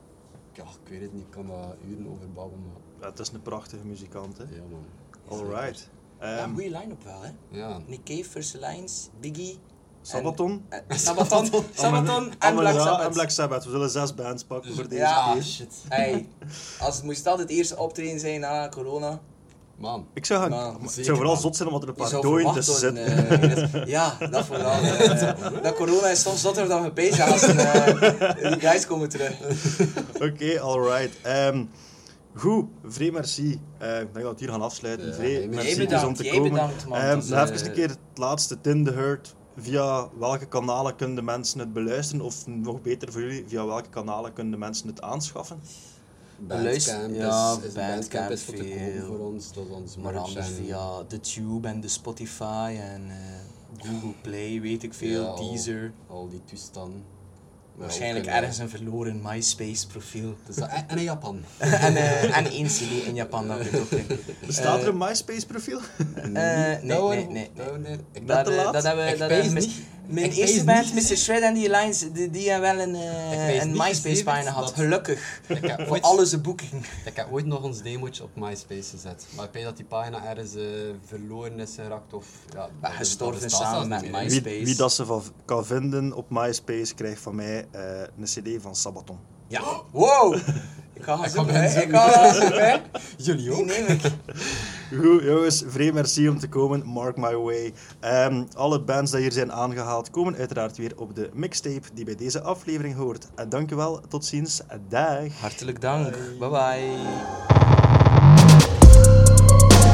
Ja, ik weet het niet, ik kan daar uren over babbelen, maar... Ja, het is een prachtige muzikant, hè. Ja, man. Alright. Um, ja, een goede line-up wel, hè. Ja. Nick Cave, First Alliance, Biggie... Sabaton. En, uh, Sabaton, Sabaton en Black Sabbath. en Black Sabbath. We zullen zes bands pakken voor deze ja, keer. Shit. Hey, als het moest altijd het eerste optreden zijn na corona. Man. Ik zou, gaan, man, ik zou vooral man. zot zijn omdat er een paar dooien tussen zitten. Uh, ja, dat vooral. Uh, dat corona is soms zotter dan gepeest als uh, die guys komen terug. Oké, okay, alright. Um, Goed, vrij merci. Uh, ik denk dat we het hier gaan afsluiten. Ja, vrij merci bedankt, om te komen. Bedankt, man. Um, dus, nog uh, even een keer het laatste Tinder Hurt. Via welke kanalen kunnen de mensen het beluisteren? Of nog beter voor jullie, via welke kanalen kunnen de mensen het aanschaffen? Bandcamp ja, is, is, Bandcamp is voor te kopen voor ons. Dat is ons maar anders via de Tube en de Spotify en uh, Google Play, weet ik veel, ja, Deezer. Al, al die toestanden. Waarschijnlijk ja, ergens een verloren MySpace profiel. Dus dat, en in Japan. en, uh, en één C D in Japan, dat weet ik ook niet. Bestaat uh, er een MySpace profiel? Uh, nee, nee, nee. nee. nee. Ik dat, uh, dat hebben we... Ik dat pees niet. Mijn Ik eerste weet band, niet. mister Shred and the Alliance, die, die wel een, uh, weet een niet MySpace-pagina gezien had. dat- Gelukkig. Ik heb Voor ooit- alle zijn boekingen. Ik heb ooit nog ons demootje op MySpace gezet. Maar ik weet dat die pagina ergens uh, verloren is geraakt of... Ja, dat is- gestorven dat bestaat samen zelfs met niet meer, hè. MySpace. Wie, wie dat ze van kan vinden op MySpace krijgt van mij uh, een cd van Sabaton. Ja. Wow! Ik ga gaan Ik zoeken, ga hè. gaan Ik ga gaan zoeken, hè. Jullie Die ook? neem ik. Goed, jongens, vrij merci om te komen. Mark my way. Um, alle bands die hier zijn aangehaald komen uiteraard weer op de mixtape die bij deze aflevering hoort. En dankjewel, tot ziens. Dag. Hartelijk dank. Bye bye.